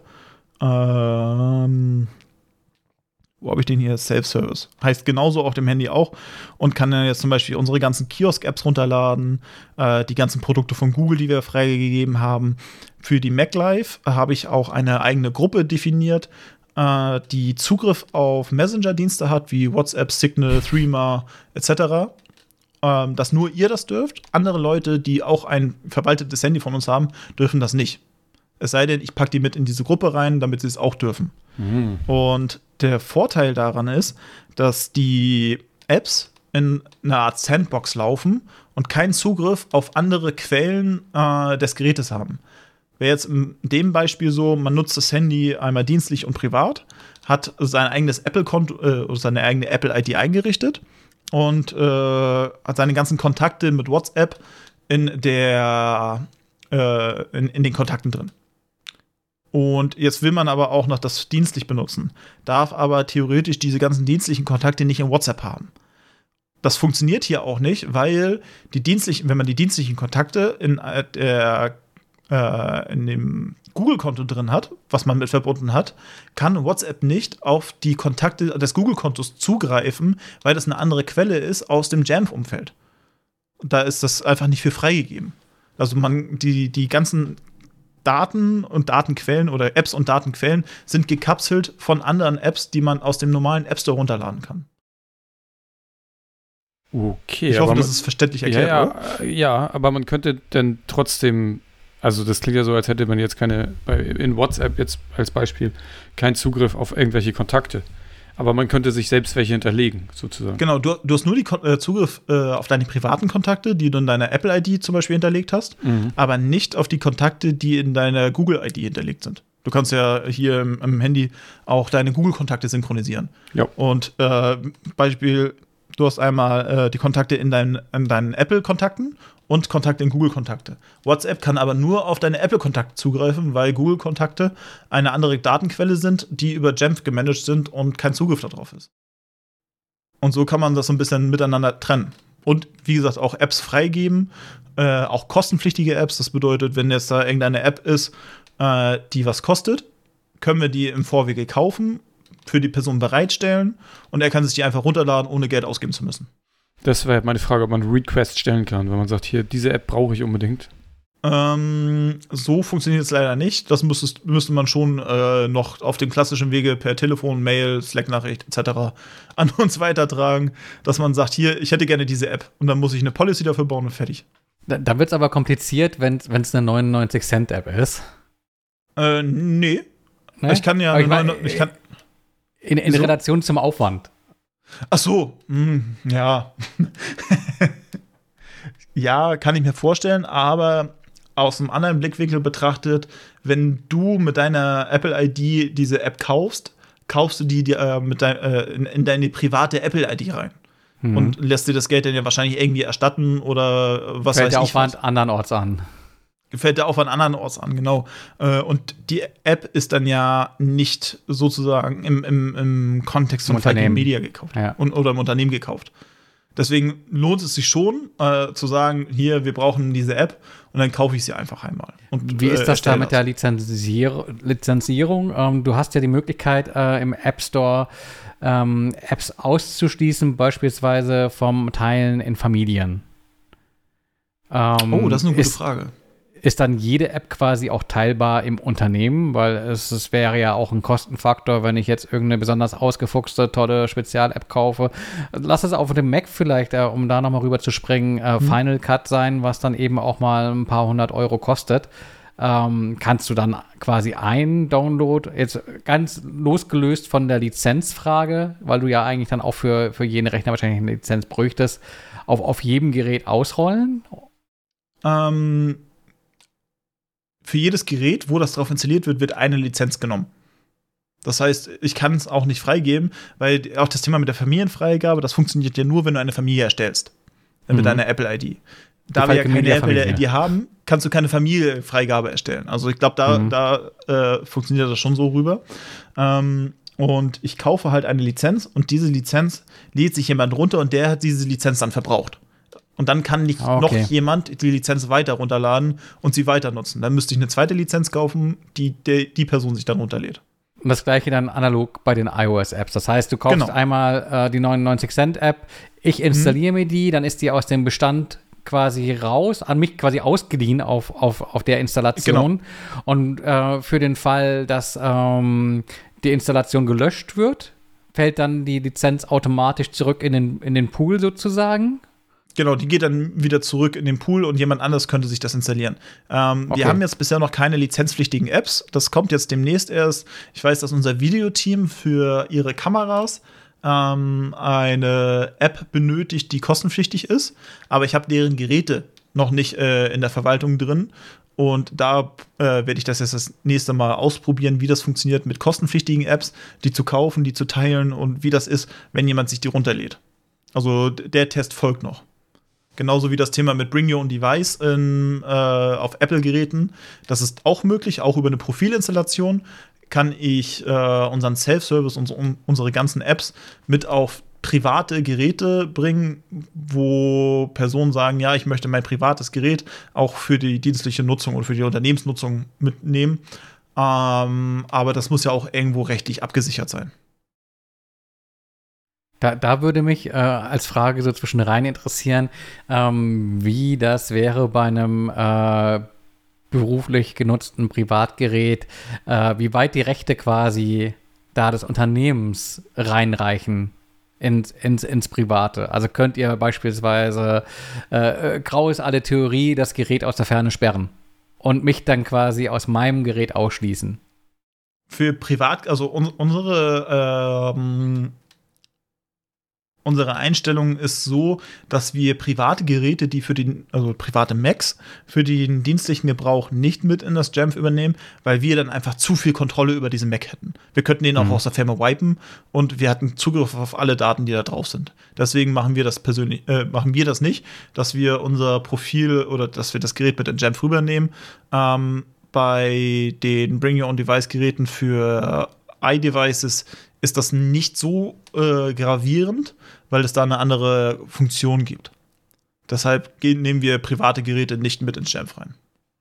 Ähm Wo habe ich den hier? Self-Service. Heißt genauso auf dem Handy auch und kann dann jetzt zum Beispiel unsere ganzen Kiosk-Apps runterladen, äh, die ganzen Produkte von Google, die wir freigegeben haben. Für die MacLife habe ich auch eine eigene Gruppe definiert, äh, die Zugriff auf Messenger-Dienste hat, wie WhatsApp, Signal, Threema et cetera. Ähm, dass nur ihr das dürft. Andere Leute, die auch ein verwaltetes Handy von uns haben, dürfen das nicht. Es sei denn, ich packe die mit in diese Gruppe rein, damit sie es auch dürfen. Mhm. Und der Vorteil daran ist, dass die Apps in einer Art Sandbox laufen und keinen Zugriff auf andere Quellen äh, des Gerätes haben. Wäre jetzt in dem Beispiel so, man nutzt das Handy einmal dienstlich und privat, hat sein eigenes Apple-Konto äh, oder seine eigene Apple I D eingerichtet und äh, hat seine ganzen Kontakte mit WhatsApp in der äh, in, in den Kontakten drin. Und jetzt will man aber auch noch das dienstlich benutzen, darf aber theoretisch diese ganzen dienstlichen Kontakte nicht in WhatsApp haben. Das funktioniert hier auch nicht, weil die dienstlichen, wenn man die dienstlichen Kontakte in, äh, äh, in dem Google-Konto drin hat, was man mit verbunden hat, kann WhatsApp nicht auf die Kontakte des Google-Kontos zugreifen, weil das eine andere Quelle ist aus dem Jamf-Umfeld. Da ist das einfach nicht für freigegeben. Also man, die, die ganzen Daten und Datenquellen oder Apps und Datenquellen sind gekapselt von anderen Apps, die man aus dem normalen App Store runterladen kann. Okay. Ich hoffe, man, das ist verständlich erklärt, ja, oder? Ja, aber man könnte dann trotzdem, also das klingt ja so, als hätte man jetzt keine, in WhatsApp jetzt als Beispiel, keinen Zugriff auf irgendwelche Kontakte. Aber man könnte sich selbst welche hinterlegen, sozusagen. Genau, du, du hast nur den äh, Zugriff äh, auf deine privaten Kontakte, die du in deiner Apple I D zum Beispiel hinterlegt hast, mhm. aber nicht auf die Kontakte, die in deiner Google I D hinterlegt sind. Du kannst ja hier im, im Handy auch deine Google-Kontakte synchronisieren. Ja. Und äh, Beispiel, du hast einmal äh, die Kontakte in, dein, in deinen Apple-Kontakten und Kontakte in Google-Kontakte. WhatsApp kann aber nur auf deine Apple-Kontakte zugreifen, weil Google-Kontakte eine andere Datenquelle sind, die über Jamf gemanagt sind und kein Zugriff darauf ist. Und so kann man das so ein bisschen miteinander trennen. Und wie gesagt, auch Apps freigeben, äh, auch kostenpflichtige Apps. Das bedeutet, wenn jetzt da irgendeine App ist, äh, die was kostet, können wir die im Vorwege kaufen, für die Person bereitstellen und er kann sich die einfach runterladen, ohne Geld ausgeben zu müssen. Das wäre meine Frage, ob man Request stellen kann, wenn man sagt, hier, diese App brauche ich unbedingt. Ähm, so funktioniert es leider nicht. Das müsstest, müsste man schon äh, noch auf dem klassischen Wege per Telefon, Mail, Slack-Nachricht et cetera an uns weitertragen, dass man sagt, hier, ich hätte gerne diese App. Und dann muss ich eine Policy dafür bauen und fertig. Da, da wird es aber kompliziert, wenn es eine neunundneunzig Cent App ist. Äh, nee. Ne? Ich kann ja Aber ich eine mein, neun- ich kann, in, in Wieso? Relation zum Aufwand. Ach so, hm, ja. Ja, kann ich mir vorstellen, aber aus einem anderen Blickwinkel betrachtet, wenn du mit deiner Apple-I D diese App kaufst, kaufst du die dir, äh, mit dein, äh, in, in deine private Apple-I D rein. Mhm. Und lässt dir das Geld dann ja wahrscheinlich irgendwie erstatten oder was Fällt weiß der ich. Aufwand was. andernorts an. Fällt der Aufwand andernorts an, genau. Äh, und die App ist dann ja nicht sozusagen im, im, im Kontext von Viking Media gekauft ja. und, oder im Unternehmen gekauft. Deswegen lohnt es sich schon, äh, zu sagen, hier, wir brauchen diese App und dann kaufe ich sie einfach einmal. Und, Wie ist das äh, da mit das. der Lizenzier Lizenzierung? Ähm, du hast ja die Möglichkeit, äh, im App Store ähm, Apps auszuschließen, beispielsweise vom Teilen in Familien. Ähm, Oh, das ist eine gute ist, Frage. Ist dann jede App quasi auch teilbar im Unternehmen? Weil es, es wäre ja auch ein Kostenfaktor, wenn ich jetzt irgendeine besonders ausgefuchste, tolle Spezial-App kaufe. Lass es auf dem Mac vielleicht, äh, um da nochmal rüber zu springen, äh, Mhm. Final Cut sein, was dann eben auch mal ein paar hundert Euro kostet. Ähm, kannst du dann quasi einen Download, jetzt ganz losgelöst von der Lizenzfrage, weil du ja eigentlich dann auch für, für jeden Rechner wahrscheinlich eine Lizenz bräuchtest, auf, auf jedem Gerät ausrollen? Ähm, für jedes Gerät, wo das drauf installiert wird, wird eine Lizenz genommen. Das heißt, ich kann es auch nicht freigeben, weil auch das Thema mit der Familienfreigabe, das funktioniert ja nur, wenn du eine Familie erstellst. Mit Mhm. deiner Apple-I D. Da wir ja keine Apple-I D haben, kannst du keine Familienfreigabe erstellen. Also ich glaube, da, Mhm. da äh, funktioniert das schon so rüber. Ähm, und ich kaufe halt eine Lizenz und diese Lizenz lädt sich jemand runter und der hat diese Lizenz dann verbraucht. Und dann kann nicht Okay. noch jemand die Lizenz weiter runterladen und sie weiter nutzen. Dann müsste ich eine zweite Lizenz kaufen, die die, die Person sich dann runterlädt. Und das gleiche dann analog bei den iOS-Apps. Das heißt, du kaufst Genau. einmal äh, die neunundneunzig Cent App, ich installiere mir die, dann ist die aus dem Bestand quasi raus, an mich quasi ausgeliehen auf, auf, auf der Installation. Und äh, für den Fall, dass ähm, die Installation gelöscht wird, fällt dann die Lizenz automatisch zurück in den, in den Pool sozusagen. Genau, die geht dann wieder zurück in den Pool und jemand anders könnte sich das installieren. Ähm, Okay. Wir haben jetzt bisher noch keine lizenzpflichtigen Apps. Das kommt jetzt demnächst erst. Ich weiß, dass unser Videoteam für ihre Kameras ähm, eine App benötigt, die kostenpflichtig ist. Aber ich habe deren Geräte noch nicht äh, in der Verwaltung drin. Und da äh, werde ich das jetzt das nächste Mal ausprobieren, wie das funktioniert mit kostenpflichtigen Apps, die zu kaufen, die zu teilen und wie das ist, wenn jemand sich die runterlädt. Also d- der Test folgt noch. Genauso wie das Thema mit Bring Your Own Device in, äh, auf Apple-Geräten. Das ist auch möglich, auch über eine Profilinstallation kann ich äh, unseren Self-Service und un- unsere ganzen Apps mit auf private Geräte bringen, wo Personen sagen, ja, ich möchte mein privates Gerät auch für die dienstliche Nutzung und für die Unternehmensnutzung mitnehmen. Ähm, aber das muss ja auch irgendwo rechtlich abgesichert sein. Da, da würde mich äh, als Frage so zwischen rein interessieren, ähm, wie das wäre bei einem äh, beruflich genutzten Privatgerät, äh, wie weit die Rechte quasi da des Unternehmens reinreichen ins, ins, ins Private. Also könnt ihr beispielsweise äh, grau ist alle Theorie, das Gerät aus der Ferne sperren und mich dann quasi aus meinem Gerät ausschließen. Für privat, also un- unsere ähm unsere Einstellung ist so, dass wir private Geräte, die für den, also private Macs, für den dienstlichen Gebrauch nicht mit in das Jamf übernehmen, weil wir dann einfach zu viel Kontrolle über diesen Mac hätten. Wir könnten den auch mhm. aus der Firma wipen und wir hatten Zugriff auf alle Daten, die da drauf sind. Deswegen machen wir das persönlich, äh, machen wir das nicht, dass wir unser Profil oder dass wir das Gerät mit in Jamf rübernehmen. Ähm, bei den Bring Your Own Device Geräten für iDevices ist das nicht so äh, gravierend, weil es da eine andere Funktion gibt. Deshalb gehen, nehmen wir private Geräte nicht mit ins Jamf rein.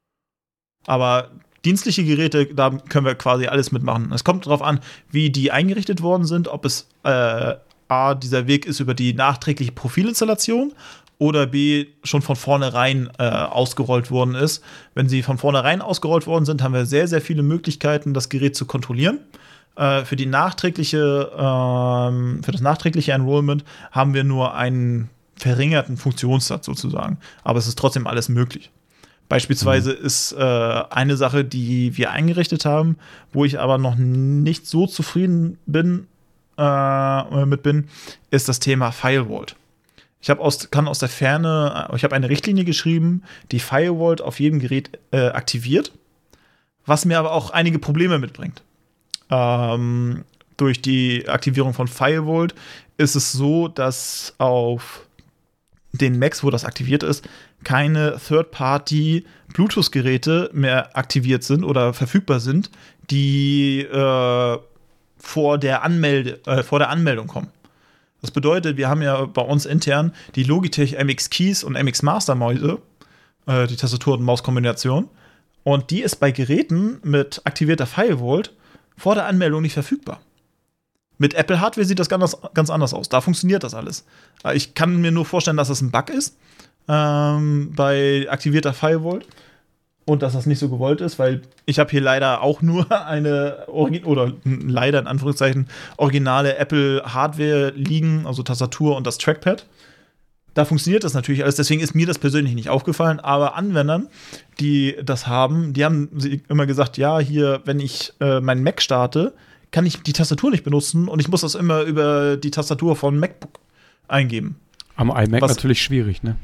Aber dienstliche Geräte, da können wir quasi alles mitmachen. Es kommt darauf an, wie die eingerichtet worden sind, ob es äh, A, dieser Weg ist über die nachträgliche Profilinstallation oder B, schon von vornherein äh, ausgerollt worden ist. Wenn sie von vornherein ausgerollt worden sind, haben wir sehr, sehr viele Möglichkeiten, das Gerät zu kontrollieren. Äh, für die nachträgliche, ähm, für das nachträgliche Enrollment haben wir nur einen verringerten Funktionssatz sozusagen. Aber es ist trotzdem alles möglich. Beispielsweise mhm. ist äh, eine Sache, die wir eingerichtet haben, wo ich aber noch nicht so zufrieden bin, äh, mit bin, ist das Thema FileVault. Ich hab aus, kann aus der Ferne, ich habe eine Richtlinie geschrieben, die FileVault auf jedem Gerät äh, aktiviert, was mir aber auch einige Probleme mitbringt. Ähm, durch die Aktivierung von FileVault ist es so, dass auf den Macs, wo das aktiviert ist, keine Third-Party-Bluetooth-Geräte mehr aktiviert sind oder verfügbar sind, die äh, vor der Anmelde, äh, vor der Anmeldung kommen. Das bedeutet, wir haben ja bei uns intern die Logitech M X Keys und M X Master Mäuse, äh, die Tastatur- und Mauskombination. Und die ist bei Geräten mit aktivierter FileVault vor der Anmeldung nicht verfügbar. Mit Apple Hardware sieht das ganz, ganz anders aus. Da funktioniert das alles. Ich kann mir nur vorstellen, dass das ein Bug ist ähm, bei aktivierter FileVault und dass das nicht so gewollt ist, weil ich habe hier leider auch nur eine Origi- oder leider in Anführungszeichen originale Apple Hardware liegen, also Tastatur und das Trackpad. Da funktioniert das natürlich alles, deswegen ist mir das persönlich nicht aufgefallen, aber Anwendern, die das haben, die haben immer gesagt, ja, hier, wenn ich äh, meinen Mac starte, kann ich die Tastatur nicht benutzen und ich muss das immer über die Tastatur von MacBook eingeben. Am iMac Was, natürlich schwierig, ne?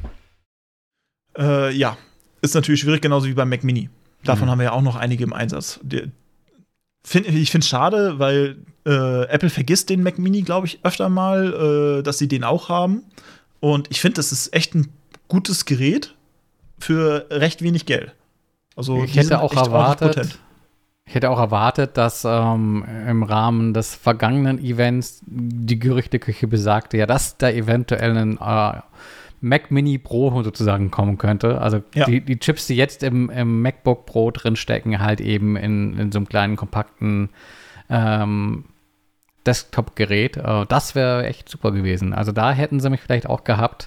Äh, ja, ist natürlich schwierig, genauso wie beim Mac Mini. Davon mhm. haben wir ja auch noch einige im Einsatz. Die, find, ich finde es schade, weil äh, Apple vergisst den Mac Mini, glaube ich, öfter mal, äh, dass sie den auch haben. Und ich finde, das ist echt ein gutes Gerät für recht wenig Geld. Also ich hätte auch erwartet, ich hätte auch erwartet, dass ähm, im Rahmen des vergangenen Events die Gerüchteküche besagte, ja, dass da eventuell ein äh, Mac Mini Pro sozusagen kommen könnte. Also ja. die, die Chips, die jetzt im, im MacBook Pro drinstecken, halt eben in, in so einem kleinen, kompakten ähm, Desktop-Gerät. Äh, das wäre echt super gewesen. Also da hätten sie mich vielleicht auch gehabt.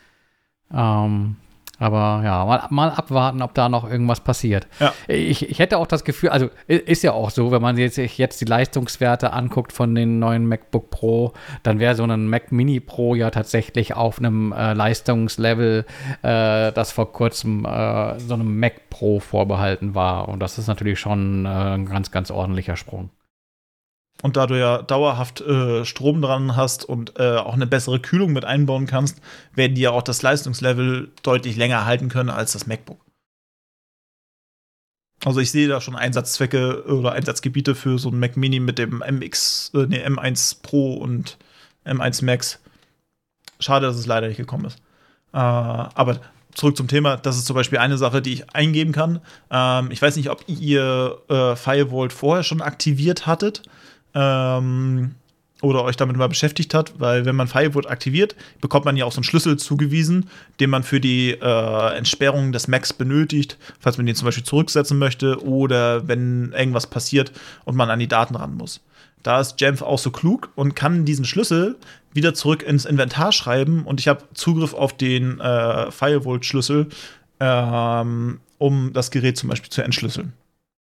Ähm, aber ja, mal, mal abwarten, ob da noch irgendwas passiert. Ja. Ich, ich hätte auch das Gefühl, also ist ja auch so, wenn man jetzt, sich jetzt die Leistungswerte anguckt von den neuen MacBook Pro, dann wäre so ein Mac Mini Pro ja tatsächlich auf einem äh, Leistungslevel, äh, das vor kurzem äh, so einem Mac Pro vorbehalten war. Und das ist natürlich schon äh, ein ganz, ganz ordentlicher Sprung. Und da du ja dauerhaft äh, Strom dran hast und äh, auch eine bessere Kühlung mit einbauen kannst, werden die ja auch das Leistungslevel deutlich länger halten können als das MacBook. Also ich sehe da schon Einsatzzwecke oder Einsatzgebiete für so ein Mac Mini mit dem M X, äh, nee, M eins Pro und M eins Max. Schade, dass es leider nicht gekommen ist. Äh, aber zurück zum Thema, das ist zum Beispiel eine Sache, die ich eingeben kann. Ähm, ich weiß nicht, ob ihr äh, FileVault vorher schon aktiviert hattet. Ähm, oder euch damit mal beschäftigt hat, weil wenn man FileVault aktiviert, bekommt man ja auch so einen Schlüssel zugewiesen, den man für die äh, Entsperrung des Macs benötigt, falls man den zum Beispiel zurücksetzen möchte oder wenn irgendwas passiert und man an die Daten ran muss. Da ist Jamf auch so klug und kann diesen Schlüssel wieder zurück ins Inventar schreiben und ich habe Zugriff auf den äh, FileVault-Schlüssel, ähm, um das Gerät zum Beispiel zu entschlüsseln.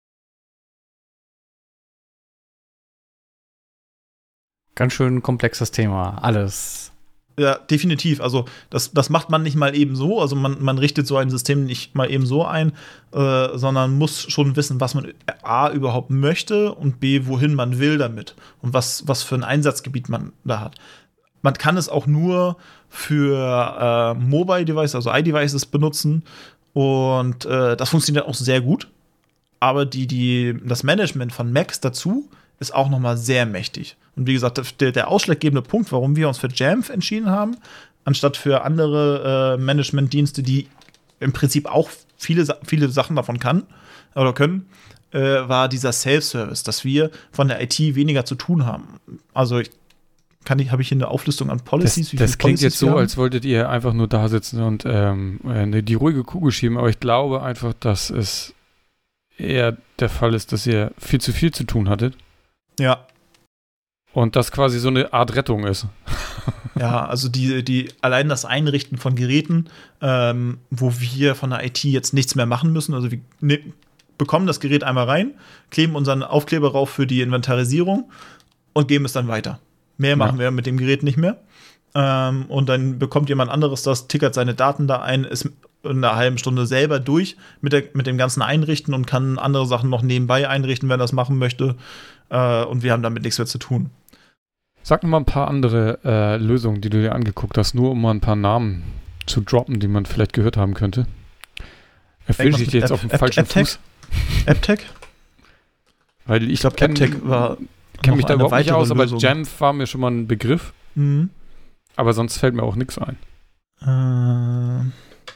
Ganz schön komplexes Thema, alles. Ja, definitiv. Also das, das macht man nicht mal eben so. Also man, man richtet so ein System nicht mal eben so ein, äh, sondern muss schon wissen, was man A überhaupt möchte und B, wohin man will damit und was, was für ein Einsatzgebiet man da hat. man kann es auch nur für äh, Mobile Devices, also iDevices benutzen. Und äh, das funktioniert auch sehr gut. Aber die, die, das Management von Macs dazu ist auch noch mal sehr mächtig. Und wie gesagt, der, der ausschlaggebende Punkt, warum wir uns für Jamf entschieden haben, anstatt für andere äh, Managementdienste, die im Prinzip auch viele, viele Sachen davon kann oder können, äh, war dieser Self-Service, dass wir von der I T weniger zu tun haben. Also ich Kann ich, habe ich hier eine Auflistung an Policies? Das, das klingt jetzt so, als wolltet ihr einfach nur da sitzen und ähm, die ruhige Kugel schieben, aber ich glaube einfach, dass es eher der Fall ist, dass ihr viel zu viel zu tun hattet. Ja. Und das quasi so eine Art Rettung ist. Ja, also die, die allein das Einrichten von Geräten, ähm, wo wir von der I T jetzt nichts mehr machen müssen. Also wir ne, bekommen das Gerät einmal rein, kleben unseren Aufkleber rauf für die Inventarisierung und geben es dann weiter. Mehr machen ja. wir mit dem Gerät nicht mehr. Ähm, und dann bekommt jemand anderes das, tickert seine Daten da ein, ist in einer halben Stunde selber durch mit, der, mit dem ganzen Einrichten und kann andere Sachen noch nebenbei einrichten, wenn er das machen möchte. Äh, und wir haben damit nichts mehr zu tun. Sag noch mal ein paar andere äh, Lösungen, die du dir angeguckt hast, nur um mal ein paar Namen zu droppen, die man vielleicht gehört haben könnte. Erwische ich dir jetzt auf dem falschen Fuß? AppTech? Weil ich, ich glaube, AppTech war kenne mich da überhaupt nicht aus, aber Lösung. Jamf war mir schon mal ein Begriff. Mhm. Aber sonst fällt mir auch nichts ein. Äh.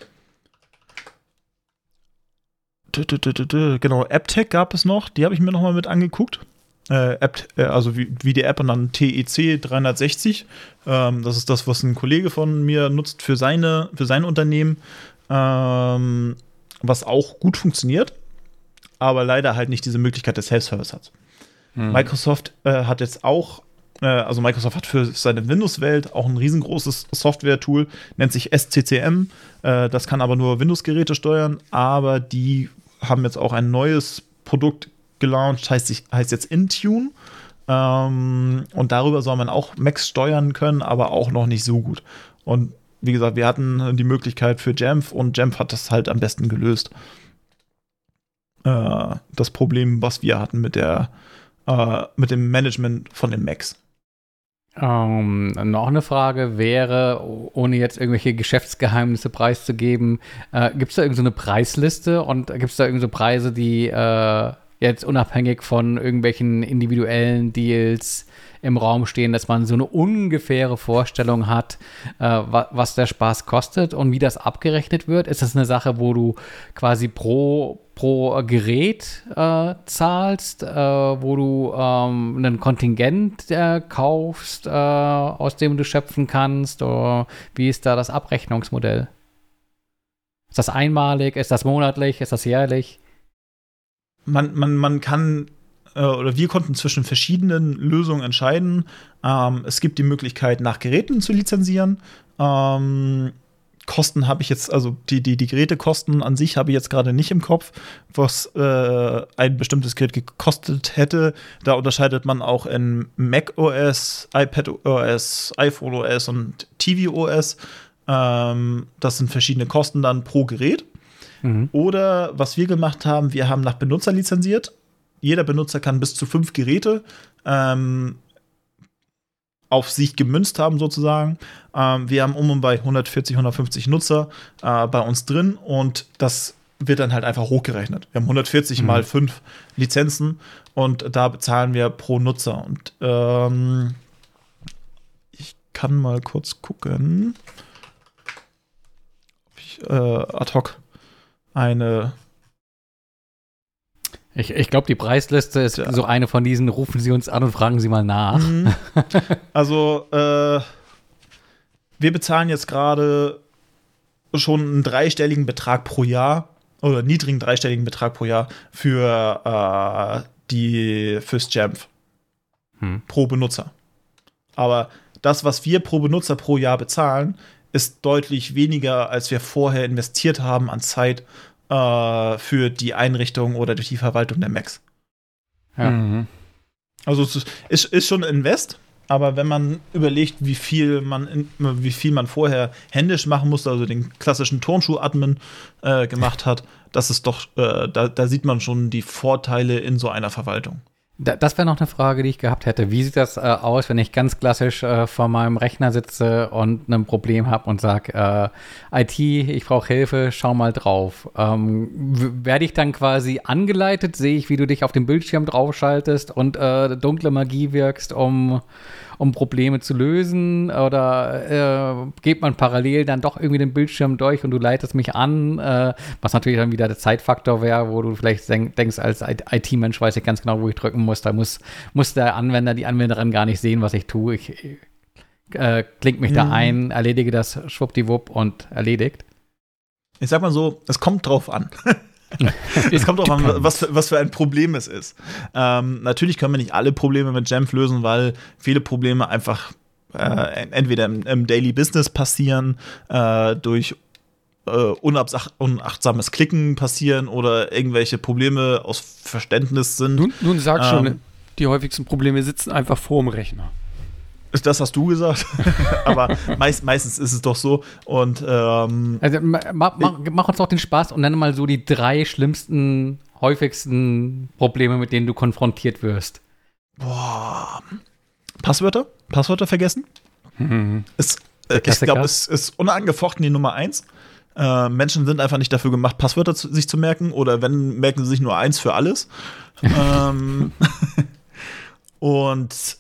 Dö, dö, dö, dö. Genau, AppTech gab es noch. Die habe ich mir noch mal mit angeguckt. Äh, App, äh, also wie, wie die App und dann T E C dreihundertsechzig. Ähm, das ist das, was ein Kollege von mir nutzt für, seine, für sein Unternehmen. Ähm, was auch gut funktioniert. Aber leider halt nicht diese Möglichkeit des Self-Service hat. Hm. Microsoft äh, hat jetzt auch, äh, also Microsoft hat für seine Windows-Welt auch ein riesengroßes Software-Tool, nennt sich S C C M. Äh, das kann aber nur Windows-Geräte steuern, aber die haben jetzt auch ein neues Produkt gelauncht, heißt, sich, heißt jetzt Intune. Ähm, und darüber soll man auch Macs steuern können, aber auch noch nicht so gut. Und wie gesagt, wir hatten die Möglichkeit für Jamf und Jamf hat das halt am besten gelöst. Äh, das Problem, was wir hatten mit der Uh, mit dem Management von den Macs. Um, noch eine Frage wäre, ohne jetzt irgendwelche Geschäftsgeheimnisse preiszugeben, äh, gibt es da irgendeine so Preisliste und gibt es da irgendeine so Preise, die äh, jetzt unabhängig von irgendwelchen individuellen Deals im Raum stehen, dass man so eine ungefähre Vorstellung hat, äh, wa- was der Spaß kostet und wie das abgerechnet wird? Ist das eine Sache, wo du quasi pro pro Gerät äh, zahlst, äh, wo du ähm, einen Kontingent äh, kaufst, äh, aus dem du schöpfen kannst? Oder wie ist da das Abrechnungsmodell? Ist das einmalig? Ist das monatlich? Ist das jährlich? Man, man, man kann äh, oder wir konnten zwischen verschiedenen Lösungen entscheiden. Ähm, es gibt die Möglichkeit, nach Geräten zu lizenzieren. Ähm, Kosten habe ich jetzt, also die, die, die Gerätekosten an sich habe ich jetzt gerade nicht im Kopf, was äh, ein bestimmtes Gerät gekostet hätte. Da unterscheidet man auch in macOS, iPadOS, iPhoneOS und tvOS. Ähm, das sind verschiedene Kosten dann pro Gerät. Mhm. Oder was wir gemacht haben, wir haben nach Benutzer lizenziert. Jeder Benutzer kann bis zu fünf Geräte ähm, auf sich gemünzt haben sozusagen. Ähm, wir haben um und bei hundertvierzig, hundertfünfzig Nutzer äh, bei uns drin und das wird dann halt einfach hochgerechnet. Wir haben hundertvierzig mhm. mal fünf Lizenzen und da bezahlen wir pro Nutzer. Und ähm, ich kann mal kurz gucken, ob ich äh, ad hoc eine Ich, ich glaube, die Preisliste ist ja so eine von diesen, rufen Sie uns an und fragen Sie mal nach. Mhm. Also, äh, wir bezahlen jetzt gerade schon einen dreistelligen Betrag pro Jahr oder einen niedrigen dreistelligen Betrag pro Jahr für äh, die fürs Jamf hm. pro Benutzer. Aber das, was wir pro Benutzer pro Jahr bezahlen, ist deutlich weniger, als wir vorher investiert haben an Zeit für die Einrichtung oder die Verwaltung der Macs. Ja. Mhm. Also es ist, ist schon ein Invest, aber wenn man überlegt, wie viel man in, wie viel man vorher händisch machen musste, also den klassischen Turnschuh-Admin äh, gemacht hat, das ist doch, äh, da, da sieht man schon die Vorteile in so einer Verwaltung. Da, das wäre noch eine Frage, die ich gehabt hätte. Wie sieht das äh, aus, wenn ich ganz klassisch äh, vor meinem Rechner sitze und ein Problem habe und sage, äh, I T, ich brauche Hilfe, schau mal drauf. Ähm, w- werde ich dann quasi angeleitet? Sehe ich, wie du dich auf dem Bildschirm draufschaltest und äh, dunkle Magie wirkst, um, um Probleme zu lösen? Oder äh, geht man parallel dann doch irgendwie den Bildschirm durch und du leitest mich an? Äh, was natürlich dann wieder der Zeitfaktor wäre, wo du vielleicht denk- denkst, als I T-Mensch weiß ich ganz genau, wo ich drücken muss. Da muss, muss der Anwender, die Anwenderin gar nicht sehen, was ich tue. Ich äh, klinge mich mhm. da ein, erledige das schwuppdiwupp und erledigt. Ich sag mal so, es kommt drauf an. Es kommt drauf an, was für, was für ein Problem es ist. Ähm, natürlich können wir nicht alle Probleme mit Jamf lösen, weil viele Probleme einfach äh, entweder im, im Daily Business passieren, äh, durch äh, unabsach- unachtsames Klicken passieren oder irgendwelche Probleme aus Verständnis sind. Nun, nun sag ähm, schon, die häufigsten Probleme sitzen einfach vor dem Rechner. Das hast du gesagt, aber meist, meistens ist es doch so. Und ähm, Also ma, ma, ma, mach uns doch den Spaß und nenne mal so die drei schlimmsten, häufigsten Probleme, mit denen du konfrontiert wirst. Boah. Passwörter? Passwörter vergessen? Mhm. Ist, äh, ich glaube, es ist unangefochten die Nummer eins. Äh, Menschen sind einfach nicht dafür gemacht, Passwörter zu, sich zu merken. Oder wenn, merken sie sich nur eins für alles. ähm, und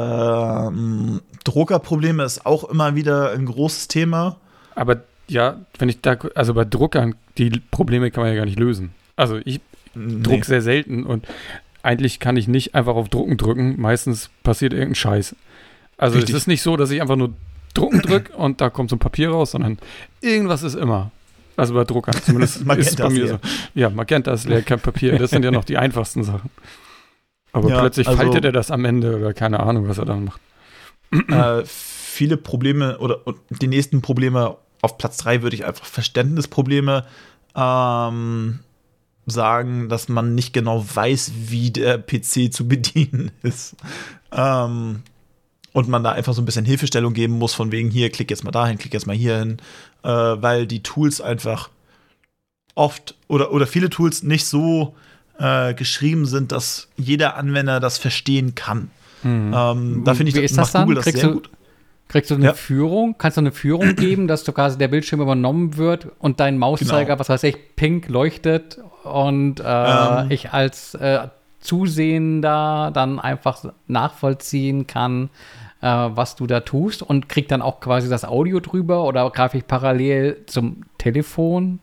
ähm, Druckerprobleme ist auch immer wieder ein großes Thema. Aber ja, wenn ich da, also bei Druckern, die Probleme kann man ja gar nicht lösen. Also ich Nee. druck sehr selten und eigentlich kann ich nicht einfach auf Drucken drücken. Meistens passiert irgendein Scheiß. Also Richtig. es ist nicht so, dass ich einfach nur Drucken drücke und da kommt so ein Papier raus, sondern irgendwas ist immer. Also bei Druckern zumindest ist es bei mir so. Ja, Magenta ist leer, kein Papier. Das sind ja noch die einfachsten Sachen. Aber Ja, plötzlich also- faltet er das am Ende oder keine Ahnung, was er dann macht. äh, viele Probleme oder und die nächsten Probleme auf Platz drei würde ich einfach Verständnisprobleme ähm, sagen, dass man nicht genau weiß, wie der P C zu bedienen ist. Ähm, und man da einfach so ein bisschen Hilfestellung geben muss, von wegen hier, klick jetzt mal dahin, klick jetzt mal hier hin, äh, weil die Tools einfach oft oder, oder viele Tools nicht so äh, geschrieben sind, dass jeder Anwender das verstehen kann. Mhm. Ähm, da finde ich, Wie ist das macht Google dann? das Kriegst sehr du- gut. Kriegst du eine Ja. Führung? Kannst du eine Führung geben, dass du quasi der Bildschirm übernommen wird und dein Mauszeiger, Genau. was weiß ich, pink leuchtet und äh, Ähm. ich als äh, Zusehender dann einfach nachvollziehen kann, äh, was du da tust und krieg dann auch quasi das Audio drüber oder greife ich parallel zum Telefon?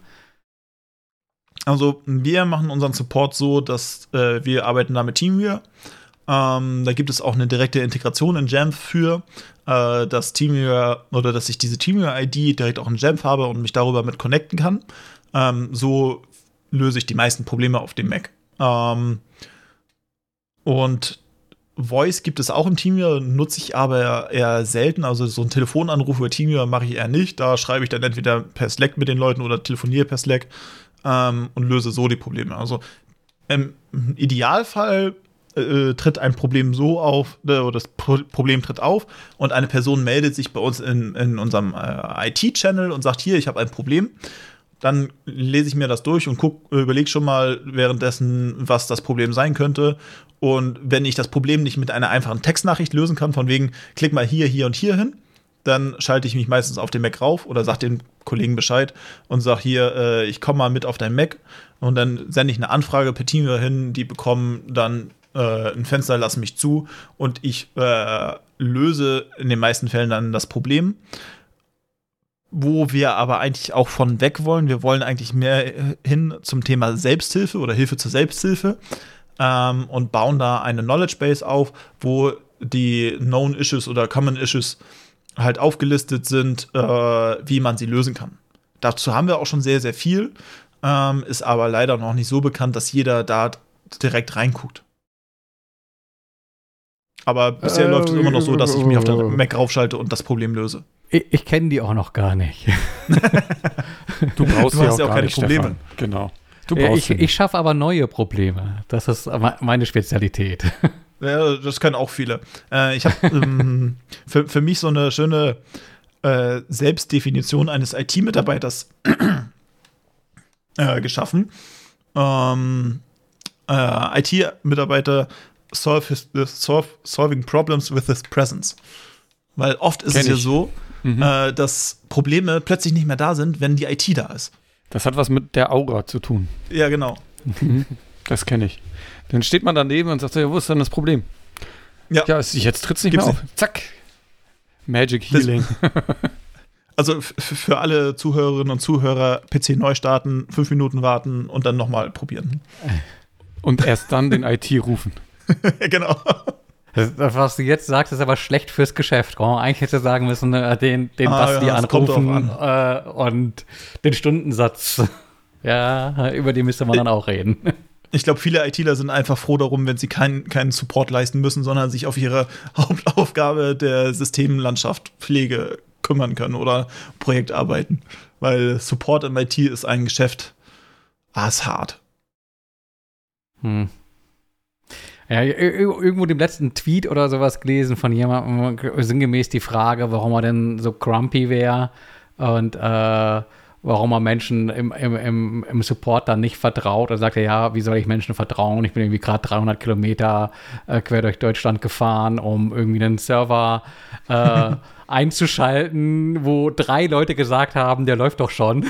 Also wir machen unseren Support so, dass äh, wir arbeiten da mit TeamViewer. Ähm, da gibt es auch eine direkte Integration in Jamf für, äh, dass TeamViewer oder dass ich diese TeamViewer-I D direkt auch in Jamf habe und mich darüber mit connecten kann. Ähm, so löse ich die meisten Probleme auf dem Mac. Ähm, und Voice gibt es auch im TeamViewer, nutze ich aber eher selten. Also so einen Telefonanruf über TeamViewer mache ich eher nicht. Da schreibe ich dann entweder per Slack mit den Leuten oder telefoniere per Slack ähm, und löse so die Probleme. Also im Idealfall äh, tritt ein Problem so auf, äh, oder das Pro- Problem tritt auf und eine Person meldet sich bei uns in, in unserem äh, I T-Channel und sagt, hier, ich habe ein Problem. Dann lese ich mir das durch und guck, überlege schon mal währenddessen, was das Problem sein könnte. Und wenn ich das Problem nicht mit einer einfachen Textnachricht lösen kann, von wegen, klick mal hier, hier und hier hin, dann schalte ich mich meistens auf den Mac rauf oder sage den Kollegen Bescheid und sage hier, äh, ich komme mal mit auf dein Mac. Und dann sende ich eine Anfrage per TeamViewer hin, die bekommen dann äh, ein Fenster, lassen mich zu und ich äh, löse in den meisten Fällen dann das Problem. Wo wir aber eigentlich auch von weg wollen. Wir wollen eigentlich mehr hin zum Thema Selbsthilfe oder Hilfe zur Selbsthilfe ähm, und bauen da eine Knowledge Base auf, wo die Known Issues oder Common Issues halt aufgelistet sind, äh, wie man sie lösen kann. Dazu haben wir auch schon sehr, sehr viel, ähm, ist aber leider noch nicht so bekannt, dass jeder da direkt reinguckt. Aber bisher Äh, läuft es immer noch so, dass ich mich auf den Mac raufschalte und das Problem löse. Ich, ich kenne die auch noch gar nicht. Du brauchst Du ja hast auch, ja auch gar keine nicht, Probleme. Stefan. Genau. Du Ja, brauchst ich sie nicht. ich schaffe aber neue Probleme. Das ist me- meine Spezialität. Ja, das können auch viele. Äh, ich habe ähm, für, für mich so eine schöne äh, Selbstdefinition eines I T-Mitarbeiters äh, geschaffen. Ähm, äh, I T-Mitarbeiter solve his, uh, solve, solving problems with his presence. Weil oft ist Kenn es ja ich. so, Mhm. äh, dass Probleme plötzlich nicht mehr da sind, wenn die I T da ist. Das hat was mit der Aura zu tun. Ja, genau. Das kenne ich. Dann steht man daneben und sagt so, ja, wo ist denn das Problem? Ja. Ja, es, jetzt tritt's nicht Gibt's mehr auf. Zack. Magic Healing. Also f- f- für alle Zuhörerinnen und Zuhörer, P C neu starten, fünf Minuten warten und dann nochmal probieren. Und erst dann den I T rufen. Genau. Das, das, was du jetzt sagst, ist aber schlecht fürs Geschäft. Oh, eigentlich hätte du sagen müssen, äh, den, den Ah, Basti ja, es kommt anrufen drauf äh, und den Stundensatz. Ja, über den müsste man dann auch reden. Ich glaube, viele ITler sind einfach froh darum, wenn sie keinen keinen Support leisten müssen, sondern sich auf ihre Hauptaufgabe der Systemlandschaft Pflege kümmern können oder Projektarbeiten. Weil Support im I T ist ein Geschäft, ah, ist hart. Hm. Ja, irgendwo dem letzten Tweet oder sowas gelesen von jemandem, sinngemäß die Frage, warum er denn so grumpy wäre und äh, warum er Menschen im, im, im, im Support dann nicht vertraut. Er sagte, ja, wie soll ich Menschen vertrauen? Ich bin irgendwie gerade dreihundert Kilometer äh, quer durch Deutschland gefahren, um irgendwie einen Server äh, einzuschalten, wo drei Leute gesagt haben, der läuft doch schon.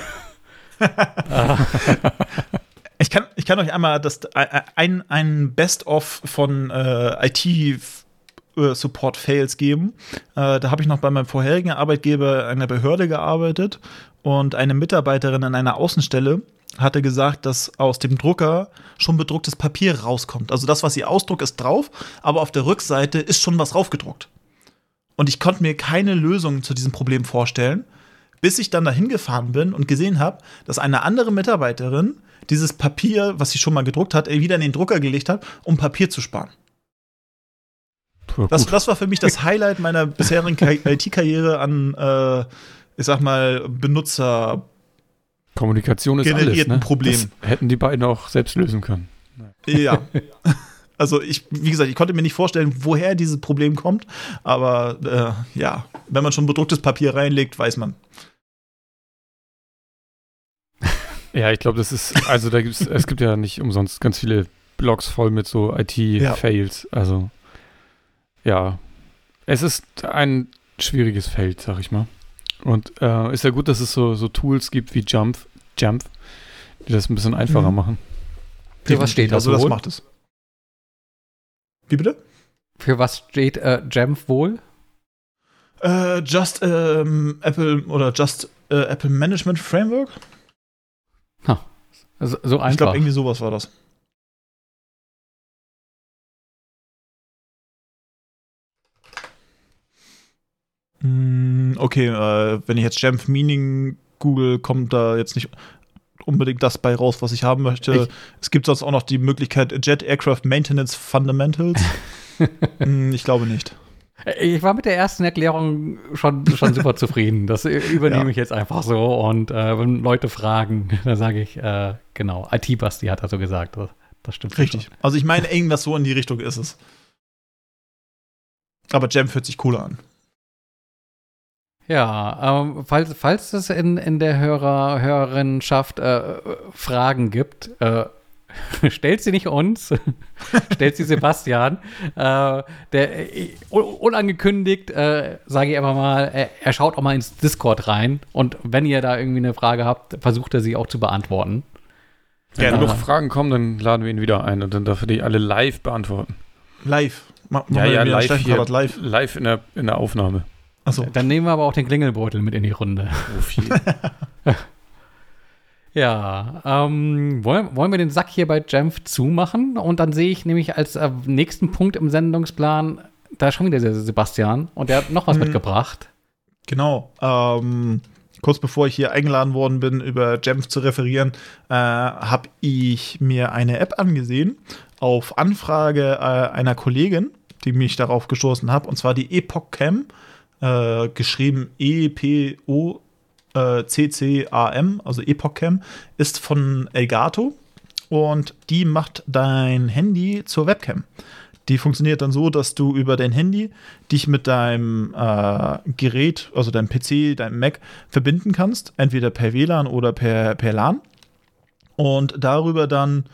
Ich kann, ich kann euch einmal das, ein, ein Best-of von äh, I T-Support-Fails geben. Äh, da habe ich noch bei meinem vorherigen Arbeitgeber einer Behörde gearbeitet und eine Mitarbeiterin an einer Außenstelle hatte gesagt, dass aus dem Drucker schon bedrucktes Papier rauskommt. Also das, was sie ausdruckt, ist drauf, aber auf der Rückseite ist schon was draufgedruckt. Und ich konnte mir keine Lösung zu diesem Problem vorstellen, bis ich dann dahin gefahren bin und gesehen habe, dass eine andere Mitarbeiterin dieses Papier, was sie schon mal gedruckt hat, wieder in den Drucker gelegt hat, um Papier zu sparen. Ja, Das, das war für mich das Highlight meiner bisherigen I T-Karriere an, äh, ich sag mal, Benutzer. Kommunikation ist alles, generierten ne? Problem. Das hätten die beiden auch selbst lösen können. Ja. Also ich, wie gesagt, ich konnte mir nicht vorstellen, woher dieses Problem kommt, aber äh, ja, wenn man schon bedrucktes Papier reinlegt, weiß man. Ja, ich glaube, das ist, also da gibt's, es gibt ja nicht umsonst ganz viele Blogs voll mit so I T-Fails. Ja. Also, ja, es ist ein schwieriges Feld, sag ich mal. Und äh, ist ja gut, dass es so, so Tools gibt wie Jump, Jump, die das ein bisschen einfacher Mhm. machen. Für was steht das Also das wohl? macht es. Wie bitte? Für was steht äh, Jamf wohl? Äh, Just ähm, Apple oder Just äh, Apple Management Framework? So, so einfach. Ich glaube, irgendwie sowas war das. Mm, okay, äh, wenn ich jetzt Jamf Meaning google, kommt da jetzt nicht unbedingt das bei raus, was ich haben möchte. Ich- es gibt sonst auch noch die Möglichkeit Jet Aircraft Maintenance Fundamentals. mm, ich glaube nicht. Ich war mit der ersten Erklärung schon, schon super zufrieden. Das übernehme Ja. ich jetzt einfach so. Und äh, wenn Leute fragen, dann sage ich, äh, genau, I T-Basti hat er so gesagt. Das, das stimmt. Richtig. Also ich meine, irgendwas so in die Richtung ist es. Aber Jamf hört sich cooler an. Ja, ähm, falls, falls es in, in der Hörer, Hörerinnenschaft äh, Fragen gibt, äh, stellt sie nicht uns, stellt sie Sebastian. Äh, der äh, unangekündigt, äh, sage ich einfach mal, er, er schaut auch mal ins Discord rein und wenn ihr da irgendwie eine Frage habt, versucht er sie auch zu beantworten. Wenn Gerne. genug Fragen kommen, dann laden wir ihn wieder ein und dann darf er die alle live beantworten. Live. Ma Ja, machen wir ja, wieder live Steffen hier, Quadrat live. live in der, in der Aufnahme. Achso. Dann nehmen wir aber auch den Klingelbeutel mit in die Runde. Oh, viel. Ja, ähm, wollen, wollen wir den Sack hier bei Jamf zumachen? Und dann sehe ich nämlich als äh, nächsten Punkt im Sendungsplan, da ist schon wieder der Sebastian und der hat noch was Mhm. mitgebracht. Genau. Ähm, kurz bevor ich hier eingeladen worden bin, über Jamf zu referieren, äh, habe ich mir eine App angesehen, auf Anfrage äh, einer Kollegin, die mich darauf gestoßen hat, und zwar die Epoch Cam, äh, geschrieben E P O C C A M, also Epoch Cam, ist von Elgato und die macht dein Handy zur Webcam. Die funktioniert dann so, dass du über dein Handy dich mit deinem äh, Gerät, also deinem P C, deinem Mac, verbinden kannst, entweder per W L A N oder per, per LAN und darüber dann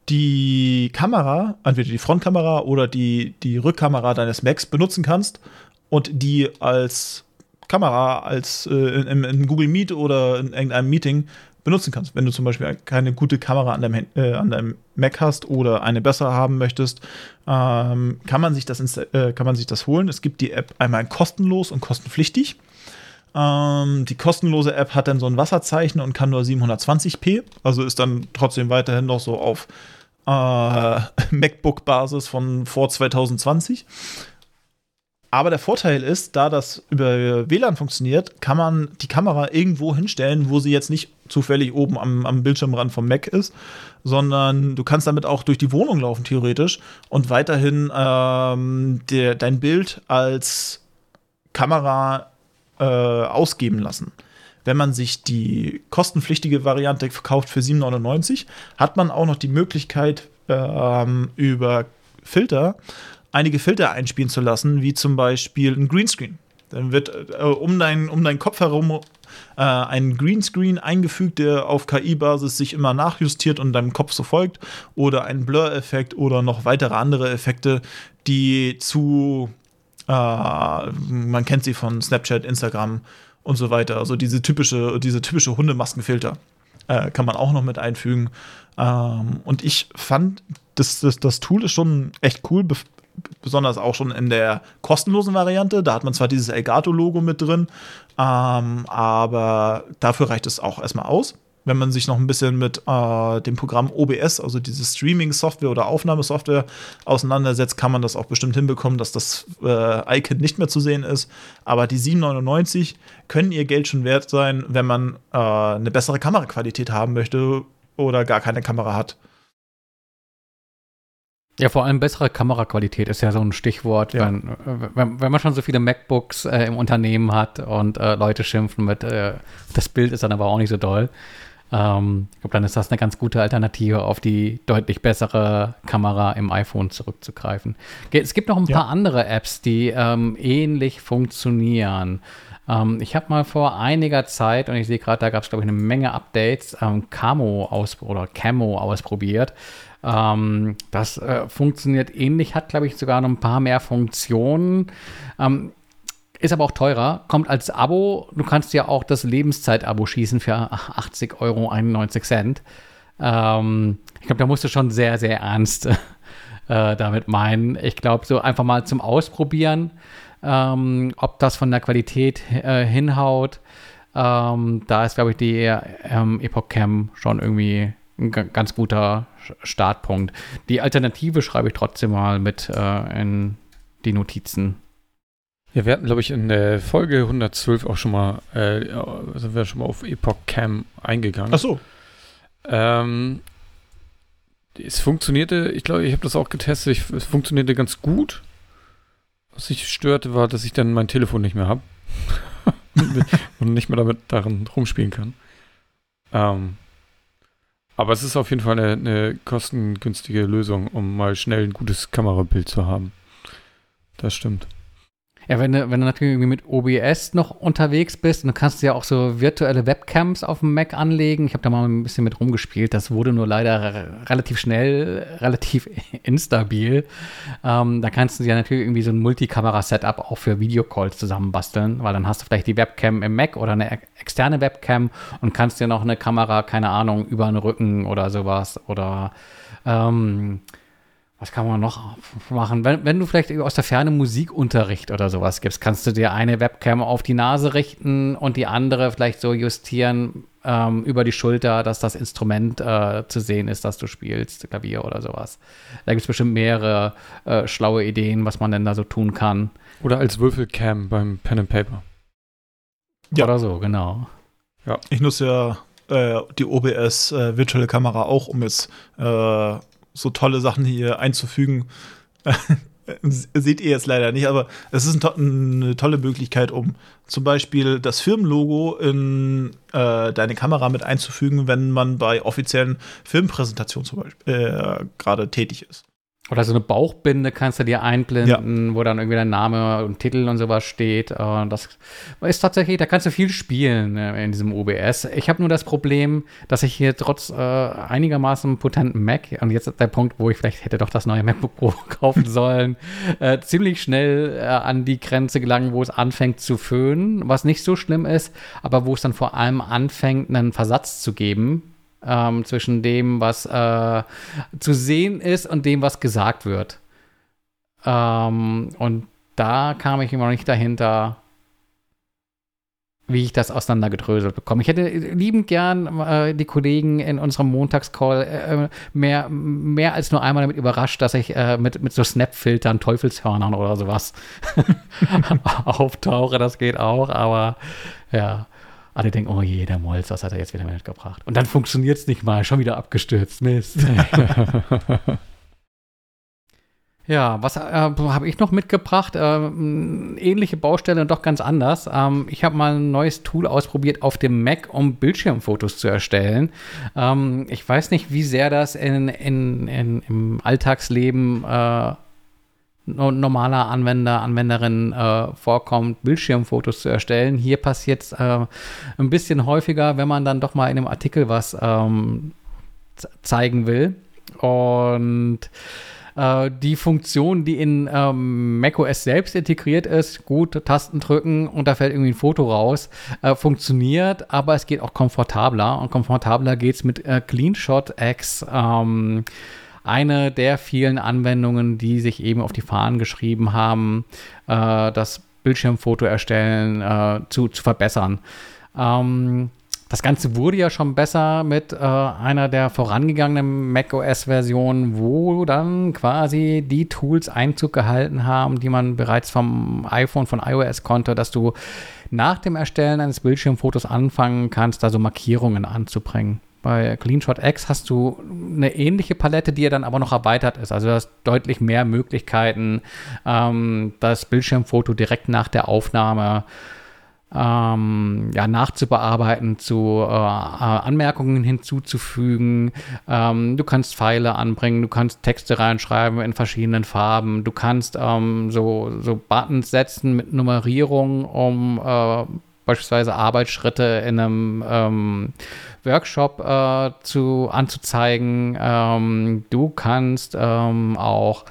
die Kamera, entweder die Frontkamera oder die, die Rückkamera deines Macs benutzen kannst und die als Kamera, als äh, in, in Google Meet oder in irgendeinem Meeting benutzen kannst. Wenn du zum Beispiel keine gute Kamera an deinem, äh, an deinem Mac hast oder eine bessere haben möchtest, ähm, kann man sich das äh, kann man sich das holen. Es gibt die App einmal kostenlos und kostenpflichtig. Ähm, die kostenlose App hat dann so ein Wasserzeichen und kann nur siebenhundertzwanzig p, also ist dann trotzdem weiterhin noch so auf äh, MacBook-Basis von vor zwanzig zwanzig. Aber der Vorteil ist, da das über W L A N funktioniert, kann man die Kamera irgendwo hinstellen, wo sie jetzt nicht zufällig oben am, am Bildschirmrand vom Mac ist, sondern du kannst damit auch durch die Wohnung laufen, theoretisch, und weiterhin ähm, der, dein Bild als Kamera äh, ausgeben lassen. Wenn man sich die kostenpflichtige Variante verkauft für sieben neunundneunzig, hat man auch noch die Möglichkeit, ähm, über Filter einige Filter einspielen zu lassen, wie zum Beispiel ein Greenscreen. Dann wird äh, um, dein, um deinen Kopf herum äh, ein Greenscreen eingefügt, der auf K I-Basis sich immer nachjustiert und deinem Kopf so folgt. Oder ein Blur-Effekt oder noch weitere andere Effekte, die zu, äh, man kennt sie von Snapchat, Instagram und so weiter. Also diese typische, diese typische Hundemaskenfilter äh, kann man auch noch mit einfügen. Ähm, und ich fand, das, das, das Tool ist schon echt cool, bef- besonders auch schon in der kostenlosen Variante. Da hat man zwar dieses Elgato-Logo mit drin, ähm, aber dafür reicht es auch erstmal aus. Wenn man sich noch ein bisschen mit äh, dem Programm O B S, also diese Streaming-Software oder Aufnahmesoftware, auseinandersetzt, kann man das auch bestimmt hinbekommen, dass das äh, Icon nicht mehr zu sehen ist. Aber die sieben neunundneunzig können ihr Geld schon wert sein, wenn man äh, eine bessere Kameraqualität haben möchte oder gar keine Kamera hat. Ja, vor allem bessere Kameraqualität ist ja so ein Stichwort, Ja. wenn, wenn, wenn man schon so viele MacBooks äh, im Unternehmen hat und äh, Leute schimpfen mit, äh, das Bild ist dann aber auch nicht so doll. Ähm, ich glaube, dann ist das eine ganz gute Alternative, auf die deutlich bessere Kamera im iPhone zurückzugreifen. Ge- Es gibt noch ein Ja. paar andere Apps, die ähm, ähnlich funktionieren. Ähm, ich habe mal vor einiger Zeit, und ich sehe gerade, da gab es, glaube ich, eine Menge Updates, ähm, Camo aus oder Camo ausprobiert. Ähm, das äh, funktioniert ähnlich, hat, glaube ich, sogar noch ein paar mehr Funktionen. Ähm, ist aber auch teurer, kommt als Abo. Du kannst ja auch das Lebenszeit-Abo schießen für achtzig Euro einundneunzig Cent. Ähm, ich glaube, da musst du schon sehr, sehr ernst äh, damit meinen. Ich glaube, so einfach mal zum Ausprobieren, ähm, ob das von der Qualität äh, hinhaut. Ähm, da ist, glaube ich, die ähm, Epoch Cam schon irgendwie ein g- ganz guter Startpunkt. Die Alternative schreibe ich trotzdem mal mit äh, in die Notizen. Ja, wir hatten, glaube ich, in der Folge hundertzwölf auch schon mal, äh, sind wir schon mal auf Epoch Cam eingegangen. Ach so. Ähm, es funktionierte, ich glaube, ich habe das auch getestet, ich, es funktionierte ganz gut. Was mich störte, war, dass ich dann mein Telefon nicht mehr habe und nicht mehr damit darin rumspielen kann. Ähm, aber es ist auf jeden Fall eine, eine kostengünstige Lösung, um mal schnell ein gutes Kamerabild zu haben. Das stimmt. Ja, wenn du, wenn du natürlich irgendwie mit O B S noch unterwegs bist, dann kannst du ja auch so virtuelle Webcams auf dem Mac anlegen. Ich habe da mal ein bisschen mit rumgespielt. Das wurde nur leider re- relativ schnell, relativ instabil. Ähm, da kannst du ja natürlich irgendwie so ein Multikamera-Setup auch für Videocalls zusammenbasteln, weil dann hast du vielleicht die Webcam im Mac oder eine ex- externe Webcam und kannst dir noch eine Kamera, keine Ahnung, über den Rücken oder sowas oder ähm, was kann man noch machen? Wenn, wenn du vielleicht aus der Ferne Musikunterricht oder sowas gibst, kannst du dir eine Webcam auf die Nase richten und die andere vielleicht so justieren ähm, über die Schulter, dass das Instrument äh, zu sehen ist, das du spielst, Klavier oder sowas. Da gibt es bestimmt mehrere äh, schlaue Ideen, was man denn da so tun kann. Oder als Würfelcam beim Pen and Paper. Ja. Oder so, genau. Ich nutze ja äh, die O B S äh, virtuelle Kamera auch, um jetzt äh, so tolle Sachen hier einzufügen. Seht ihr jetzt leider nicht, aber es ist ein to- eine tolle Möglichkeit, um zum Beispiel das Firmenlogo in äh, deine Kamera mit einzufügen, wenn man bei offiziellen Filmpräsentationen zum Beispiel äh, gerade tätig ist. Oder so eine Bauchbinde kannst du dir einblenden, ja. wo dann irgendwie dein Name und Titel und sowas steht. Das ist tatsächlich, da kannst du viel spielen in diesem O B S. Ich habe nur das Problem, dass ich hier trotz äh, einigermaßen potenten Mac, und jetzt ist der Punkt, wo ich vielleicht hätte doch das neue MacBook Pro kaufen sollen, äh, ziemlich schnell äh, an die Grenze gelangen, wo es anfängt zu föhnen, was nicht so schlimm ist, aber wo es dann vor allem anfängt, einen Versatz zu geben. Ähm, zwischen dem, was äh, zu sehen ist und dem, was gesagt wird. Ähm, und da kam ich immer noch nicht dahinter, wie ich das auseinandergedröselt bekomme. Ich hätte liebend gern äh, die Kollegen in unserem Montagscall äh, mehr, mehr als nur einmal damit überrascht, dass ich äh, mit, mit so Snap-Filtern, Teufelshörnern oder sowas auftauche. Das geht auch, aber ja. Alle denken, oh je, der Molz, was hat er jetzt wieder mitgebracht? Und dann funktioniert es nicht mal, schon wieder abgestürzt, Mist. Ja, was äh, habe ich noch mitgebracht? Ähm, ähnliche Baustelle und doch ganz anders. Ähm, ich habe mal ein neues Tool ausprobiert auf dem Mac, um Bildschirmfotos zu erstellen. Ähm, ich weiß nicht, wie sehr das in, in, in, im Alltagsleben äh, normaler Anwender, Anwenderin äh, vorkommt, Bildschirmfotos zu erstellen. Hier passiert es äh, ein bisschen häufiger, wenn man dann doch mal in einem Artikel was ähm, z- zeigen will. Und äh, die Funktion, die in ähm, macOS selbst integriert ist, gut, Tasten drücken und da fällt irgendwie ein Foto raus, äh, funktioniert, aber es geht auch komfortabler. Und komfortabler geht es mit äh, CleanShot X, ähm, eine der vielen Anwendungen, die sich eben auf die Fahnen geschrieben haben, äh, das Bildschirmfoto erstellen äh, zu, zu verbessern. Ähm, das Ganze wurde ja schon besser mit äh, einer der vorangegangenen macOS-Versionen, wo dann quasi die Tools Einzug gehalten haben, die man bereits vom iPhone, von iOS konnte, dass du nach dem Erstellen eines Bildschirmfotos anfangen kannst, da so Markierungen anzubringen. Bei CleanShot X hast du eine ähnliche Palette, die ja dann aber noch erweitert ist. Also du hast deutlich mehr Möglichkeiten, ähm, das Bildschirmfoto direkt nach der Aufnahme ähm, ja, nachzubearbeiten, zu äh, Anmerkungen hinzuzufügen. Ähm, du kannst Pfeile anbringen, du kannst Texte reinschreiben in verschiedenen Farben. Du kannst ähm, so, so Buttons setzen mit Nummerierung, um äh, beispielsweise Arbeitsschritte in einem ähm, Workshop äh, zu, anzuzeigen. Ähm, du kannst ähm, auch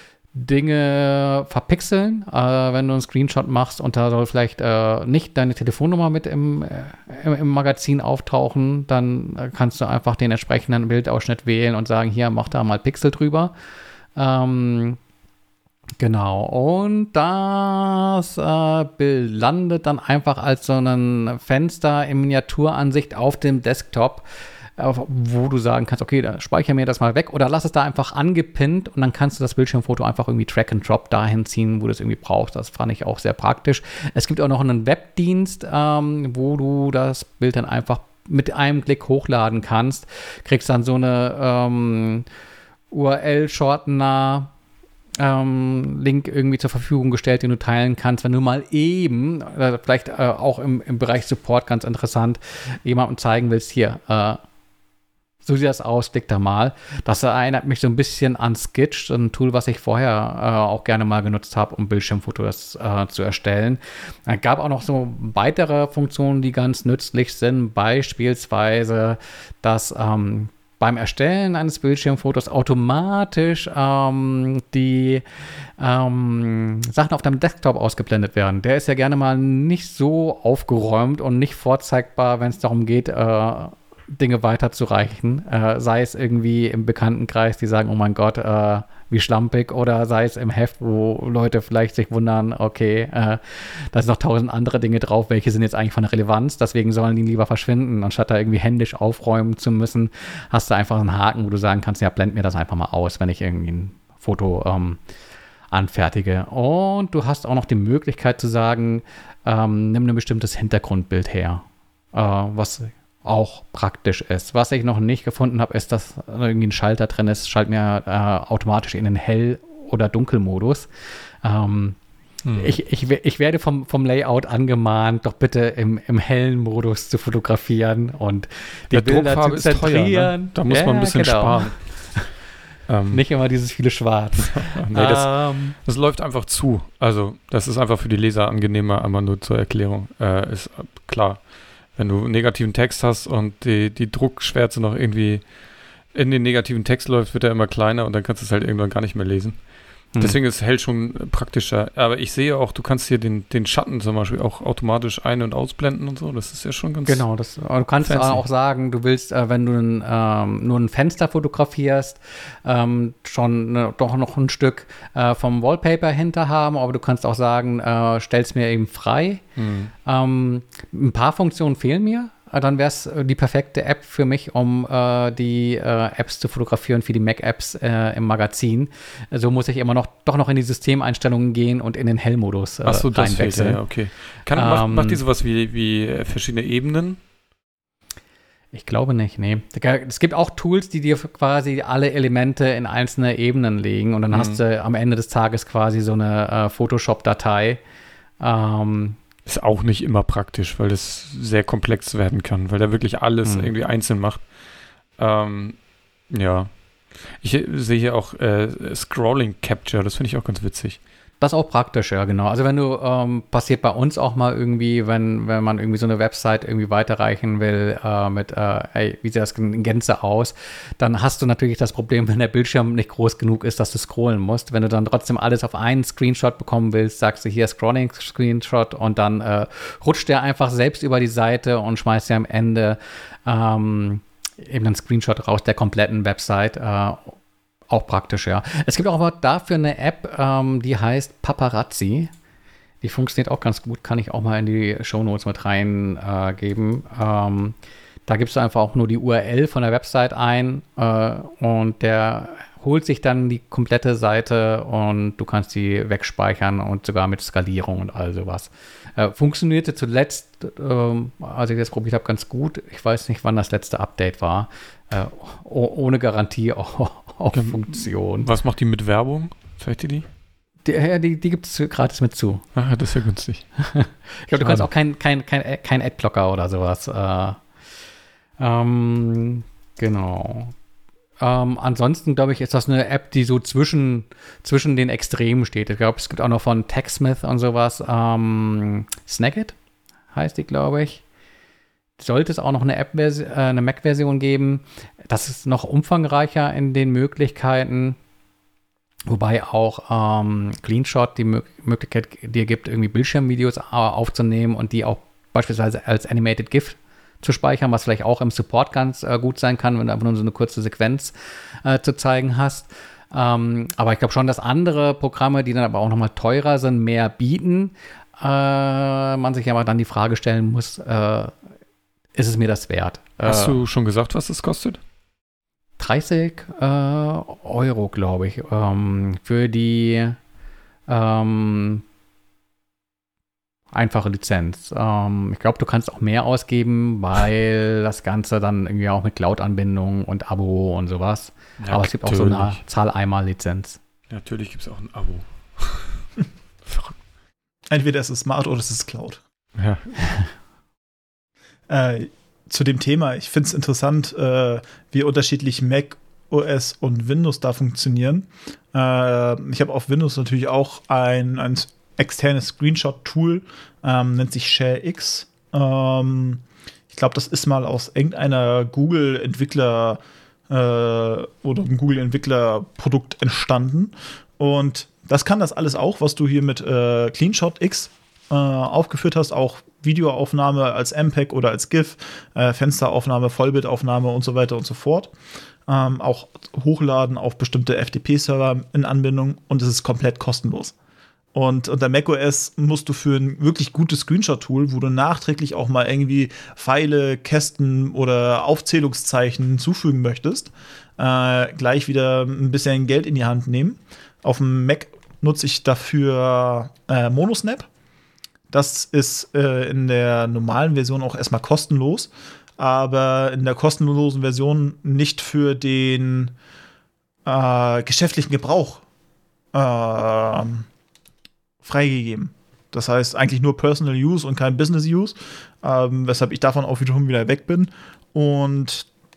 Dinge verpixeln, äh, wenn du einen Screenshot machst und da soll vielleicht äh, nicht deine Telefonnummer mit im, äh, im, im Magazin auftauchen, dann äh, kannst du einfach den entsprechenden Bildausschnitt wählen und sagen, hier, mach da mal Pixel drüber. Ähm, Genau, und das äh, Bild landet dann einfach als so ein Fenster in Miniaturansicht auf dem Desktop, äh, wo du sagen kannst, okay, dann speichere mir das mal weg oder lass es da einfach angepinnt und dann kannst du das Bildschirmfoto einfach irgendwie Drag and Drop dahin ziehen, wo du es irgendwie brauchst. Das fand ich auch sehr praktisch. Es gibt auch noch einen Webdienst, ähm, wo du das Bild dann einfach mit einem Klick hochladen kannst. Kriegst dann so eine ähm, U R L-Shortener Ähm, Link irgendwie zur Verfügung gestellt, den du teilen kannst, wenn du mal eben, äh, vielleicht äh, auch im, im Bereich Support ganz interessant, jemandem zeigen willst, hier, äh, so sieht das aus, klick da mal. Das erinnert mich so ein bisschen an Skitch, ein Tool, was ich vorher äh, auch gerne mal genutzt habe, um Bildschirmfotos äh, zu erstellen. Es gab auch noch so weitere Funktionen, die ganz nützlich sind, beispielsweise, dass ähm, beim Erstellen eines Bildschirmfotos automatisch ähm, die ähm, Sachen auf deinem Desktop ausgeblendet werden. Der ist ja gerne mal nicht so aufgeräumt und nicht vorzeigbar, wenn es darum geht, äh, Dinge weiterzureichen. Äh, sei es irgendwie im Bekanntenkreis, die sagen, oh mein Gott, äh, wie schlampig, oder sei es im Heft, wo Leute vielleicht sich wundern, okay, äh, da sind noch tausend andere Dinge drauf, welche sind jetzt eigentlich von Relevanz, deswegen sollen die lieber verschwinden, anstatt da irgendwie händisch aufräumen zu müssen, hast du einfach einen Haken, wo du sagen kannst, ja, blend mir das einfach mal aus, wenn ich irgendwie ein Foto ähm, anfertige. Und du hast auch noch die Möglichkeit zu sagen, ähm, nimm ein bestimmtes Hintergrundbild her, äh, was auch praktisch ist. Was ich noch nicht gefunden habe, ist, dass irgendwie ein Schalter drin ist, schaltet mir äh, automatisch in den Hell- oder Dunkelmodus. Ähm, hm. ich, ich, ich werde vom, vom Layout angemahnt, doch bitte im, im hellen Modus zu fotografieren und die Der Bilder Druckfarbe zu ist teuer, ne? Da muss ja, man ein bisschen genau. sparen. Ähm, Nicht immer dieses viele Schwarz. nee, das, ähm, das läuft einfach zu. Also, das ist einfach für die Leser angenehmer, aber nur zur Erklärung. Äh, ist äh, klar, wenn du negativen Text hast und die, die Druckschwärze noch irgendwie in den negativen Text läuft, wird er immer kleiner und dann kannst du es halt irgendwann gar nicht mehr lesen. Hm. Deswegen ist Hell schon praktischer. Aber ich sehe auch, du kannst hier den, den Schatten zum Beispiel auch automatisch ein- und ausblenden und so. Das ist ja schon ganz Genau, das, du kannst fancy. auch sagen, du willst, äh, wenn du ein, ähm, nur ein Fenster fotografierst, ähm, schon ne, doch noch ein Stück äh, vom Wallpaper hinter haben, aber du kannst auch sagen, äh, stell's mir eben frei. Mhm. Ähm, ein paar Funktionen fehlen mir. Äh, Dann wäre es die perfekte App für mich, um äh, die äh, Apps zu fotografieren für die Mac-Apps äh, im Magazin. So muss ich immer noch doch noch in die Systemeinstellungen gehen und in den Hell-Modus äh, Ach so, das fehlt, reinwechseln. ja, okay. Kann, macht, Ähm, macht die sowas wie, wie verschiedene Ebenen? Ich glaube nicht, nee. Es gibt auch Tools, die dir quasi alle Elemente in einzelne Ebenen legen und dann Mhm. hast du am Ende des Tages quasi so eine äh, Photoshop-Datei. Ähm, Ist auch nicht immer praktisch, weil das sehr komplex werden kann, weil der wirklich alles Hm. irgendwie einzeln macht. Ähm, ja. Ich äh, sehe hier auch äh, Scrolling Capture, das finde ich auch ganz witzig. Das ist auch praktisch, ja, genau. Also wenn du, ähm, passiert bei uns auch mal irgendwie, wenn, wenn man irgendwie so eine Website irgendwie weiterreichen will äh, mit, äh, ey, wie sieht das in Gänze aus, dann hast du natürlich das Problem, wenn der Bildschirm nicht groß genug ist, dass du scrollen musst. Wenn du dann trotzdem alles auf einen Screenshot bekommen willst, sagst du hier Scrolling-Screenshot und dann äh, rutscht der einfach selbst über die Seite und schmeißt dir am Ende ähm, eben einen Screenshot raus der kompletten Website. Äh, Auch praktisch, ja. Es gibt auch aber dafür eine App, ähm, die heißt Paparazzi. Die funktioniert auch ganz gut, kann ich auch mal in die Shownotes mit reingeben. Äh, ähm, da gibst du einfach auch nur die U R L von der Website ein äh, und der holt sich dann die komplette Seite und du kannst die wegspeichern und sogar mit Skalierung und all sowas. Äh, funktionierte zuletzt, ähm, als ich das probiert habe, ganz gut. Ich weiß nicht, wann das letzte Update war. Äh, oh, ohne Garantie auf Okay. Funktion. Was macht die mit Werbung? Zeigt ihr die? Die, ja, die, die gibt es gratis mit zu. Ah, das ist ja günstig. Ich glaube, du kannst auch kein, kein, kein, kein Adblocker oder sowas. Äh, ähm, genau. Ähm, ansonsten, glaube ich, ist das eine App, die so zwischen, zwischen den Extremen steht. Ich glaube, es gibt auch noch von TechSmith und sowas. Ähm, Snagit heißt die, glaube ich. Sollte es auch noch eine App, äh, eine Mac-Version geben. Das ist noch umfangreicher in den Möglichkeiten. Wobei auch ähm, CleanShot die Mö- Möglichkeit dir gibt, irgendwie Bildschirmvideos äh, aufzunehmen und die auch beispielsweise als Animated GIF zu speichern, was vielleicht auch im Support ganz äh, gut sein kann, wenn du einfach nur so eine kurze Sequenz äh, zu zeigen hast. Ähm, aber ich glaube schon, dass andere Programme, die dann aber auch nochmal teurer sind, mehr bieten. Äh, man sich aber dann die Frage stellen muss, äh, ist es mir das wert? Hast äh, du schon gesagt, was das kostet? dreißig äh, Euro, glaube ich, ähm, für die ähm, einfache Lizenz. Ähm, ich glaube, du kannst auch mehr ausgeben, weil das Ganze dann irgendwie auch mit Cloud-Anbindung und Abo und sowas. Ja, aber es gibt auch so eine natürlich. Zahl-Einmal-Lizenz. Natürlich gibt es auch ein Abo. Verrückt. Entweder es ist Smart oder es ist Cloud. Ja. Äh, zu dem Thema, ich finde es interessant, äh, wie unterschiedlich Mac O S und Windows da funktionieren. Äh, ich habe auf Windows natürlich auch ein, ein externes Screenshot-Tool, ähm, nennt sich ShareX. Ähm, ich glaube, das ist mal aus irgendeiner Google-Entwickler äh, oder einem Google-Entwickler-Produkt entstanden. Und das kann das alles auch, was du hier mit äh, CleanShot X äh, aufgeführt hast, auch Videoaufnahme als M P E G oder als GIF, äh, Fensteraufnahme, Vollbildaufnahme und so weiter und so fort. Ähm, auch hochladen auf bestimmte F T P-Server in Anbindung und es ist komplett kostenlos. Und unter macOS musst du für ein wirklich gutes Screenshot-Tool, wo du nachträglich auch mal irgendwie Pfeile, Kästen oder Aufzählungszeichen hinzufügen möchtest, äh, gleich wieder ein bisschen Geld in die Hand nehmen. Auf dem Mac nutze ich dafür äh, Monosnap. Das ist äh, in der normalen Version auch erstmal kostenlos, aber in der kostenlosen Version nicht für den äh, geschäftlichen Gebrauch äh, freigegeben. Das heißt eigentlich nur Personal Use und kein Business Use, ähm, weshalb ich davon auch wiederum wieder weg bin. Und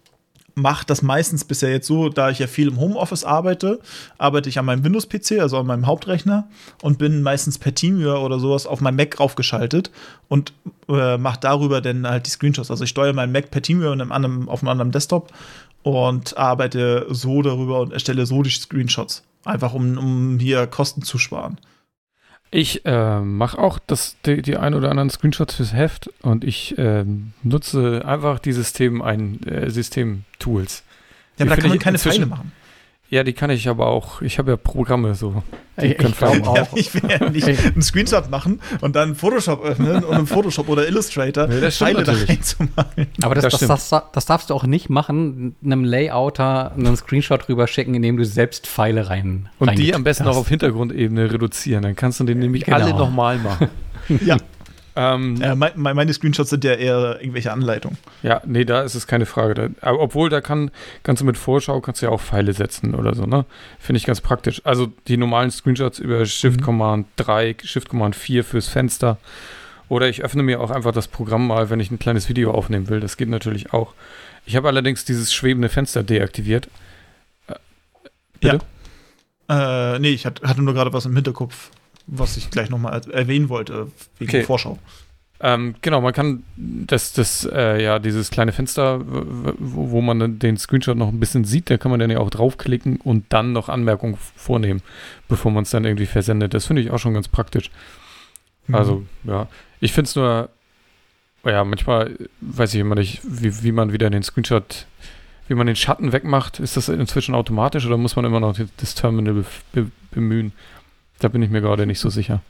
mache das meistens bisher jetzt so, da ich ja viel im Homeoffice arbeite, arbeite ich an meinem Windows-P C, also an meinem Hauptrechner und bin meistens per TeamViewer oder sowas auf meinem Mac raufgeschaltet und äh, mache darüber dann halt die Screenshots. Also ich steuere meinen Mac per TeamViewer und einem anderen, auf einem anderen Desktop und arbeite so darüber und erstelle so die Screenshots. Einfach um, um hier Kosten zu sparen. Ich äh, mache auch das, die, die ein oder anderen Screenshots fürs Heft und ich äh, nutze einfach die System ein, äh, System-Tools. Ja, aber da kann man keine inzwischen- Pfeile machen. Ja, die kann ich aber auch. Ich habe ja Programme so. Die Ich, können ich glaube Pfeile. Ja, auch. ich will ja nicht einen Screenshot machen und dann Photoshop öffnen und im Photoshop oder Illustrator Nee, das stimmt Pfeile da natürlich. reinzumalen. Aber das, Das das, das, das darfst du auch nicht machen, einem Layouter einen Screenshot rüber schicken, indem du selbst Pfeile rein Und die am besten auch hast. auf Hintergrundebene reduzieren. Dann kannst du den nämlich Genau. alle nochmal machen. Ja, ähm, äh, mein, meine Screenshots sind ja eher irgendwelche Anleitungen. Ja, nee, da ist es keine Frage. Da, aber obwohl, da kann, kannst du mit Vorschau, kannst du ja auch Pfeile setzen oder so, ne? Finde ich ganz praktisch. Also die normalen Screenshots über Shift Mhm. Command drei, Shift Command vier fürs Fenster. Oder ich öffne mir auch einfach das Programm mal, wenn ich ein kleines Video aufnehmen will. Das geht natürlich auch. Ich habe allerdings dieses schwebende Fenster deaktiviert. Äh, bitte? Ja. Äh, nee, ich hatte hatte nur gerade was im Hinterkopf, was ich gleich nochmal erwähnen wollte, wegen Okay. der Vorschau. Ähm, genau, man kann das, das äh, ja, dieses kleine Fenster, w- w- wo, wo man dann den Screenshot noch ein bisschen sieht, da kann man dann ja auch draufklicken und dann noch Anmerkungen f- vornehmen, bevor man es dann irgendwie versendet. Das finde ich auch schon ganz praktisch. Mhm. Also, ja, ich finde es nur, ja, manchmal weiß ich immer nicht, wie, wie man wieder den Screenshot, wie man den Schatten wegmacht. Ist das inzwischen automatisch oder muss man immer noch das Terminal be be bemühen? Da bin ich mir gerade nicht so sicher.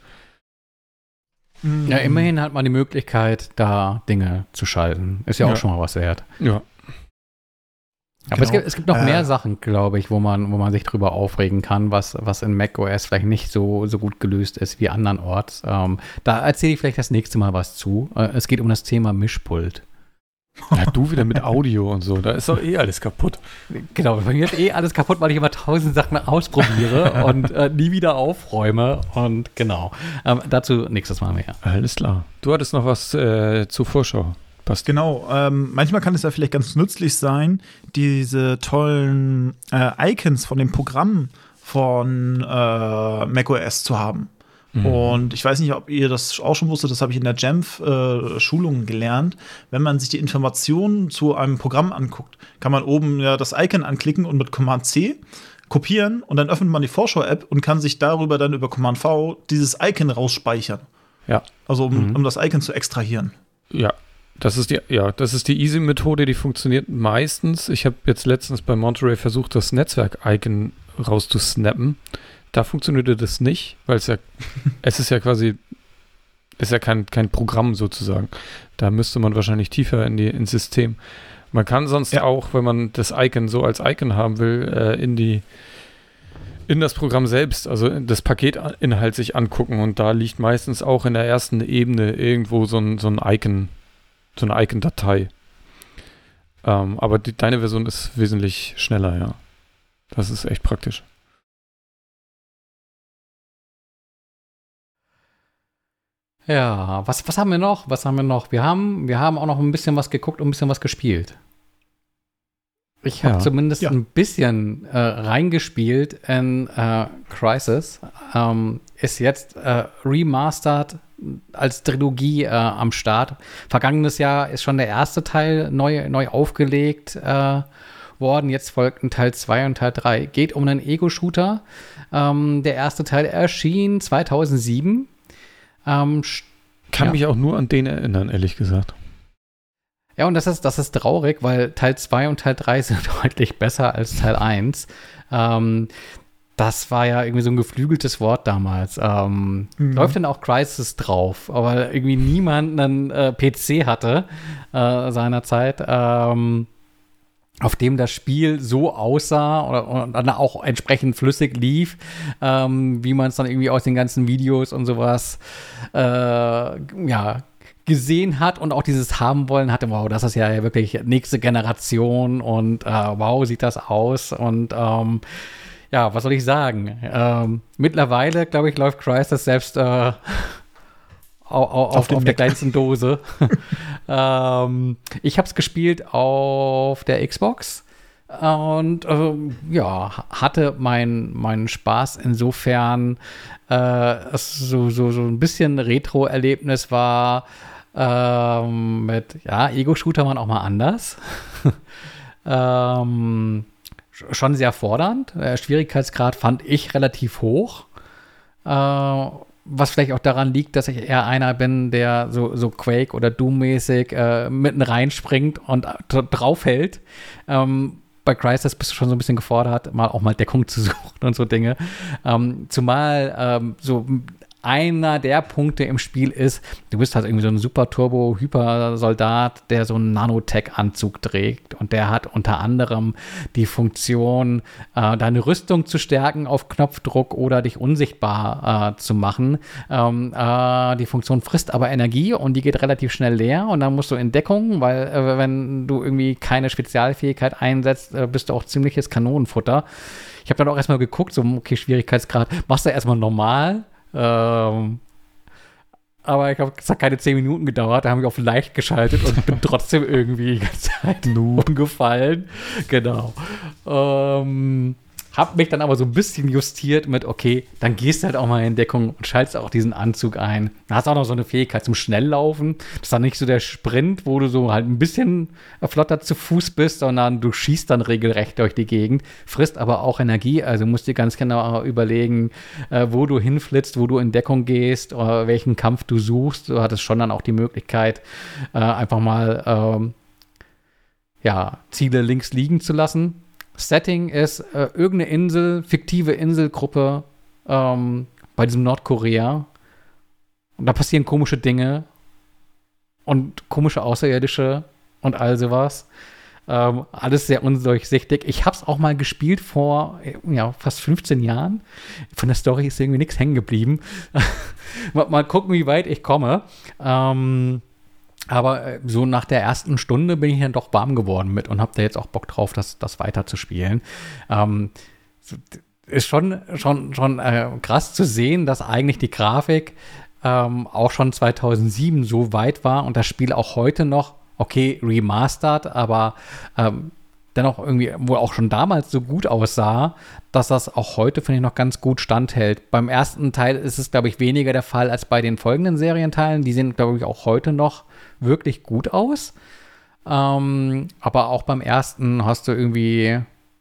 Mhm. Ja, immerhin hat man die Möglichkeit, da Dinge zu schalten. Ist ja, Ja. auch schon mal was wert. Ja. Aber Genau. es, gibt, es gibt noch Äh. mehr Sachen, glaube ich, wo man, wo man sich drüber aufregen kann, was, was in macOS vielleicht nicht so, so gut gelöst ist wie andernorts. Ähm, da erzähle ich vielleicht das nächste Mal was zu. Äh, es geht um das Thema Mischpult. Ja, du wieder mit Audio und so, da ist doch eh alles kaputt. Genau, bei mir ist eh alles kaputt, weil ich immer tausend Sachen ausprobiere und äh, nie wieder aufräume. Und genau, ähm, dazu nächstes Mal mehr. Alles klar. Du hattest noch was äh, zur Vorschau. Passt. Genau, ähm, manchmal kann es ja vielleicht ganz nützlich sein, diese tollen äh, Icons von den Programmen von äh, macOS zu haben. Mhm. Und ich weiß nicht, ob ihr das auch schon wusstet, das habe ich in der Jamf-Schulung gelernt. Wenn man sich die Informationen zu einem Programm anguckt, kann man oben ja das Icon anklicken und mit Command C kopieren und dann öffnet man die Vorschau-App und kann sich darüber dann über Command V dieses Icon rausspeichern. Ja. Also um, Mhm. um das Icon zu extrahieren. Ja. Das ist die, ja, das ist die Easy-Methode, die funktioniert meistens. Ich habe jetzt letztens bei Monterey versucht, das Netzwerk-Icon rauszusnappen. Da funktionierte das nicht, weil es ja, es ist ja quasi, ist ja kein, kein Programm sozusagen. Da müsste man wahrscheinlich tiefer in die, ins System. Man kann sonst Ja. auch, wenn man das Icon so als Icon haben will, äh, in die, in das Programm selbst, also das Paketinhalt sich angucken und da liegt meistens auch in der ersten Ebene irgendwo so ein, so ein Icon, so eine Icon-Datei. Ähm, aber die, deine Version ist wesentlich schneller, ja. Das ist echt praktisch. Ja, was, was haben wir noch? Was haben wir noch? Wir haben, wir haben auch noch ein bisschen was geguckt und ein bisschen was gespielt. Ich habe Ja. zumindest Ja. ein bisschen äh, reingespielt in äh, Crysis. Ähm, ist jetzt äh, remastered als Trilogie äh, am Start. Vergangenes Jahr ist schon der erste Teil neu, neu aufgelegt äh, worden. Jetzt folgten Teil zwei und Teil drei. Geht um einen Ego-Shooter. Ähm, der erste Teil erschien zweitausendsieben. Ähm, Kann Ja. mich auch nur an den erinnern, ehrlich gesagt. Ja, und das ist, das ist traurig, weil Teil zwei und Teil drei sind deutlich besser als Teil eins. Ähm, das war ja irgendwie so ein geflügeltes Wort damals. Ähm, Mhm. Läuft denn auch Crysis drauf, aber irgendwie niemand einen äh, P C hatte äh, seinerzeit, ähm, auf dem das Spiel so aussah oder, und dann auch entsprechend flüssig lief, ähm, wie man es dann irgendwie aus den ganzen Videos und sowas äh, ja, gesehen hat und auch dieses haben wollen hatte, wow, das ist ja wirklich nächste Generation und äh, wow, sieht das aus und ähm, ja, was soll ich sagen? Ähm, mittlerweile, glaube ich, läuft Crysis selbst äh, au, au, auf, Auf dem auf der Mac. kleinsten Dose. ähm, ich habe es gespielt auf der Xbox. Und ähm, ja, hatte meinen mein Spaß insofern, äh, es so, so, so ein bisschen Retro-Erlebnis war ähm, mit, ja, Ego-Shooter waren auch mal anders. ähm, schon sehr fordernd. Der Schwierigkeitsgrad fand ich relativ hoch. Äh, was vielleicht auch daran liegt, dass ich eher einer bin, der so, so Quake- oder Doom-mäßig äh, mitten reinspringt und d- draufhält. Ähm, bei Crysis bist du schon so ein bisschen gefordert, mal auch mal Deckung zu suchen und so Dinge. Ähm, zumal ähm, so einer der Punkte im Spiel ist, du bist halt irgendwie so ein Super-Turbo-Hyper-Soldat, der so einen Nanotech-Anzug trägt und der hat unter anderem die Funktion, äh, deine Rüstung zu stärken auf Knopfdruck oder dich unsichtbar äh, zu machen. Ähm, äh, die Funktion frisst aber Energie und die geht relativ schnell leer und dann musst du in Deckung, weil äh, wenn du irgendwie keine Spezialfähigkeit einsetzt, äh, bist du auch ziemliches Kanonenfutter. Ich habe dann auch erstmal geguckt, so okay, Schwierigkeitsgrad, machst du erstmal normal. Ähm, aber ich glaube, es hat keine zehn Minuten gedauert. Da haben wir auf leicht geschaltet und bin trotzdem irgendwie die ganze Zeit umgefallen. Genau. Ähm, hab mich dann aber so ein bisschen justiert mit, okay, dann gehst du halt auch mal in Deckung und schaltest auch diesen Anzug ein. Dann hast du auch noch so eine Fähigkeit zum Schnelllaufen. Das ist dann nicht so der Sprint, wo du so halt ein bisschen flotter zu Fuß bist, sondern du schießt dann regelrecht durch die Gegend, frisst aber auch Energie. Also musst dir ganz genau überlegen, äh, wo du hinflitzt, wo du in Deckung gehst, oder welchen Kampf du suchst. Du hattest schon dann auch die Möglichkeit, äh, einfach mal ähm, ja, Ziele links liegen zu lassen. Setting ist äh, irgendeine Insel, fiktive Inselgruppe ähm, bei diesem Nordkorea. Und da passieren komische Dinge und komische Außerirdische und all sowas. Ähm, alles sehr undurchsichtig. Ich habe es auch mal gespielt vor ja, fast fünfzehn Jahren. Von der Story ist irgendwie nichts hängen geblieben. mal, mal gucken, wie weit ich komme. Ähm, Aber so nach der ersten Stunde bin ich dann doch warm geworden mit und habe da jetzt auch Bock drauf, das, das weiter zu spielen. Ähm, ist schon, schon, schon äh, krass zu sehen, dass eigentlich die Grafik ähm, auch schon zweitausendsieben so weit war und das Spiel auch heute noch, okay, remastered, aber ähm, dennoch irgendwie wohl auch schon damals so gut aussah, dass das auch heute, finde ich, noch ganz gut standhält. Beim ersten Teil ist es, glaube ich, weniger der Fall als bei den folgenden Serienteilen. Die sehen, glaube ich, auch heute noch wirklich gut aus. Ähm, aber auch beim ersten hast du irgendwie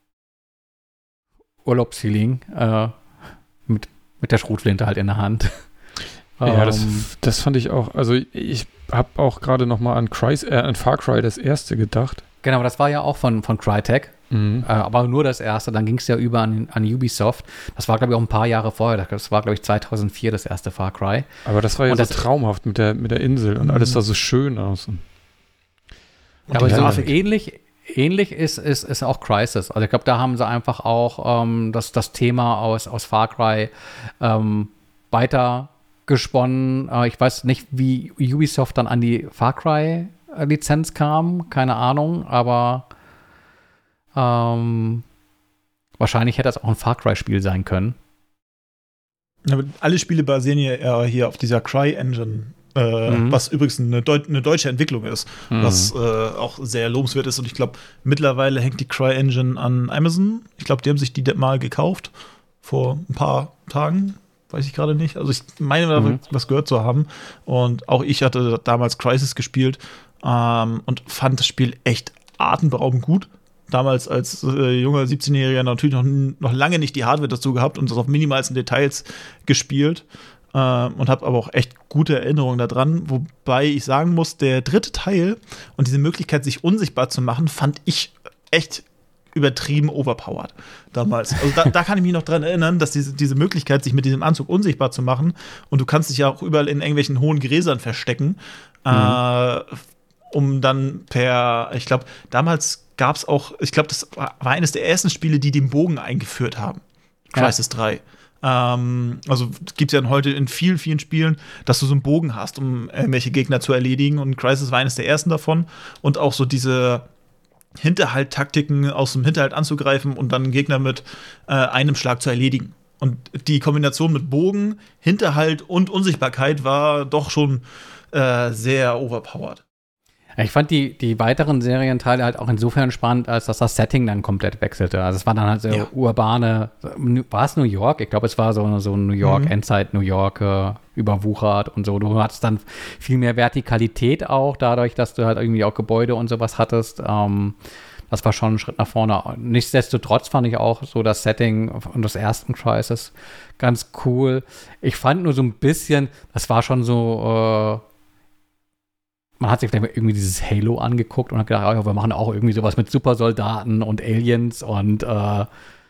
Urlaubsfeeling äh, mit, mit der Schrotflinte halt in der Hand. Ja, das, Ähm, das fand ich auch. Also ich habe auch gerade noch mal an, Cry, äh, an Far Cry das erste gedacht. Genau, das war ja auch von, von Crytek. Mhm. Äh, aber nur das erste, dann ging es ja über an, an Ubisoft. Das war, glaube ich, auch ein paar Jahre vorher. Das war, glaube ich, zweitausendvier das erste Far Cry. Aber das war ja Und so das- traumhaft mit der, mit der Insel und Mhm. alles sah so schön aus. Und Und aber die so Grafik. ähnlich, ähnlich ist, ist, ist auch Crysis. Also ich glaube, da haben sie einfach auch ähm, das, das Thema aus, aus Far Cry ähm, weiter gesponnen. Äh, ich weiß nicht, wie Ubisoft dann an die Far Cry-Lizenz kam. Keine Ahnung, aber ähm, wahrscheinlich hätte das auch ein Far Cry-Spiel sein können. Aber alle Spiele basieren ja eher hier auf dieser Cry-Engine, äh, Mhm. was übrigens eine, Deu eine deutsche Entwicklung ist, Mhm. was äh, auch sehr lobenswert ist. Und ich glaube, mittlerweile hängt die Cry-Engine an Amazon. Ich glaube, die haben sich die mal gekauft vor ein paar Tagen. Weiß ich gerade nicht. Also ich meine, da Mhm. was gehört zu haben. Und auch ich hatte damals Crysis gespielt ähm, und fand das Spiel echt atemberaubend gut. Damals als äh, junger siebzehnjähriger natürlich noch, noch lange nicht die Hardware dazu gehabt und das auf minimalsten Details gespielt. Ähm, und habe aber auch echt gute Erinnerungen daran. Wobei ich sagen muss, der dritte Teil und diese Möglichkeit, sich unsichtbar zu machen, fand ich echt übertrieben overpowered damals. Also da, da kann ich mich noch dran erinnern, dass diese, diese Möglichkeit, sich mit diesem Anzug unsichtbar zu machen und du kannst dich ja auch überall in irgendwelchen hohen Gräsern verstecken, mhm. äh, um dann per, ich glaube, damals gab es auch, ich glaube, das war eines der ersten Spiele, die den Bogen eingeführt haben. Crysis ja. drei. Ähm, also gibt es ja heute in vielen, vielen Spielen, dass du so einen Bogen hast, um irgendwelche Gegner zu erledigen und Crysis war eines der ersten davon und auch so diese Hinterhalt-Taktiken aus dem Hinterhalt anzugreifen und dann einen Gegner mit äh, einem Schlag zu erledigen. Und die Kombination mit Bogen, Hinterhalt und Unsichtbarkeit war doch schon äh, sehr overpowered. Ich fand die, die weiteren Serienteile halt auch insofern spannend, als dass das Setting dann komplett wechselte. Also es war dann halt so Ja. urbane, war es New York? Ich glaube, es war so, so New York, Mhm. Endzeit New York, äh, überwuchert und so. Du hattest dann viel mehr Vertikalität auch, dadurch, dass du halt irgendwie auch Gebäude und sowas hattest. Ähm, das war schon ein Schritt nach vorne. Nichtsdestotrotz fand ich auch so das Setting und das ersten Crisis ganz cool. Ich fand nur so ein bisschen, das war schon so, äh, man hat sich vielleicht mal irgendwie dieses Halo angeguckt und hat gedacht, oh, wir machen auch irgendwie sowas mit Supersoldaten und Aliens und äh,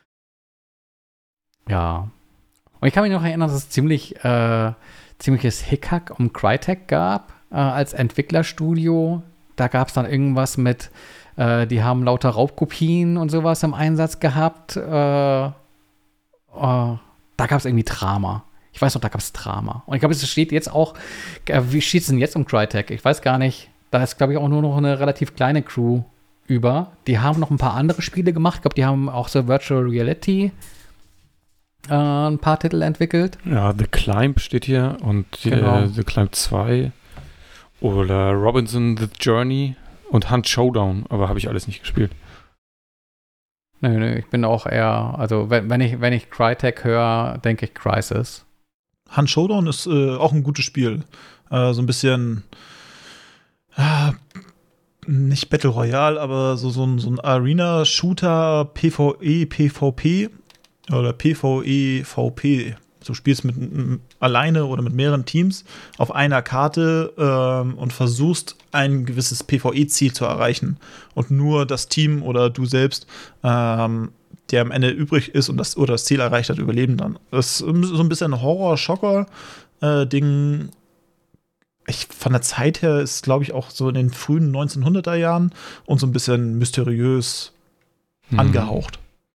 ja. Und ich kann mich noch erinnern, dass es ziemlich äh, ziemliches Hickhack um Crytek gab äh, als Entwicklerstudio. Da gab es dann irgendwas mit, äh, die haben lauter Raubkopien und sowas im Einsatz gehabt. Äh, äh, da gab es irgendwie Drama. Ich weiß noch, da gab es Drama. Und ich glaube, es steht jetzt auch, äh, wie steht es denn jetzt um Crytek? Ich weiß gar nicht. Da ist, glaube ich, auch nur noch eine relativ kleine Crew über. Die haben noch ein paar andere Spiele gemacht. Ich glaube, die haben auch so Virtual Reality äh, ein paar Titel entwickelt. Ja, The Climb steht hier und Genau. äh, The Climb zwei oder Robinson The Journey und Hunt Showdown, aber habe ich alles nicht gespielt. Nö, nö, ich bin auch eher, also wenn, wenn ich, wenn ich Crytek höre, denke ich Crysis. Hunt Showdown ist äh, auch ein gutes Spiel. Äh, so ein bisschen äh, nicht Battle Royale, aber so, so ein, so ein Arena-Shooter, PvE, PvP oder PvE-VP. Du spielst mit m, alleine oder mit mehreren Teams auf einer Karte ähm, und versuchst ein gewisses PvE-Ziel zu erreichen. Und nur das Team oder du selbst, ähm, der am Ende übrig ist und das oder das Ziel erreicht hat, überleben dann. Das ist so ein bisschen ein Horror-Schocker-Ding. Ich, von der Zeit her ist, glaube ich, auch so in den frühen neunzehnhunderter Jahren und so ein bisschen mysteriös Hm. angehaucht.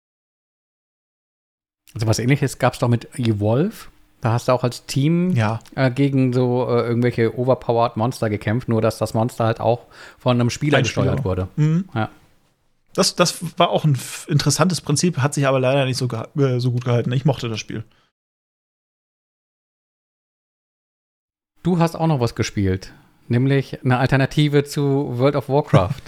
Also was ähnliches gab es doch mit Evolve. Da hast du auch als Team Ja. äh, gegen so äh, irgendwelche overpowered Monster gekämpft, nur dass das Monster halt auch von einem Spieler Ein gesteuert Spieler. wurde. Mhm. Ja. Das, das war auch ein f- interessantes Prinzip, hat sich aber leider nicht so, geha- äh, so gut gehalten. Ich mochte das Spiel. Du hast auch noch was gespielt, nämlich eine Alternative zu World of Warcraft.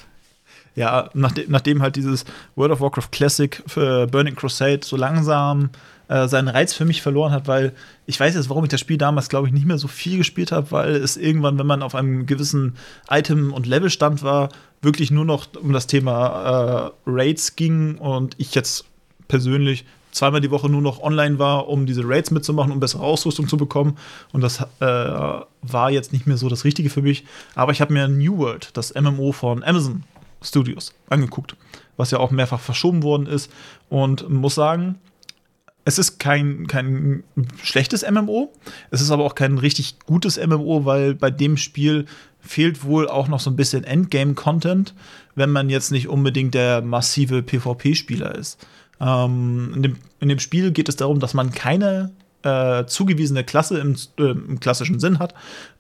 Ja, nachde nachdem halt dieses World of Warcraft Classic für Burning Crusade so langsam äh, seinen Reiz für mich verloren hat, weil ich weiß jetzt, warum ich das Spiel damals, glaube ich, nicht mehr so viel gespielt habe, weil es irgendwann, wenn man auf einem gewissen Item- und Levelstand war, wirklich nur noch um das Thema äh, Raids ging und ich jetzt persönlich zweimal die Woche nur noch online war, um diese Raids mitzumachen, um bessere Ausrüstung zu bekommen. Und das äh, war jetzt nicht mehr so das Richtige für mich. Aber ich habe mir New World, das M M O von Amazon Studios, angeguckt, was ja auch mehrfach verschoben worden ist. Und muss sagen, es ist kein, kein schlechtes M M O. Es ist aber auch kein richtig gutes M M O, weil bei dem Spiel fehlt wohl auch noch so ein bisschen Endgame-Content, wenn man jetzt nicht unbedingt der massive PvP-Spieler ist. Ähm, in, dem, in dem Spiel geht es darum, dass man keine äh, zugewiesene Klasse im, äh, im klassischen Sinn hat,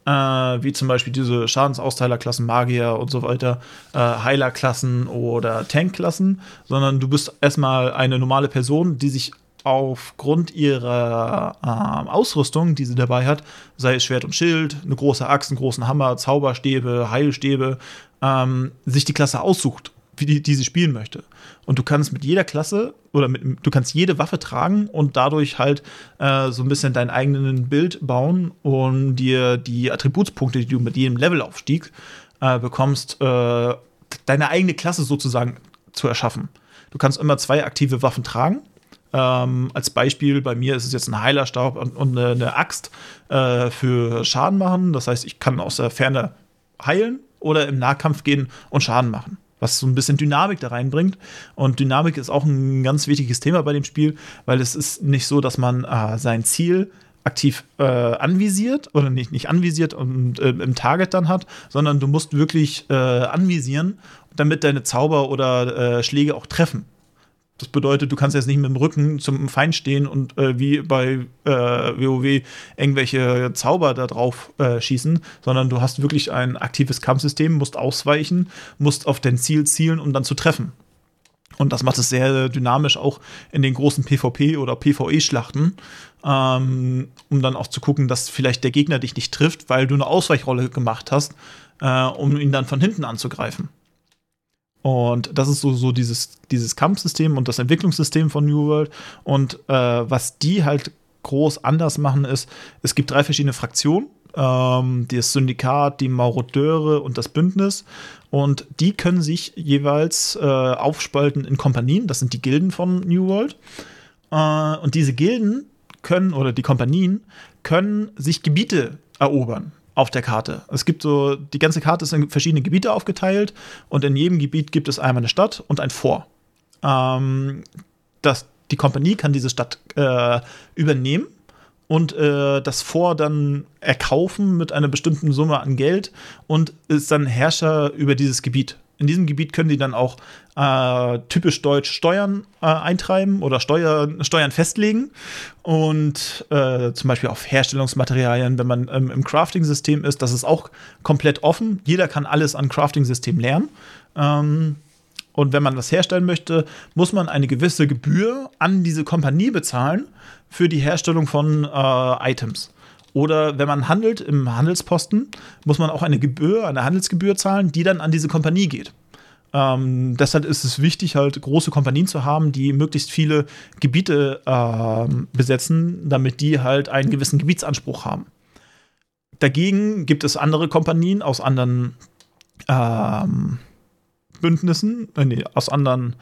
äh, wie zum Beispiel diese Schadensausteilerklassen, Magier und so weiter, äh, Heilerklassen oder Tankklassen, sondern du bist erstmal eine normale Person, die sich aufgrund ihrer äh, Ausrüstung, die sie dabei hat, sei es Schwert und Schild, eine große Axt, einen großen Hammer, Zauberstäbe, Heilstäbe, ähm, sich die Klasse aussucht, wie die, die sie spielen möchte. Und du kannst mit jeder Klasse oder mit, du kannst jede Waffe tragen und dadurch halt äh, so ein bisschen dein eigenes Bild bauen und dir die Attributspunkte, die du mit jedem Levelaufstieg äh, bekommst, äh, deine eigene Klasse sozusagen zu erschaffen. Du kannst immer zwei aktive Waffen tragen. Ähm, als Beispiel, bei mir ist es jetzt ein Heilerstab und, und eine, eine Axt äh, für Schaden machen. Das heißt, ich kann aus der Ferne heilen oder im Nahkampf gehen und Schaden machen, was so ein bisschen Dynamik da reinbringt. Und Dynamik ist auch ein ganz wichtiges Thema bei dem Spiel, weil es ist nicht so, dass man äh, sein Ziel aktiv äh, anvisiert oder nicht, nicht anvisiert und äh, im Target dann hat, sondern du musst wirklich äh, anvisieren, damit deine Zauber oder äh, Schläge auch treffen. Das bedeutet, du kannst jetzt nicht mit dem Rücken zum Feind stehen und äh, wie bei äh, WoW irgendwelche Zauber da drauf äh, schießen, sondern du hast wirklich ein aktives Kampfsystem, musst ausweichen, musst auf dein Ziel zielen, um dann zu treffen. Und das macht es sehr dynamisch auch in den großen PvP- oder PvE-Schlachten, ähm, um dann auch zu gucken, dass vielleicht der Gegner dich nicht trifft, weil du eine Ausweichrolle gemacht hast, äh, um ihn dann von hinten anzugreifen. Und das ist so, so dieses, dieses Kampfsystem und das Entwicklungssystem von New World. Und äh, was die halt groß anders machen, ist, es gibt drei verschiedene Fraktionen. Ähm, das Syndikat, die Marodeure und das Bündnis. Und die können sich jeweils äh, aufspalten in Kompanien. Das sind die Gilden von New World. Äh, und diese Gilden können, oder die Kompanien, können sich Gebiete erobern auf der Karte. Es gibt so, die ganze Karte ist in verschiedene Gebiete aufgeteilt. Und in jedem Gebiet gibt es einmal eine Stadt und ein Fort. Ähm, das, die Kompanie kann diese Stadt äh, übernehmen und äh, das Fort dann erkaufen mit einer bestimmten Summe an Geld und ist dann Herrscher über dieses Gebiet. In diesem Gebiet können die dann auch äh, typisch deutsch Steuern äh, eintreiben oder Steuer, Steuern festlegen und äh, zum Beispiel auf Herstellungsmaterialien, wenn man ähm, im Crafting-System ist, das ist auch komplett offen. Jeder kann alles an Crafting-System lernen. Ähm, Und wenn man was herstellen möchte, muss man eine gewisse Gebühr an diese Kompanie bezahlen für die Herstellung von äh, Items. Oder wenn man handelt im Handelsposten, muss man auch eine Gebühr, eine Handelsgebühr zahlen, die dann an diese Kompanie geht. Ähm, deshalb ist es wichtig, halt große Kompanien zu haben, die möglichst viele Gebiete äh, besetzen, damit die halt einen gewissen Gebietsanspruch haben. Dagegen gibt es andere Kompanien aus anderen ähm, Bündnissen, äh, nee, aus anderen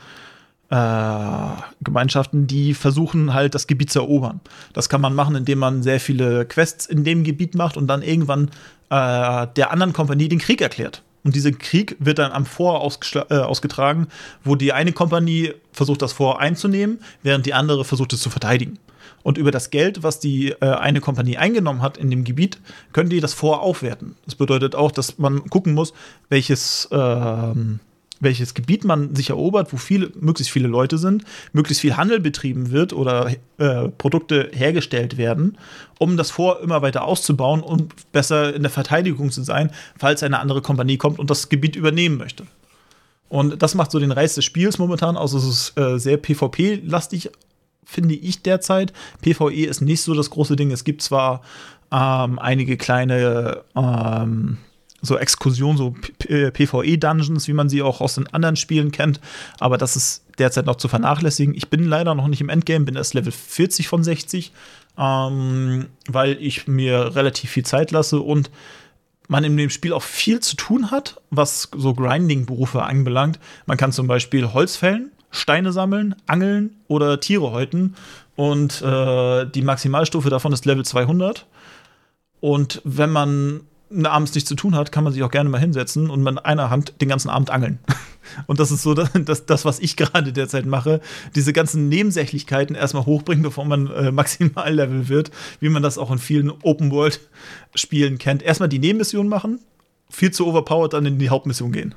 äh, Gemeinschaften, die versuchen halt das Gebiet zu erobern. Das kann man machen, indem man sehr viele Quests in dem Gebiet macht und dann irgendwann äh, der anderen Kompanie den Krieg erklärt. Und dieser Krieg wird dann am Fort äh, ausgetragen, wo die eine Kompanie versucht, das Fort einzunehmen, während die andere versucht, es zu verteidigen. Und über das Geld, was die äh, eine Kompanie eingenommen hat in dem Gebiet, können die das Fort aufwerten. Das bedeutet auch, dass man gucken muss, welches äh, welches Gebiet man sich erobert, wo viele, möglichst viele Leute sind, möglichst viel Handel betrieben wird oder äh, Produkte hergestellt werden, um das Fort immer weiter auszubauen und besser in der Verteidigung zu sein, falls eine andere Kompanie kommt und das Gebiet übernehmen möchte. Und das macht so den Reiz des Spiels momentan aus. Es ist äh, sehr PvP-lastig, finde ich derzeit. PvE ist nicht so das große Ding. Es gibt zwar ähm, einige kleine ähm, so Exkursionen, so PvE-Dungeons, wie man sie auch aus den anderen Spielen kennt. Aber das ist derzeit noch zu vernachlässigen. Ich bin leider noch nicht im Endgame, bin erst Level vierzig von sechzig, ähm, weil ich mir relativ viel Zeit lasse und man in dem Spiel auch viel zu tun hat, was so Grinding-Berufe anbelangt. Man kann zum Beispiel Holz fällen, Steine sammeln, angeln oder Tiere häuten. Und äh, die Maximalstufe davon ist Level zweihundert. Und wenn man abends nichts zu tun hat, kann man sich auch gerne mal hinsetzen und mit einer Hand den ganzen Abend angeln. Und das ist so das, das, das was ich gerade derzeit mache. Diese ganzen Nebensächlichkeiten erstmal hochbringen, bevor man äh, Maximallevel wird, wie man das auch in vielen Open-World-Spielen kennt. Erstmal die Nebenmission machen, viel zu overpowered, dann in die Hauptmission gehen.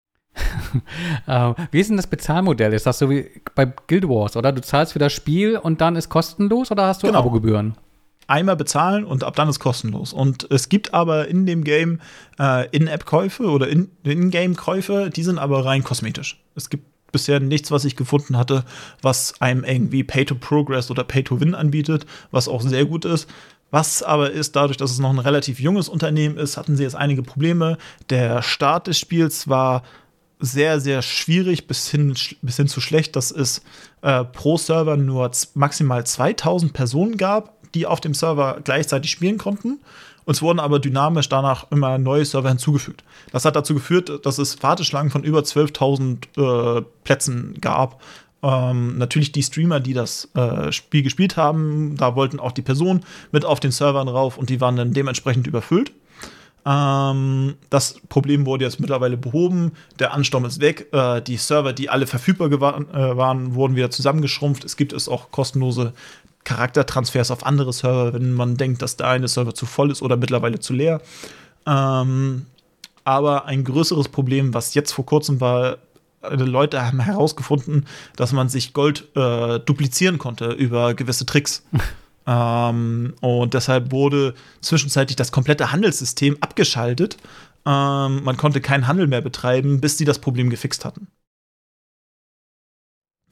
uh, wie ist denn das Bezahlmodell? Ist das so wie bei Guild Wars, oder? Du zahlst für das Spiel und dann ist kostenlos, oder hast du genau. Abogebühren? Einmal bezahlen und ab dann ist kostenlos. Und es gibt aber in dem Game äh, In-App-Käufe oder in- In-Game-Käufe, die sind aber rein kosmetisch. Es gibt bisher nichts, was ich gefunden hatte, was einem irgendwie Pay-to-Progress oder Pay-to-Win anbietet, was auch sehr gut ist. Was aber ist, dadurch, dass es noch ein relativ junges Unternehmen ist, hatten sie jetzt einige Probleme. Der Start des Spiels war sehr, sehr schwierig bis hin, bis hin zu schlecht, dass es äh, pro Server nur z- maximal zweitausend Personen gab, die auf dem Server gleichzeitig spielen konnten. Und es wurden aber dynamisch danach immer neue Server hinzugefügt. Das hat dazu geführt, dass es Warteschlangen von über zwölftausend äh, Plätzen gab. Ähm, natürlich die Streamer, die das äh, Spiel gespielt haben, da wollten auch die Personen mit auf den Servern rauf und die waren dann dementsprechend überfüllt. Ähm, das Problem wurde jetzt mittlerweile behoben. Der Ansturm ist weg. Äh, die Server, die alle verfügbar gewa- äh, waren, wurden wieder zusammengeschrumpft. Es gibt es auch kostenlose Charaktertransfers auf andere Server, wenn man denkt, dass der eine Server zu voll ist oder mittlerweile zu leer. Ähm, aber ein größeres Problem, was jetzt vor kurzem war, Leute haben herausgefunden, dass man sich Gold äh, duplizieren konnte über gewisse Tricks. ähm, und deshalb wurde zwischenzeitlich das komplette Handelssystem abgeschaltet. Ähm, man konnte keinen Handel mehr betreiben, bis sie das Problem gefixt hatten.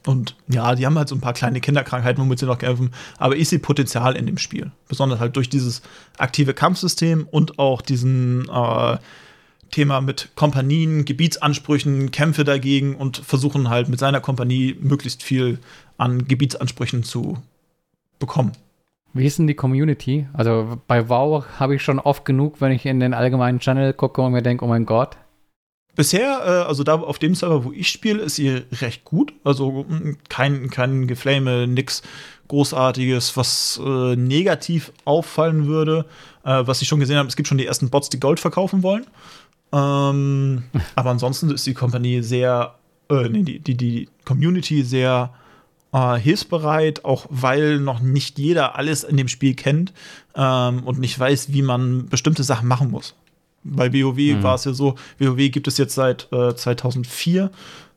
Und ja, die haben halt so ein paar kleine Kinderkrankheiten, womit sie noch kämpfen. Aber ich sehe Potenzial in dem Spiel. Besonders halt durch dieses aktive Kampfsystem und auch diesen äh, Thema mit Kompanien, Gebietsansprüchen, Kämpfe dagegen und versuchen halt mit seiner Kompanie möglichst viel an Gebietsansprüchen zu bekommen. Wie ist denn die Community? Also bei WoW habe ich schon oft genug, wenn ich in den allgemeinen Channel gucke und mir denke, oh mein Gott. Bisher, äh, also da auf dem Server, wo ich spiele, ist sie recht gut. Also mh, kein, kein Geflame, nix Großartiges, was äh, negativ auffallen würde. Äh, was ich schon gesehen habe, es gibt schon die ersten Bots, die Gold verkaufen wollen. Ähm, aber ansonsten ist die Kompanie sehr, äh, nee, die, die, die Community sehr äh, hilfsbereit, auch weil noch nicht jeder alles in dem Spiel kennt ähm, und nicht weiß, wie man bestimmte Sachen machen muss. Bei WoW mhm. war es ja so, WoW gibt es jetzt seit äh, zweitausendvier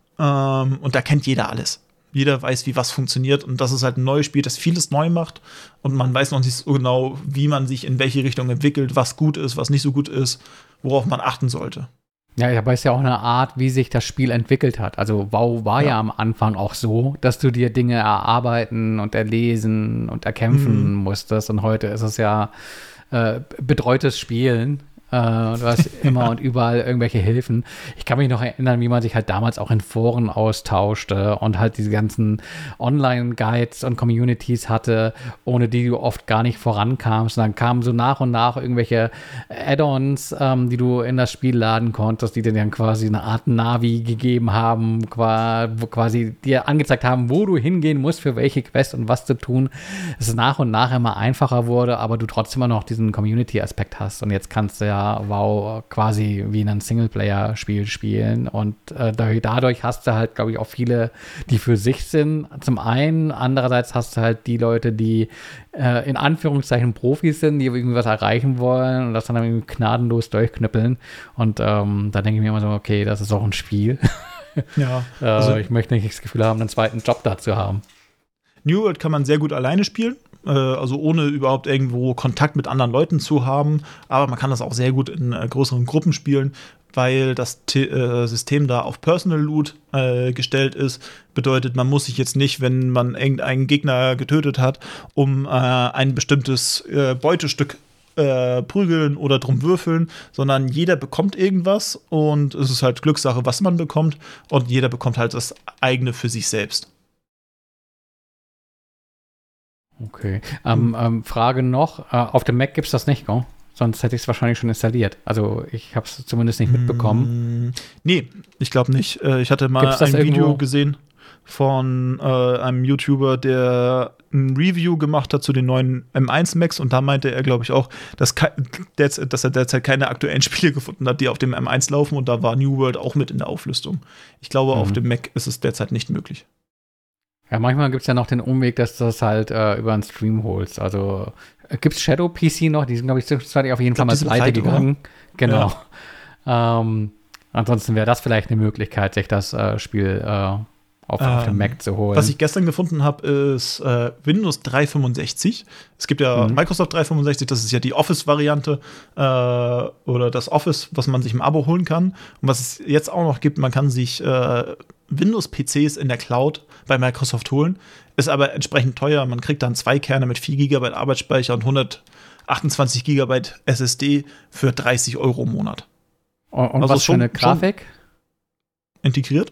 ähm, und da kennt jeder alles. Jeder weiß, wie was funktioniert und das ist halt ein neues Spiel, das vieles neu macht und man weiß noch nicht so genau, wie man sich in welche Richtung entwickelt, was gut ist, was nicht so gut ist, worauf man achten sollte. Ja, aber es ist ja auch eine Art, wie sich das Spiel entwickelt hat. Also WoW war ja, ja am Anfang auch so, dass du dir Dinge erarbeiten und erlesen und erkämpfen mhm. musstest und heute ist es ja äh, betreutes Spielen. Du hast immer und überall irgendwelche Hilfen. Ich kann mich noch erinnern, wie man sich halt damals auch in Foren austauschte und halt diese ganzen Online-Guides und Communities hatte, ohne die du oft gar nicht vorankamst. Und dann kamen so nach und nach irgendwelche Add-ons, ähm, die du in das Spiel laden konntest, die dir dann quasi eine Art Navi gegeben haben, wo quasi dir angezeigt haben, wo du hingehen musst, für welche Quest und was zu tun. Es nach und nach immer einfacher wurde, aber du trotzdem immer noch diesen Community-Aspekt hast. Und jetzt kannst du ja WoW quasi wie in einem Singleplayer-Spiel spielen und äh, dadurch hast du halt, glaube ich, auch viele, die für sich sind, zum einen, andererseits hast du halt die Leute, die äh, in Anführungszeichen Profis sind, die irgendwas erreichen wollen und das dann irgendwie gnadenlos durchknüppeln und ähm, da denke ich mir immer so, okay, das ist auch ein Spiel. Ja. äh, also ich möchte nicht das Gefühl haben, einen zweiten Job da zu haben. New World kann man sehr gut alleine spielen. Also ohne überhaupt irgendwo Kontakt mit anderen Leuten zu haben. Aber man kann das auch sehr gut in äh, größeren Gruppen spielen, weil das T- äh, System da auf Personal Loot äh, gestellt ist. Bedeutet, man muss sich jetzt nicht, wenn man irgendeinen Gegner getötet hat, um äh, ein bestimmtes äh, Beutestück äh, prügeln oder drum würfeln, sondern jeder bekommt irgendwas und es ist halt Glückssache, was man bekommt. Und jeder bekommt halt das eigene für sich selbst. Okay. Ähm, ähm, Frage noch, äh, auf dem Mac gibt es das nicht, oh? Sonst hätte ich es wahrscheinlich schon installiert. Also ich habe es zumindest nicht mitbekommen. Mm, nee, ich glaube nicht. Äh, ich hatte mal Gibt's das ein Video irgendwo? gesehen von äh, einem YouTuber, der ein Review gemacht hat zu den neuen M eins Macs und da meinte er, glaube ich, auch, dass, ke- derz- dass er derzeit keine aktuellen Spiele gefunden hat, die auf dem M eins laufen und da war New World auch mit in der Auflistung. Ich glaube, Mhm. auf dem Mac ist es derzeit nicht möglich. Ja, manchmal gibt es ja noch den Umweg, dass du das halt äh, über einen Stream holst. Also äh, gibt es Shadow P C noch? Die sind, glaube ich, zwischenzeitlich auf jeden Ich glaub, Fall die mal sind pleite pleite, gegangen. Genau. Ähm, ansonsten wäre das vielleicht eine Möglichkeit, sich das äh, Spiel äh, auf, Ähm, auf dem Mac zu holen. Was ich gestern gefunden habe, ist äh, Windows dreihundertfünfundsechzig. Es gibt ja Mhm. Microsoft dreihundertfünfundsechzig, das ist ja die Office-Variante äh, oder das Office, was man sich im Abo holen kann. Und was es jetzt auch noch gibt, man kann sich äh, Windows-P Cs in der Cloud bei Microsoft holen. Ist aber entsprechend teuer. Man kriegt dann zwei Kerne mit vier Gigabyte Arbeitsspeicher und hundertachtundzwanzig Gigabyte S S D für dreißig Euro im Monat. und und also was schon- für eine Grafik? Integriert.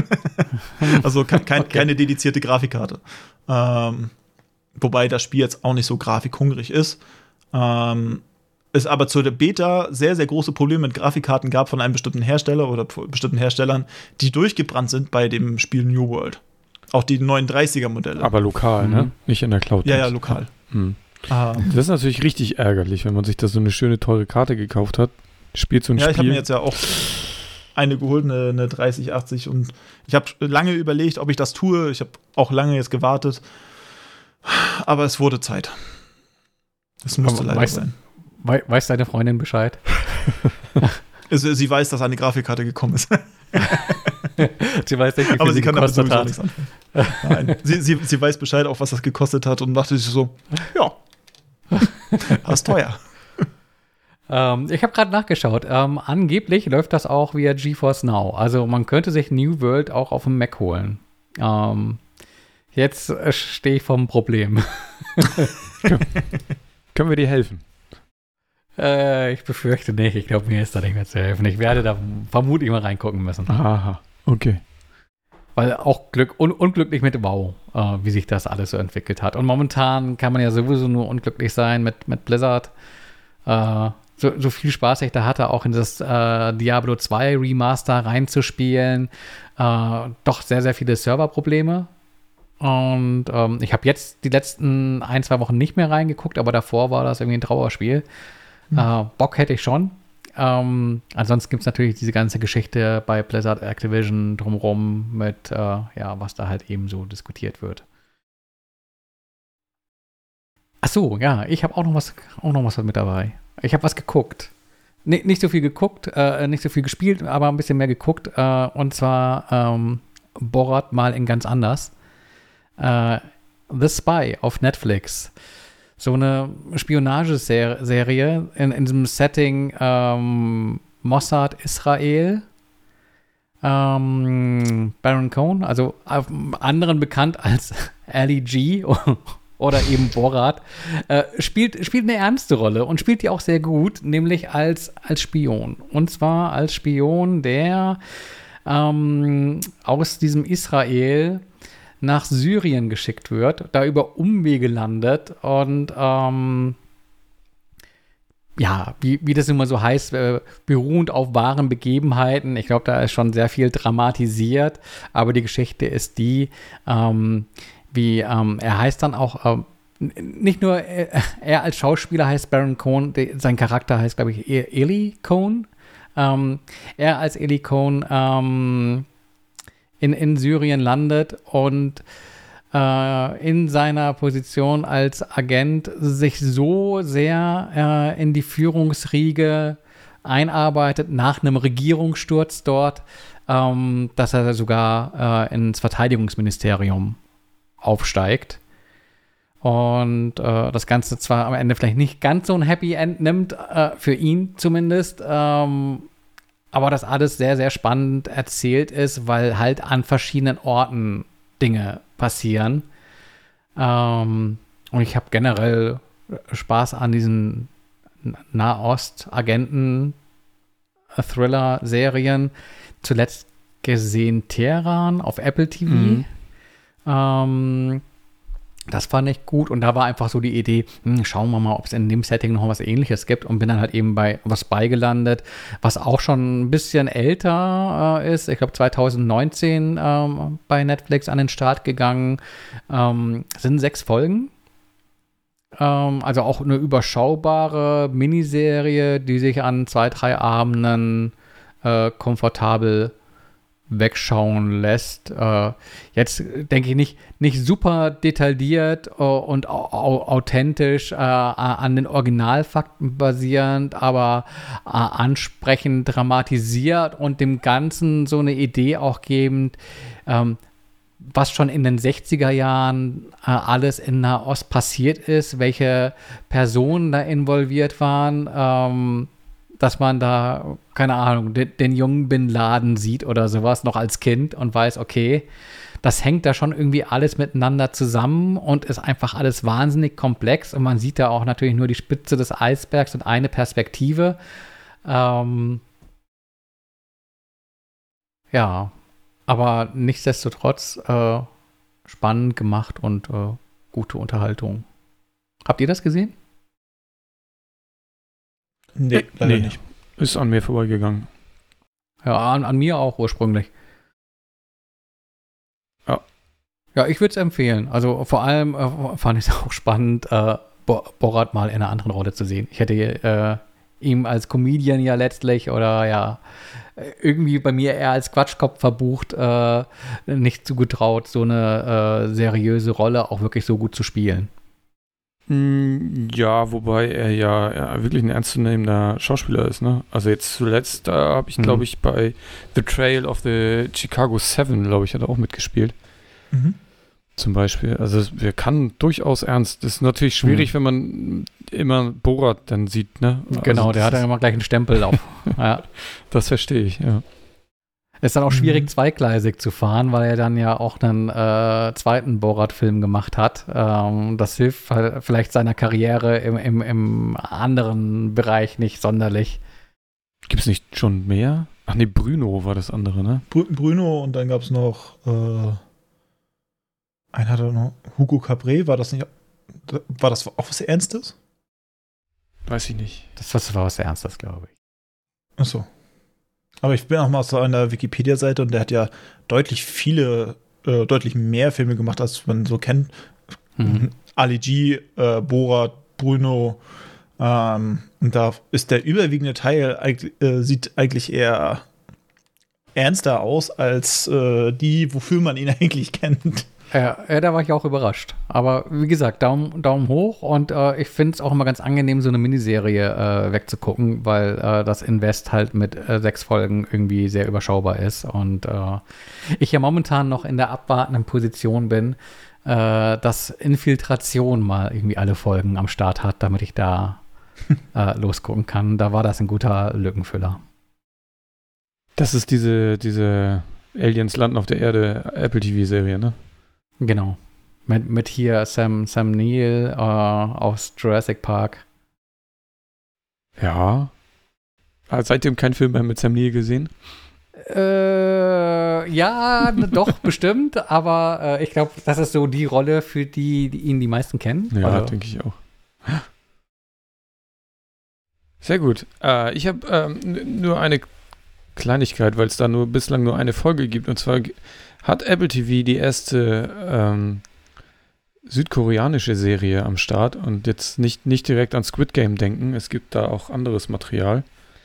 Also ke kein, Okay. keine dedizierte Grafikkarte. Ähm, wobei das Spiel jetzt auch nicht so grafikhungrig ist. Ähm, es aber zu der Beta sehr, sehr große Probleme mit Grafikkarten gab von einem bestimmten Hersteller oder p- bestimmten Herstellern, die durchgebrannt sind bei dem Spiel New World. Auch die neununddreißiger Modelle. Aber lokal, Mhm. ne? Nicht in der Cloud. ja, ja, lokal. Hm. Ähm, Das ist natürlich richtig ärgerlich, wenn man sich da so eine schöne, teure Karte gekauft hat. Spielt so ein ja, ich habe Spiel. mir jetzt ja auch eine geholt, eine, eine dreißig achtzig und ich habe lange überlegt, ob ich das tue. Ich habe auch lange jetzt gewartet. Aber es wurde Zeit. Es musste Aber leider weißt- sein. Wei- weiß deine Freundin Bescheid? Es, sie weiß, dass eine Grafikkarte gekommen ist. Sie weiß nicht, wie viel Aber sie kann damit gekostet sowieso hat. nichts anfangen. Nein. Sie, sie, sie weiß Bescheid, auch was das gekostet hat und dachte sich so, ja, das ist teuer. Ähm, ich habe gerade nachgeschaut. Ähm, angeblich läuft das auch via GeForce Now. Also man könnte sich New World auch auf dem Mac holen. Ähm, jetzt äh, stehe ich vor einem Problem. Können wir dir helfen? Äh, ich befürchte nicht. Ich glaube, mir ist da nicht mehr zu helfen. Ich werde da vermutlich mal reingucken müssen. Aha, okay. Weil auch Glück, un, unglücklich mit WoW, äh, wie sich das alles so entwickelt hat. Und momentan kann man ja sowieso nur unglücklich sein mit, mit Blizzard. Äh, so, so viel Spaß ich da hatte, auch in das äh, Diablo zwei Remaster reinzuspielen. Äh, doch sehr, sehr viele Serverprobleme. Und ähm, ich habe jetzt die letzten ein, zwei Wochen nicht mehr reingeguckt, aber davor war das irgendwie ein Trauerspiel. Mhm. Äh, Bock hätte ich schon. Ähm, ansonsten gibt es natürlich diese ganze Geschichte bei Blizzard Activision drumherum mit, äh, ja, was da halt eben so diskutiert wird. Ach so, ja, ich habe auch noch was, auch noch was mit dabei. Ich habe was geguckt. N- nicht so viel geguckt, äh, nicht so viel gespielt, aber ein bisschen mehr geguckt. Äh, und zwar ähm, Borat mal in ganz anders. Äh, The Spy auf Netflix. So eine Spionageserie in, in diesem Setting ähm, Mossad Israel. Ähm, Baron Cohen, also auf anderen bekannt als Ali G oder eben Borat, äh, spielt, spielt eine ernste Rolle und spielt die auch sehr gut, nämlich als, als Spion. Und zwar als Spion, der ähm, aus diesem Israel nach Syrien geschickt wird, da über Umwege landet und ähm, ja, wie, wie das immer so heißt, äh, beruhend auf wahren Begebenheiten. Ich glaube, da ist schon sehr viel dramatisiert, aber die Geschichte ist die, ähm, wie ähm, er heißt dann auch, ähm, nicht nur äh, er als Schauspieler heißt Baron Cohen, de, sein Charakter heißt, glaube ich, Eli Cohen. Ähm, er als Eli Cohen ähm, In, in Syrien landet und äh, in seiner Position als Agent sich so sehr äh, in die Führungsriege einarbeitet nach einem Regierungssturz dort, ähm, dass er sogar äh, ins Verteidigungsministerium aufsteigt. Und äh, das Ganze zwar am Ende vielleicht nicht ganz so ein Happy End nimmt, äh, für ihn zumindest, ähm, aber das alles sehr, sehr spannend erzählt ist, weil halt an verschiedenen Orten Dinge passieren. Ähm, und ich habe generell Spaß an diesen Nahost-Agenten-Thriller-Serien. Zuletzt gesehen Teheran auf Apple T V. Mhm. Ähm, Das fand ich gut und da war einfach so die Idee, hm, schauen wir mal, ob es in dem Setting noch was Ähnliches gibt und bin dann halt eben bei was beigelandet, was auch schon ein bisschen älter äh, ist. Ich glaube zwanzig neunzehn ähm, bei Netflix an den Start gegangen. Ähm, sind sechs Folgen. Ähm, also auch eine überschaubare Miniserie, die sich an zwei, drei Abenden äh, komfortabel wegschauen lässt. Äh, jetzt denke ich nicht, nicht super detailliert äh, und au- au- authentisch äh, an den Originalfakten basierend, aber äh, ansprechend dramatisiert und dem Ganzen so eine Idee auch gebend, ähm, was schon in den sechziger Jahren äh, alles in Nahost passiert ist, welche Personen da involviert waren, ähm, dass man da, keine Ahnung, den, den jungen Bin Laden sieht oder sowas noch als Kind und weiß, okay, das hängt da schon irgendwie alles miteinander zusammen und ist einfach alles wahnsinnig komplex und man sieht da auch natürlich nur die Spitze des Eisbergs und eine Perspektive. Ähm, ja, aber nichtsdestotrotz äh, spannend gemacht und äh, gute Unterhaltung. Habt ihr das gesehen? Nee, leider nee, nicht. Ist an mir vorbeigegangen. Ja, an, an mir auch ursprünglich. Ja. Ja, ich würde es empfehlen. Also vor allem äh, fand ich es auch spannend, äh, Bo- Borat mal in einer anderen Rolle zu sehen. Ich hätte äh, ihm als Comedian ja letztlich oder ja irgendwie bei mir eher als Quatschkopf verbucht, äh, nicht zugetraut, so eine äh, seriöse Rolle auch wirklich so gut zu spielen. Ja, wobei er ja, ja wirklich ein ernstzunehmender Schauspieler ist, ne? Also jetzt zuletzt, da habe ich, Mhm. glaube ich, bei The Trail of the Chicago Seven, glaube ich, hat er auch mitgespielt. Mhm. Zum Beispiel. Also es- er kann durchaus ernst. Das ist natürlich schwierig, Mhm. wenn man immer Borat dann sieht, ne? Genau, Also der hat das ja ist- immer gleich einen Stempel auf. Ja. Das verstehe ich, ja. Ist dann auch schwierig, Mhm. zweigleisig zu fahren, weil er dann ja auch einen äh, zweiten Borat-Film gemacht hat. Ähm, das hilft halt vielleicht seiner Karriere im, im, im anderen Bereich nicht sonderlich. Gibt es nicht schon mehr? Ach nee, Bruno war das andere, ne? Br- Bruno und dann gab es noch äh, einen hat er noch, Hugo Cabret, war das nicht, war das auch was Ernstes? Weiß ich nicht. Das was- war was Ernstes, glaube ich. Achso. Aber ich bin auch mal auf so einer Wikipedia-Seite und der hat ja deutlich viele, äh, deutlich mehr Filme gemacht, als man so kennt. Mhm. Ali G, äh, Borat, Bruno. Ähm, und da ist der überwiegende Teil, eig- äh, sieht eigentlich eher ernster aus, als äh, die, wofür man ihn eigentlich kennt. Ja, ja, da war ich auch überrascht. Aber wie gesagt, Daumen, Daumen hoch und äh, ich finde es auch immer ganz angenehm, so eine Miniserie äh, wegzugucken, weil äh, das Invest halt mit äh, sechs Folgen irgendwie sehr überschaubar ist und äh, ich ja momentan noch in der abwartenden Position bin, äh, dass Infiltration mal irgendwie alle Folgen am Start hat, damit ich da äh, losgucken kann. Da war das ein guter Lückenfüller. Das ist diese, diese Aliens landen auf der Erde Apple T V-Serie, ne? Genau. Mit, mit hier Sam, Sam Neill äh, aus Jurassic Park. Ja. Ah, seitdem kein Film mehr mit Sam Neill gesehen? Äh, ja, ne, doch, bestimmt, aber äh, ich glaube, das ist so die Rolle, für die, die ihn die meisten kennen. Ja, Oder- denke ich auch. Sehr gut. Äh, ich habe ähm, n- nur eine Kleinigkeit, weil es da nur bislang nur eine Folge gibt. Und zwar g- hat Apple T V die erste ähm, südkoreanische Serie am Start und jetzt nicht, nicht direkt an Squid Game denken. Es gibt da auch anderes Material.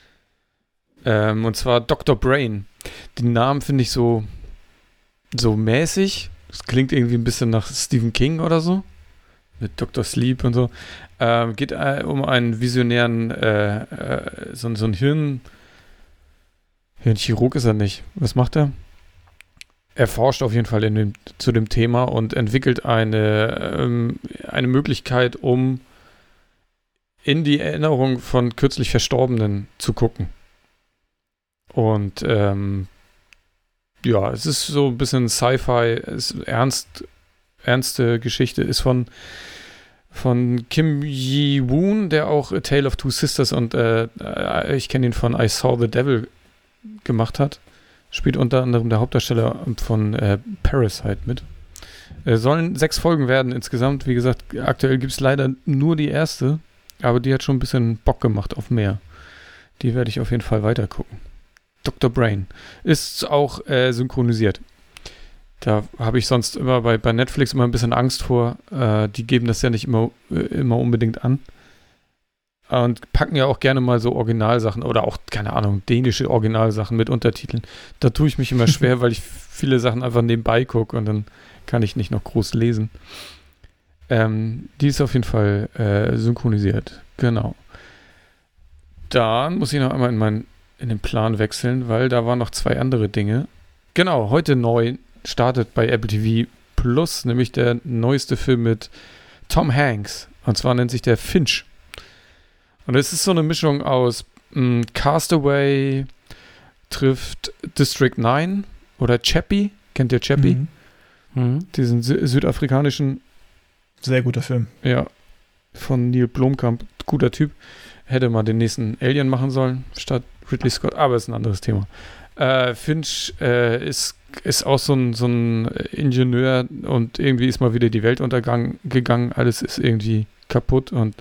Ähm, und zwar Doktor Brain. Den Namen finde ich so, so mäßig. Das klingt irgendwie ein bisschen nach Stephen King oder so. Mit Doktor Sleep und so. Ähm, geht äh, um einen visionären, äh, äh, so, so ein Hirn. Hirnchirurg ist er nicht. Was macht er? Er forscht auf jeden Fall in dem, zu dem Thema und entwickelt eine, ähm, eine Möglichkeit, um in die Erinnerung von kürzlich Verstorbenen zu gucken. Und ähm, ja, es ist so ein bisschen Sci-Fi, es ist ernst, ernste Geschichte, ist von, von Kim Ji-woon, der auch A Tale of Two Sisters und äh, ich kenne ihn von I Saw the Devil gemacht hat. Spielt unter anderem der Hauptdarsteller von äh, Parasite mit. Äh, sollen sechs Folgen werden insgesamt. Wie gesagt, aktuell gibt es leider nur die erste, aber die hat schon ein bisschen Bock gemacht auf mehr. Die werde ich auf jeden Fall weiter gucken. Doktor Brain ist auch äh, synchronisiert. Da habe ich sonst immer bei, bei Netflix immer ein bisschen Angst vor. Äh, die geben das ja nicht immer, äh, immer unbedingt an. Und packen ja auch gerne mal so Originalsachen oder auch, keine Ahnung, dänische Originalsachen mit Untertiteln. Da tue ich mich immer schwer, weil ich viele Sachen einfach nebenbei gucke und dann kann ich nicht noch groß lesen. Ähm, die ist auf jeden Fall äh, synchronisiert. Genau. Dann muss ich noch einmal in, mein, in den Plan wechseln, weil da waren noch zwei andere Dinge. Genau, heute neu startet bei Apple T V Plus, nämlich der neueste Film mit Tom Hanks. Und zwar nennt sich der Finch. Und es ist so eine Mischung aus mh, Castaway trifft District neun oder Chappie. Kennt ihr Chappie? Mhm. Mhm. Diesen sü- südafrikanischen, Sehr guter Film. ja, von Neil Blomkamp. Guter Typ. Hätte mal den nächsten Alien machen sollen, statt Ridley Scott. Aber ist ein anderes Thema. Äh, Finch äh, ist, ist auch so ein, so ein Ingenieur und irgendwie ist mal wieder die Welt untergegangen. Alles ist irgendwie kaputt und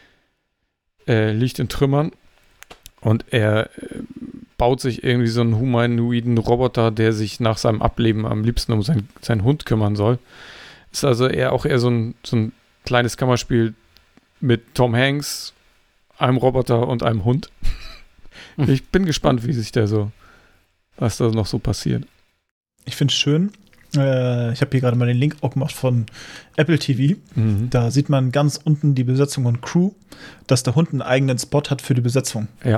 äh, liegt in Trümmern. Und er äh, baut sich irgendwie so einen humanoiden Roboter, der sich nach seinem Ableben am liebsten um sein, seinen Hund kümmern soll. Ist also eher auch eher so ein, so ein kleines Kammerspiel mit Tom Hanks, einem Roboter und einem Hund. Ich bin gespannt, wie sich der so, was da noch so passiert. Ich finde es schön. Äh, ich habe hier gerade mal den Link auch gemacht von Apple T V. Mhm. Da sieht man ganz unten die Besetzung und Crew, dass der Hund einen eigenen Spot hat für die Besetzung. Ja.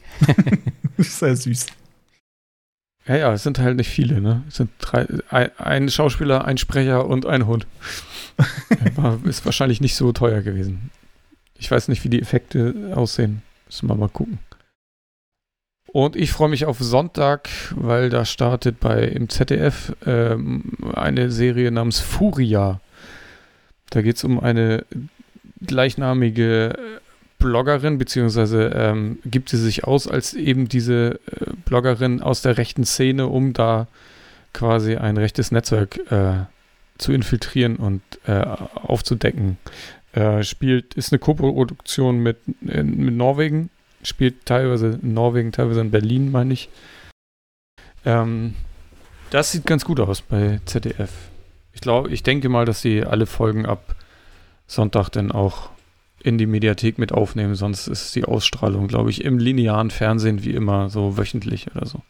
Sehr süß. Ja, ja, es sind halt nicht viele, ne? Es sind drei, ein, ein Schauspieler, ein Sprecher und ein Hund. War, ist wahrscheinlich nicht so teuer gewesen. Ich weiß nicht, wie die Effekte aussehen. Müssen wir mal gucken. Und ich freue mich auf Sonntag, weil da startet bei im Z D F ähm, eine Serie namens Furia. Da geht es um eine gleichnamige Bloggerin, beziehungsweise ähm, gibt sie sich aus als eben diese äh, Bloggerin aus der rechten Szene, um da quasi ein rechtes Netzwerk äh, zu infiltrieren und äh, aufzudecken. Äh, spielt, ist eine Koproduktion mit, äh, mit Norwegen, spielt teilweise in Norwegen, teilweise in Berlin, meine ich. Ähm, das sieht ganz gut aus bei Z D F. Ich glaube, ich denke mal, dass sie alle Folgen ab Sonntag dann auch in die Mediathek mit aufnehmen, sonst ist die Ausstrahlung, glaube ich, im linearen Fernsehen wie immer so wöchentlich oder so.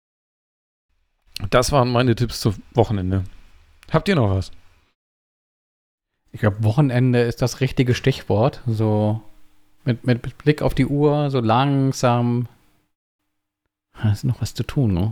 Das waren meine Tipps zum Wochenende. Habt ihr noch was? Ich glaube, Wochenende ist das richtige Stichwort. So mit, mit, mit Blick auf die Uhr, so langsam. Da ist noch was zu tun, ne?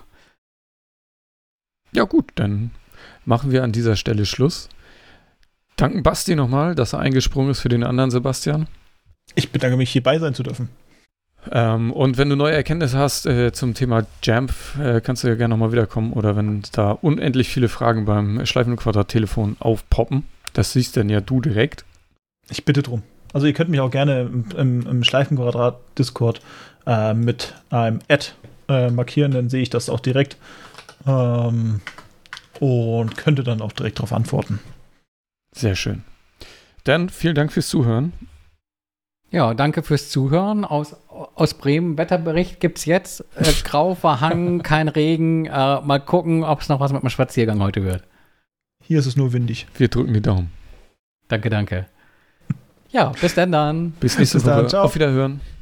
Ja gut, dann machen wir an dieser Stelle Schluss. Danken Basti nochmal, dass er eingesprungen ist für den anderen Sebastian. Ich bedanke mich, hierbei sein zu dürfen. Ähm, und wenn du neue Erkenntnisse hast äh, zum Thema Jamp, äh, kannst du ja gerne nochmal wiederkommen. Oder wenn da unendlich viele Fragen beim Schleifenquadrat-Telefon aufpoppen, das siehst dann ja du direkt. Ich bitte drum. Also ihr könnt mich auch gerne im, im, im Schleifenquadrat-Discord äh, mit einem Ad äh, markieren, dann sehe ich das auch direkt ähm, und könnte dann auch direkt darauf antworten. Sehr schön. Dann vielen Dank fürs Zuhören. Ja, danke fürs Zuhören. Aus, aus Bremen, Wetterbericht gibt's jetzt. Äh, grau verhangen, kein Regen. Äh, mal gucken, ob es noch was mit dem Spaziergang heute wird. Hier ist es nur windig. Wir drücken die Daumen. Danke, danke. Ja, bis dann dann. Bis nächste Bis dann, Woche. ciao. Auf Wiederhören.